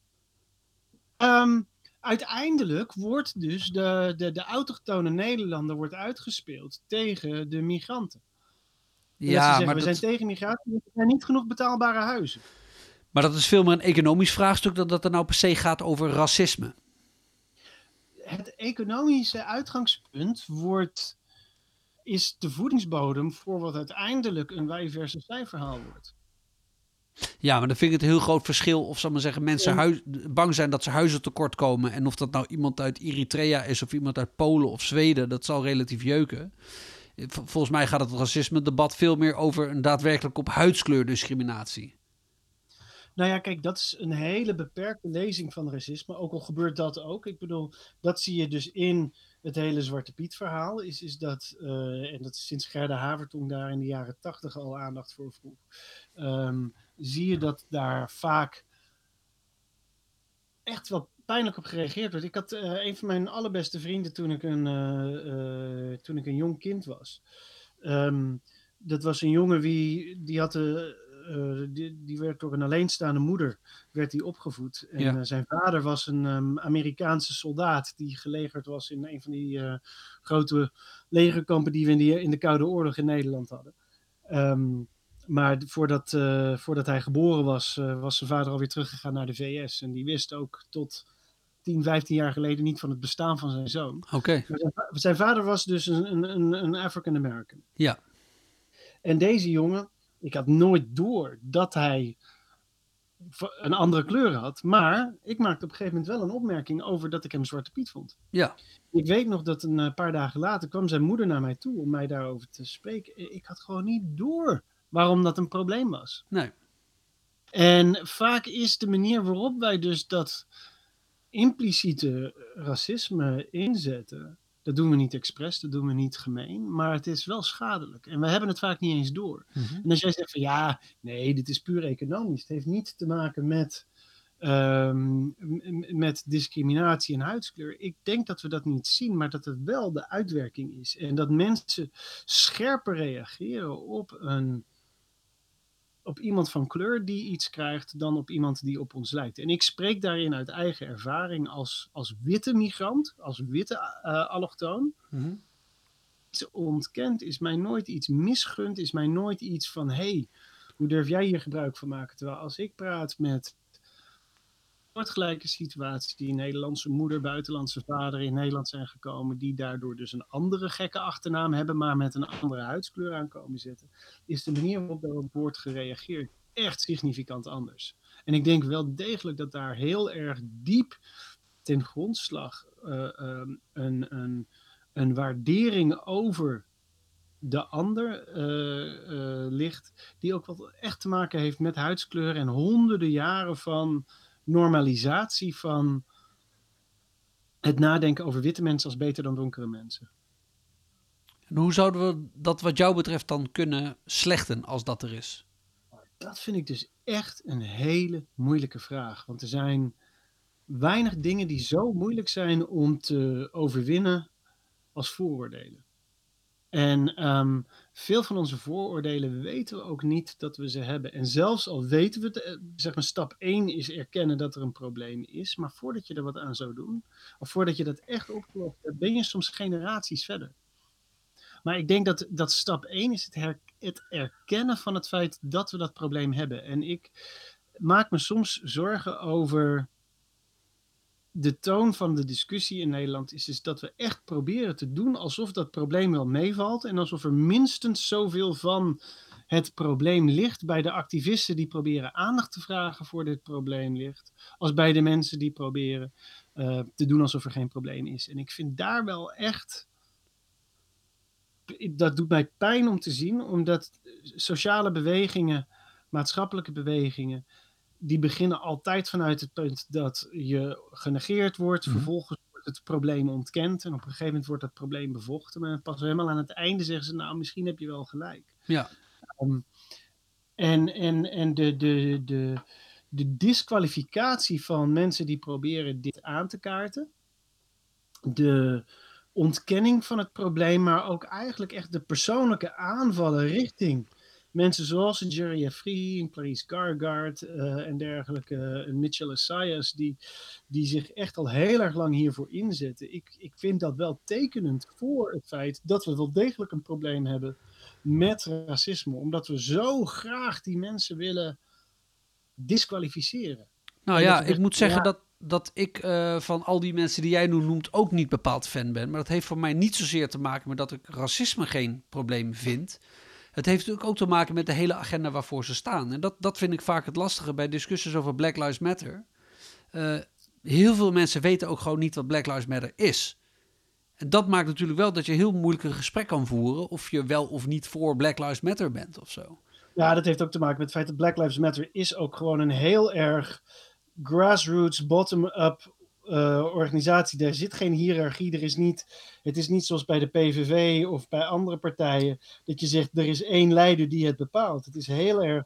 Uiteindelijk wordt dus de autochtone Nederlander wordt uitgespeeld tegen de migranten. Ja, maar we zijn tegen migratie, er zijn niet genoeg betaalbare huizen. Maar dat is veel meer een economisch vraagstuk dan dat het nou per se gaat over racisme. Het economische uitgangspunt is de voedingsbodem voor wat uiteindelijk een wij versus zij verhaal wordt. Ja, maar dan vind ik het een heel groot verschil of, zal maar zeggen, mensen bang zijn dat ze huizen tekort komen. En of dat nou iemand uit Eritrea is of iemand uit Polen of Zweden, dat zal relatief jeuken. Volgens mij gaat het racisme-debat veel meer over een daadwerkelijk op huidskleur discriminatie. Nou ja, kijk, dat is een hele beperkte lezing van racisme. Ook al gebeurt dat ook. Ik bedoel, dat zie je dus in het hele Zwarte Piet verhaal. Is dat, en dat is sinds Gerda Havertong daar in de jaren 80 al aandacht voor vroeg. Zie je dat daar vaak echt wel pijnlijk op gereageerd wordt. Ik had een van mijn allerbeste vrienden toen ik een jong kind was. Dat was een jongen die had die werd door een alleenstaande moeder opgevoed. En zijn vader was een Amerikaanse soldaat die gelegerd was in een van die grote legerkampen die we in de Koude Oorlog in Nederland hadden. Maar voordat hij geboren was, was zijn vader alweer teruggegaan naar de VS. En die wist ook tot 10, 15 jaar geleden niet van het bestaan van zijn zoon. Oké. Zijn vader was dus een African American. Ja. En deze jongen, ik had nooit door dat hij een andere kleur had. Maar ik maakte op een gegeven moment wel een opmerking over dat ik hem Zwarte Piet vond. Ja. Ik weet nog dat een paar dagen later kwam zijn moeder naar mij toe om mij daarover te spreken. Ik had gewoon niet door waarom dat een probleem was. Nee. En vaak is de manier waarop wij dus dat impliciete racisme inzetten, dat doen we niet expres, dat doen we niet gemeen, maar het is wel schadelijk. En we hebben het vaak niet eens door. En als jij zegt van ja, nee, dit is puur economisch. Het heeft niets te maken met discriminatie en huidskleur. Ik denk dat we dat niet zien, maar dat het wel de uitwerking is. En dat mensen scherper reageren op iemand van kleur die iets krijgt dan op iemand die op ons lijkt. En ik spreek daarin uit eigen ervaring als witte migrant, als witte allochtoon. Iets ontkend, is mij nooit iets misgund, is mij nooit iets van hey, hoe durf jij hier gebruik van maken? Terwijl als ik praat met soortgelijke situatie, die Nederlandse moeder, buitenlandse vader in Nederland zijn gekomen, die daardoor dus een andere gekke achternaam hebben, maar met een andere huidskleur aan komen zitten, is de manier waarop daarop wordt gereageerd echt significant anders. En ik denk wel degelijk dat daar heel erg diep ten grondslag een een waardering over de ander ligt, die ook wat echt te maken heeft met huidskleur en honderden jaren van normalisatie van het nadenken over witte mensen als beter dan donkere mensen. En hoe zouden we dat wat jou betreft dan kunnen slechten als dat er is? Dat vind ik dus echt een hele moeilijke vraag. Want er zijn weinig dingen die zo moeilijk zijn om te overwinnen als vooroordelen. En veel van onze vooroordelen weten we ook niet dat we ze hebben. En zelfs al weten we het, zeg maar stap 1 is erkennen dat er een probleem is. Maar voordat je er wat aan zou doen, of voordat je dat echt oplost, ben je soms generaties verder. Maar ik denk dat stap 1 is het erkennen van het feit dat we dat probleem hebben. En ik maak me soms zorgen over de toon van de discussie in Nederland is dat we echt proberen te doen alsof dat probleem wel meevalt en alsof er minstens zoveel van het probleem ligt bij de activisten die proberen aandacht te vragen voor dit probleem ligt, als bij de mensen die proberen te doen alsof er geen probleem is. En ik vind daar wel echt, dat doet mij pijn om te zien, omdat sociale bewegingen, maatschappelijke bewegingen, die beginnen altijd vanuit het punt dat je genegeerd wordt. Vervolgens wordt het probleem ontkend. En op een gegeven moment wordt dat probleem bevochten. Maar pas helemaal aan het einde zeggen ze, nou, misschien heb je wel gelijk. Ja. En de disqualificatie van mensen die proberen dit aan te kaarten. De ontkenning van het probleem, maar ook eigenlijk echt de persoonlijke aanvallen richting mensen zoals Jerry Free, Clarice Gargard en dergelijke, Mitchell Essayas, die zich echt al heel erg lang hiervoor inzetten. Ik vind dat wel tekenend voor het feit dat we wel degelijk een probleem hebben met racisme, omdat we zo graag die mensen willen disqualificeren. Nou ja, ik moet zeggen dat ik van al die mensen die jij nu noemt ook niet bepaald fan ben. Maar dat heeft voor mij niet zozeer te maken met dat ik racisme geen probleem vind. Het heeft natuurlijk ook te maken met de hele agenda waarvoor ze staan. En dat vind ik vaak het lastige bij discussies over Black Lives Matter. Heel veel mensen weten ook gewoon niet wat Black Lives Matter is. En dat maakt natuurlijk wel dat je heel moeilijk een gesprek kan voeren of je wel of niet voor Black Lives Matter bent of zo. Ja, dat heeft ook te maken met het feit dat Black Lives Matter is ook gewoon een heel erg grassroots, bottom-up organisatie. Er zit geen hiërarchie. Het is niet zoals bij de PVV of bij andere partijen dat je zegt er is één leider die het bepaalt. Het is heel erg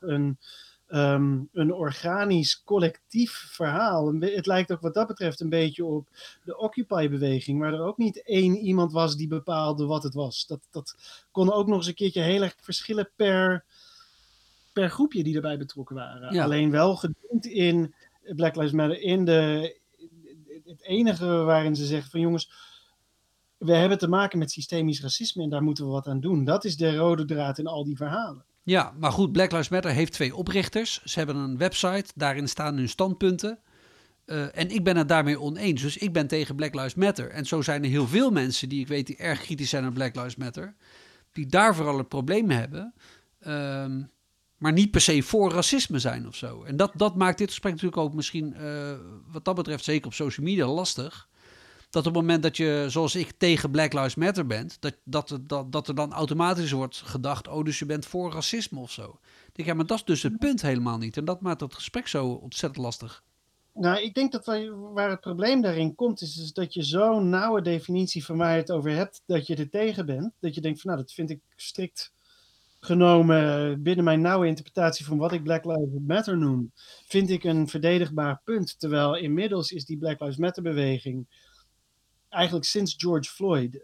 een organisch collectief verhaal. Het lijkt ook wat dat betreft een beetje op de Occupy-beweging, waar er ook niet één iemand was die bepaalde wat het was. Dat kon ook nog eens een keertje heel erg verschillen per groepje die erbij betrokken waren. Ja. Alleen wel gedeeld in Black Lives Matter het enige waarin ze zeggen van jongens, we hebben te maken met systemisch racisme en daar moeten we wat aan doen. Dat is de rode draad in al die verhalen. Ja, maar goed, Black Lives Matter heeft 2 oprichters. Ze hebben een website, daarin staan hun standpunten. En ik ben het daarmee oneens. Dus ik ben tegen Black Lives Matter. En zo zijn er heel veel mensen die ik weet die erg kritisch zijn aan Black Lives Matter. Die daar vooral het probleem hebben. Maar niet per se voor racisme zijn of zo. En dat maakt dit gesprek natuurlijk ook misschien wat dat betreft zeker op social media lastig. Dat op het moment dat je, zoals ik, tegen Black Lives Matter bent, dat er dan automatisch wordt gedacht, oh, dus je bent voor racisme of zo. Ik denk, ja, maar dat is dus het punt helemaal niet. En dat maakt dat gesprek zo ontzettend lastig. Nou, ik denk dat waar het probleem daarin komt, is dat je zo'n nauwe definitie van waar je het over hebt, dat je er tegen bent. Dat je denkt van, nou, dat vind ik strikt genomen binnen mijn nauwe interpretatie van wat ik Black Lives Matter noem, vind ik een verdedigbaar punt. Terwijl inmiddels is die Black Lives Matter beweging eigenlijk sinds George Floyd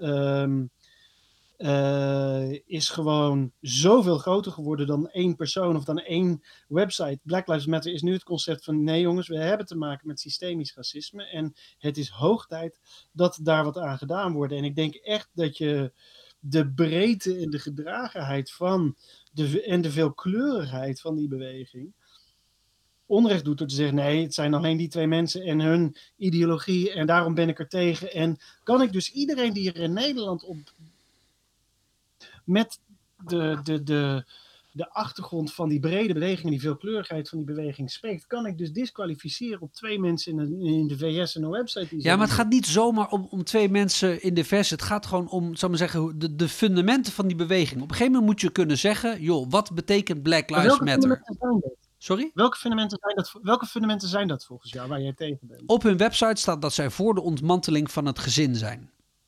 is gewoon zoveel groter geworden dan één persoon of dan één website. Black Lives Matter is nu het concept van nee jongens, we hebben te maken met systemisch racisme en het is hoog tijd dat daar wat aan gedaan wordt. En ik denk echt dat je de breedte en de gedragenheid van en de veelkleurigheid van die beweging onrecht doet door te zeggen, nee, het zijn alleen die 2 mensen en hun ideologie en daarom ben ik er tegen. En kan ik dus iedereen die er in Nederland op met de de achtergrond van die brede beweging, die veelkleurigheid van die beweging spreekt, kan ik dus disqualificeren op 2 mensen in de VS en een website. Ja, maar het gaat niet zomaar om 2 mensen in de VS. Het gaat gewoon om, zal maar zeggen, de fundamenten van die beweging. Op een gegeven moment moet je kunnen zeggen, joh, wat betekent Black Lives Matter? Sorry? Welke fundamenten zijn dat volgens jou, waar jij tegen bent? Op hun website staat dat zij voor de ontmanteling van het gezin zijn.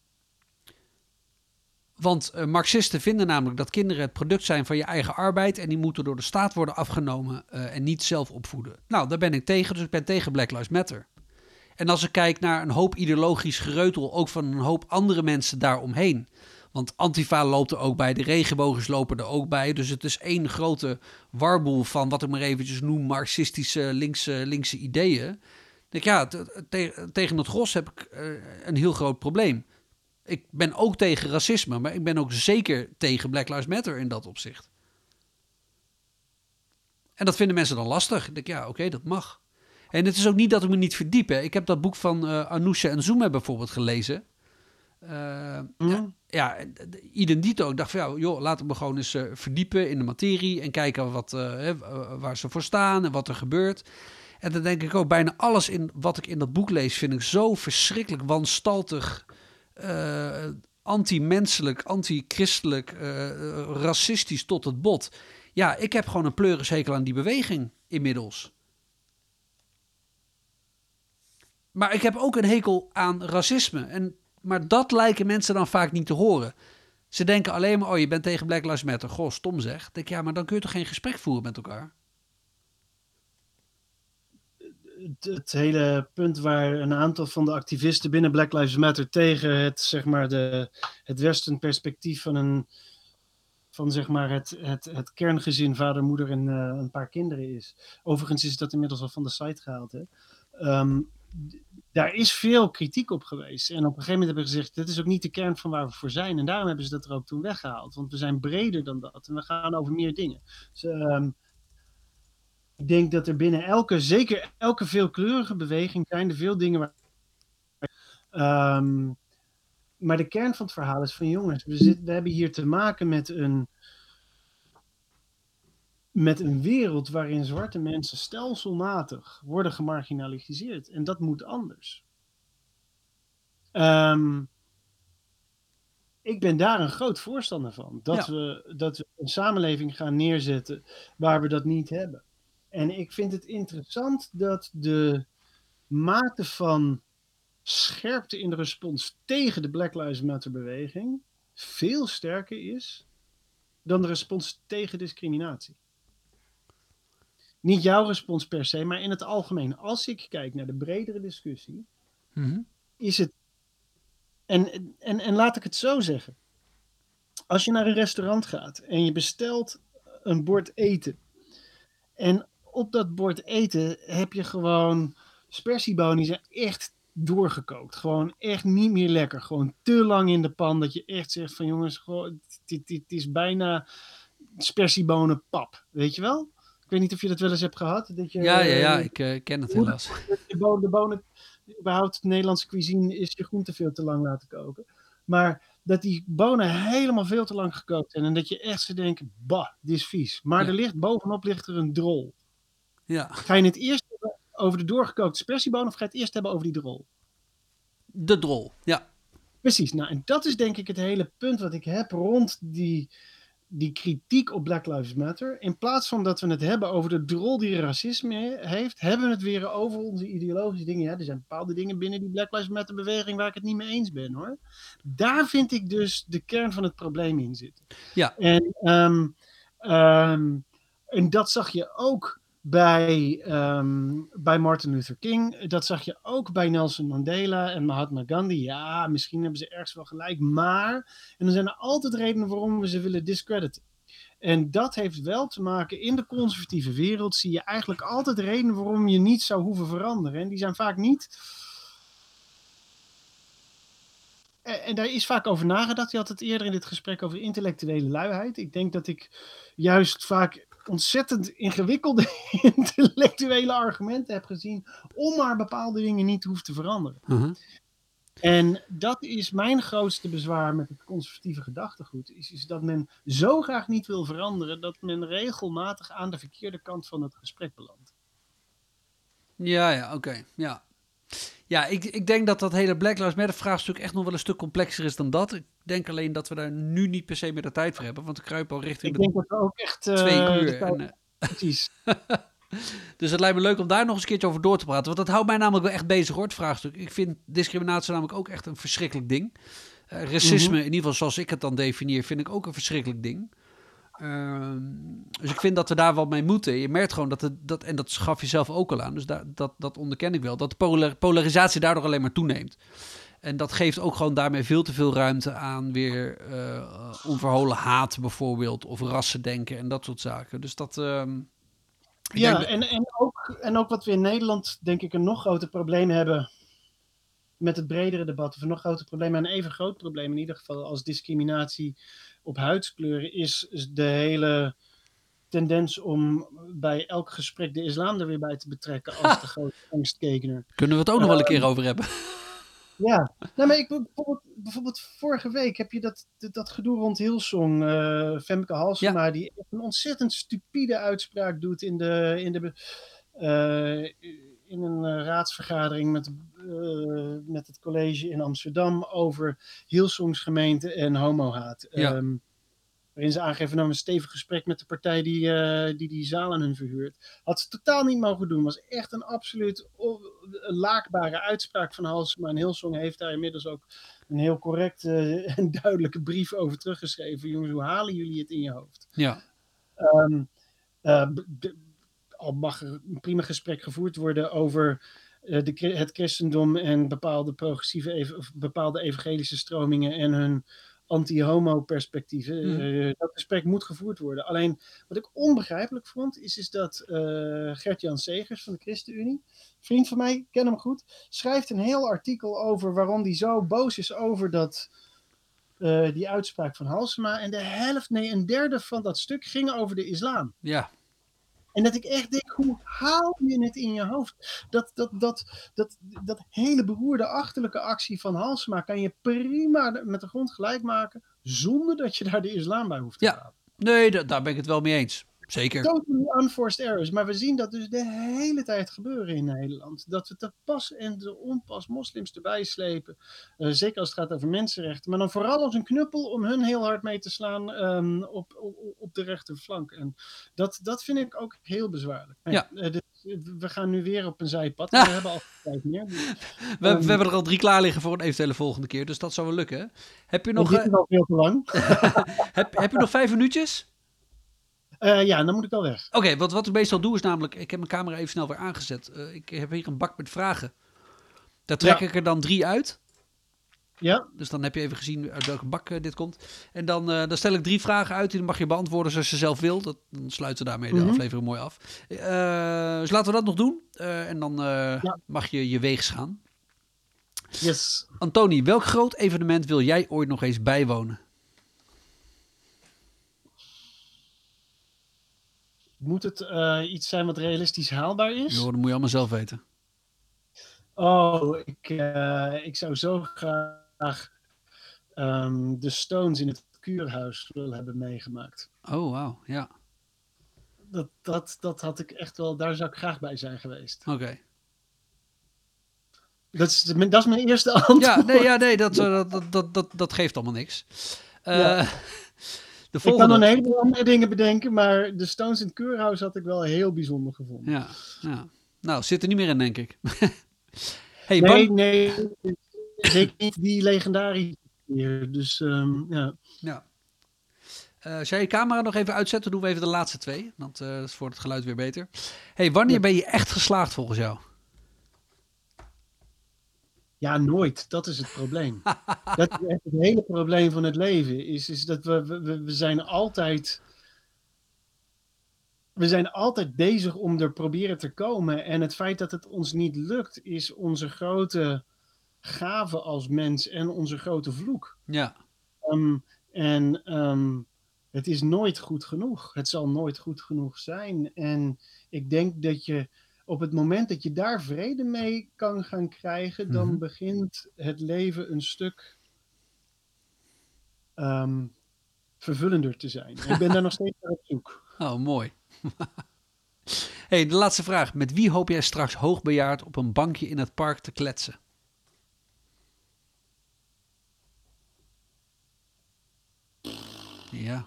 Want Marxisten vinden namelijk dat kinderen het product zijn van je eigen arbeid en die moeten door de staat worden afgenomen en niet zelf opvoeden. Nou, daar ben ik tegen, dus ik ben tegen Black Lives Matter. En als ik kijk naar een hoop ideologisch gereutel, ook van een hoop andere mensen daaromheen. Want Antifa loopt er ook bij, de regenbogers lopen er ook bij. Dus het is één grote warboel van wat ik maar eventjes noem marxistische linkse ideeën. Denk ja, tegen het gros heb ik een heel groot probleem. Ik ben ook tegen racisme, maar ik ben ook zeker tegen Black Lives Matter in dat opzicht. En dat vinden mensen dan lastig. Ik denk, ja, oké, dat mag. En het is ook niet dat ik me niet verdiep. Hè. Ik heb dat boek van Anousha en Zouma bijvoorbeeld gelezen. Ja, idem dito. Ik dacht van, ja, joh, laten we gewoon eens verdiepen in de materie en kijken waar ze voor staan en wat er gebeurt. En dan denk ik ook, bijna alles in wat ik in dat boek lees vind ik zo verschrikkelijk wanstaltig, anti-menselijk, anti-christelijk, racistisch tot het bot. Ja, ik heb gewoon een pleurishekel aan die beweging inmiddels. Maar ik heb ook een hekel aan racisme. Maar dat lijken mensen dan vaak niet te horen. Ze denken alleen maar, oh, je bent tegen Black Lives Matter. Goh, stom zeg. Ik denk, ja, maar dan kun je toch geen gesprek voeren met elkaar? Het hele punt waar een aantal van de activisten binnen Black Lives Matter tegen het, zeg maar, het western perspectief van zeg maar het kerngezin, vader, moeder en een paar kinderen is. Overigens is dat inmiddels al van de site gehaald, hè. Daar is veel kritiek op geweest. En op een gegeven moment hebben ze gezegd, dit is ook niet de kern van waar we voor zijn. En daarom hebben ze dat er ook toen weggehaald. Want we zijn breder dan dat. En we gaan over meer dingen. Dus, ik denk dat er binnen zeker elke veelkleurige beweging zijn er veel dingen waar... maar de kern van het verhaal is van, jongens, we hebben hier te maken met een wereld waarin zwarte mensen stelselmatig worden gemarginaliseerd. En dat moet anders. Ik ben daar een groot voorstander van. Dat we een samenleving gaan neerzetten waar we dat niet hebben. En ik vind het interessant dat de mate van scherpte in de respons tegen de Black Lives Matter beweging veel sterker is dan de respons tegen discriminatie. Niet jouw respons per se, maar in het algemeen. Als ik kijk naar de bredere discussie, is het... En laat ik het zo zeggen. Als je naar een restaurant gaat en je bestelt een bord eten. En op dat bord eten heb je gewoon spersiebonen die zijn echt doorgekookt. Gewoon echt niet meer lekker. Gewoon te lang in de pan dat je echt zegt van, jongens, dit is bijna spersiebonenpap. Weet je wel? Ik weet niet of je dat wel eens hebt gehad. Dat je, ja, ik ken het helaas. De bonen, überhaupt de Nederlandse cuisine is je groente veel te lang laten koken. Maar dat die bonen helemaal veel te lang gekookt zijn. En dat je echt zo denkt, bah, dit is vies. Maar bovenop ligt er een drol. Ja. Ga je het eerst hebben over de doorgekookte spersiebonen of ga je het eerst hebben over die drol? De drol, ja. Precies. Nou, en dat is denk ik het hele punt wat ik heb rond die kritiek op Black Lives Matter. In plaats van dat we het hebben over de drol die racisme heeft, hebben we het weer over onze ideologische dingen. Ja, er zijn bepaalde dingen binnen die Black Lives Matter beweging waar ik het niet mee eens ben, hoor. Daar vind ik dus de kern van het probleem in zitten. Ja. En dat zag je ook bij Martin Luther King. Dat zag je ook bij Nelson Mandela en Mahatma Gandhi. Ja, misschien hebben ze ergens wel gelijk, maar... En dan zijn er altijd redenen waarom we ze willen discrediten. En dat heeft wel te maken, in de conservatieve wereld zie je eigenlijk altijd redenen waarom je niet zou hoeven veranderen. En die zijn vaak niet... En daar is vaak over nagedacht. Je had het eerder in dit gesprek over intellectuele luiheid. Ik denk dat ik juist vaak ontzettend ingewikkelde intellectuele argumenten heb gezien om maar bepaalde dingen niet te hoeven te veranderen. En dat is mijn grootste bezwaar met het conservatieve gedachtegoed. Is dat men zo graag niet wil veranderen dat men regelmatig aan de verkeerde kant van het gesprek belandt. Ja, oké. Ja. Ja, ik denk dat hele Black Lives Matter vraagstuk echt nog wel een stuk complexer is dan dat. Ik denk alleen dat we daar nu niet per se meer de tijd voor hebben, want we kruipen al richting ik denk dat we ook echt 2 uur. Precies. Dus het lijkt me leuk om daar nog eens een keertje over door te praten. Want dat houdt mij namelijk wel echt bezig hoor, het vraagstuk. Ik vind discriminatie namelijk ook echt een verschrikkelijk ding. Racisme, in ieder geval zoals ik het dan definieer, vind ik ook een verschrikkelijk ding. Dus ik vind dat we daar wat mee moeten. Je merkt gewoon dat en dat gaf je zelf ook al aan, dus dat onderken ik wel, dat de polarisatie daardoor alleen maar toeneemt. En dat geeft ook gewoon daarmee veel te veel ruimte aan weer onverholen haat bijvoorbeeld, of rassendenken en dat soort zaken. Dus dat... en ook wat we in Nederland denk ik een nog groter probleem hebben met het bredere debat, of een nog groter probleem, en een even groot probleem in ieder geval als discriminatie op huidskleur, is de hele tendens om bij elk gesprek de islam er weer bij te betrekken als de grote angstkekener. Kunnen we het ook nog wel een keer over hebben? Ja, nou, maar bijvoorbeeld vorige week heb je dat gedoe rond Hillsong, Femke Halsema, die een ontzettend stupide uitspraak doet in een raadsvergadering met het college in Amsterdam over Hillsongs gemeente en homohaat. Ja. Waarin ze aangeven een stevig gesprek met de partij die zaal aan hun verhuurt. Had ze totaal niet mogen doen. Was echt een absoluut laakbare uitspraak van Halsema. En Hillsong heeft daar inmiddels ook een heel correcte en duidelijke brief over teruggeschreven. Jongens, hoe halen jullie het in je hoofd? Ja. Al mag er een prima gesprek gevoerd worden over het christendom en bepaalde evangelische stromingen en hun anti-homo perspectieven. Dat gesprek moet gevoerd worden. Alleen wat ik onbegrijpelijk vond, is dat Gert-Jan Segers van de ChristenUnie, vriend van mij, ken hem goed, schrijft een heel artikel over waarom hij zo boos is over die uitspraak van Halsema. En een derde van dat stuk ging over de islam. Ja. En dat ik echt denk, hoe haal je het in je hoofd? Dat hele beroerde achterlijke actie van Halsema kan je prima met de grond gelijk maken, zonder dat je daar de islam bij hoeft te halen. Nee, daar ben ik het wel mee eens. Zeker. Totally unforced errors. Maar we zien dat dus de hele tijd gebeuren in Nederland. Dat we te pas en te onpas moslims erbij slepen. Zeker als het gaat over mensenrechten. Maar dan vooral als een knuppel om hun heel hard mee te slaan op de rechterflank. En dat vind ik ook heel bezwaarlijk. Ja. We gaan nu weer op een zijpad. We hebben al tijd meer. We hebben er al 3 klaar liggen voor een eventuele volgende keer. Dus dat zou wel lukken. Heb je nog... Dit is al veel te lang. heb je nog 5 minuutjes? Ja, dan moet ik al weg. Oké, wat ik meestal doe is namelijk... Ik heb mijn camera even snel weer aangezet. Ik heb hier een bak met vragen. Daar trek ik er dan 3 uit. Ja. Dus dan heb je even gezien uit welke bak dit komt. En dan stel ik 3 vragen uit. Die mag je beantwoorden zoals je zelf wil. Dan sluiten we daarmee de aflevering mooi af. Dus laten we dat nog doen. En dan mag je je weegs gaan. Yes. Antoni, welk groot evenement wil jij ooit nog eens bijwonen? Moet het iets zijn wat realistisch haalbaar is? Jo, dat moet je allemaal zelf weten. Oh, ik zou zo graag de Stones in het Kuurhuis willen hebben meegemaakt. Oh, wauw, ja. Dat had ik echt wel, daar zou ik graag bij zijn geweest. Oké. Dat is mijn eerste antwoord. Nee, dat geeft allemaal niks. De volgende... Ik kan een heleboel andere dingen bedenken, maar de Stones in het Kuurhuis had ik wel heel bijzonder gevonden. Ja. Nou, zit er niet meer in, denk ik. Hey, nee, zeker niet die legendarische keer. Dus ja. Als jij je camera nog even uitzet, dan doen we even de laatste 2. Want dat is voor het geluid weer beter. Hey, wanneer ben je echt geslaagd volgens jou? Ja, nooit. Dat is het probleem. Dat is echt het hele probleem van het leven. Is dat we zijn altijd... We zijn altijd bezig om er proberen te komen. En het feit dat het ons niet lukt, is onze grote gave als mens en onze grote vloek. Ja. Het is nooit goed genoeg. Het zal nooit goed genoeg zijn. En ik denk dat je op het moment dat je daar vrede mee kan gaan krijgen, dan begint het leven een stuk vervullender te zijn. Ik ben daar nog steeds naar op zoek. Oh, mooi. Hey, de laatste vraag. Met wie hoop jij straks hoogbejaard op een bankje in het park te kletsen? Ja.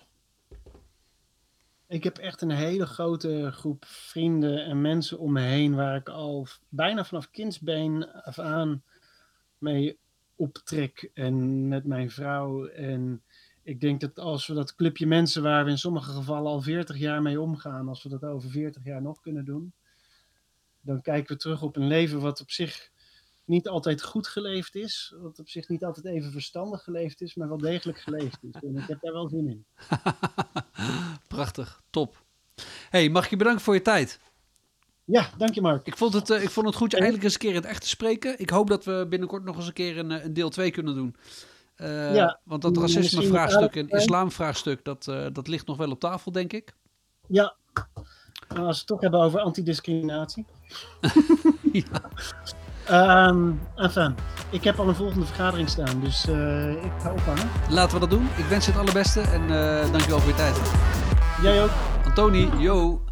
Ik heb echt een hele grote groep vrienden en mensen om me heen waar ik al bijna vanaf kindsbeen af aan mee optrek en met mijn vrouw. En ik denk dat als we dat clubje mensen waar we in sommige gevallen al 40 jaar mee omgaan, als we dat over 40 jaar nog kunnen doen, dan kijken we terug op een leven wat op zich niet altijd goed geleefd is, wat op zich niet altijd even verstandig geleefd is, maar wel degelijk geleefd is. En ik heb daar wel zin in. Prachtig, top. Hey, mag ik je bedanken voor je tijd? Ja, dank je Mark. Ik vond het goed je eindelijk eens een keer in het echt te spreken. Ik hoop dat we binnenkort nog eens een keer een deel 2 kunnen doen. Want dat racisme-vraagstuk en islamvraagstuk, dat ligt nog wel op tafel, denk ik. Ja, als we het toch hebben over antidiscriminatie. Ja. Enfin, ik heb al een volgende vergadering staan, dus ik ga ophangen. Laten we dat doen. Ik wens je het allerbeste en dankjewel voor je tijd. Jij ook. Antoni, yo.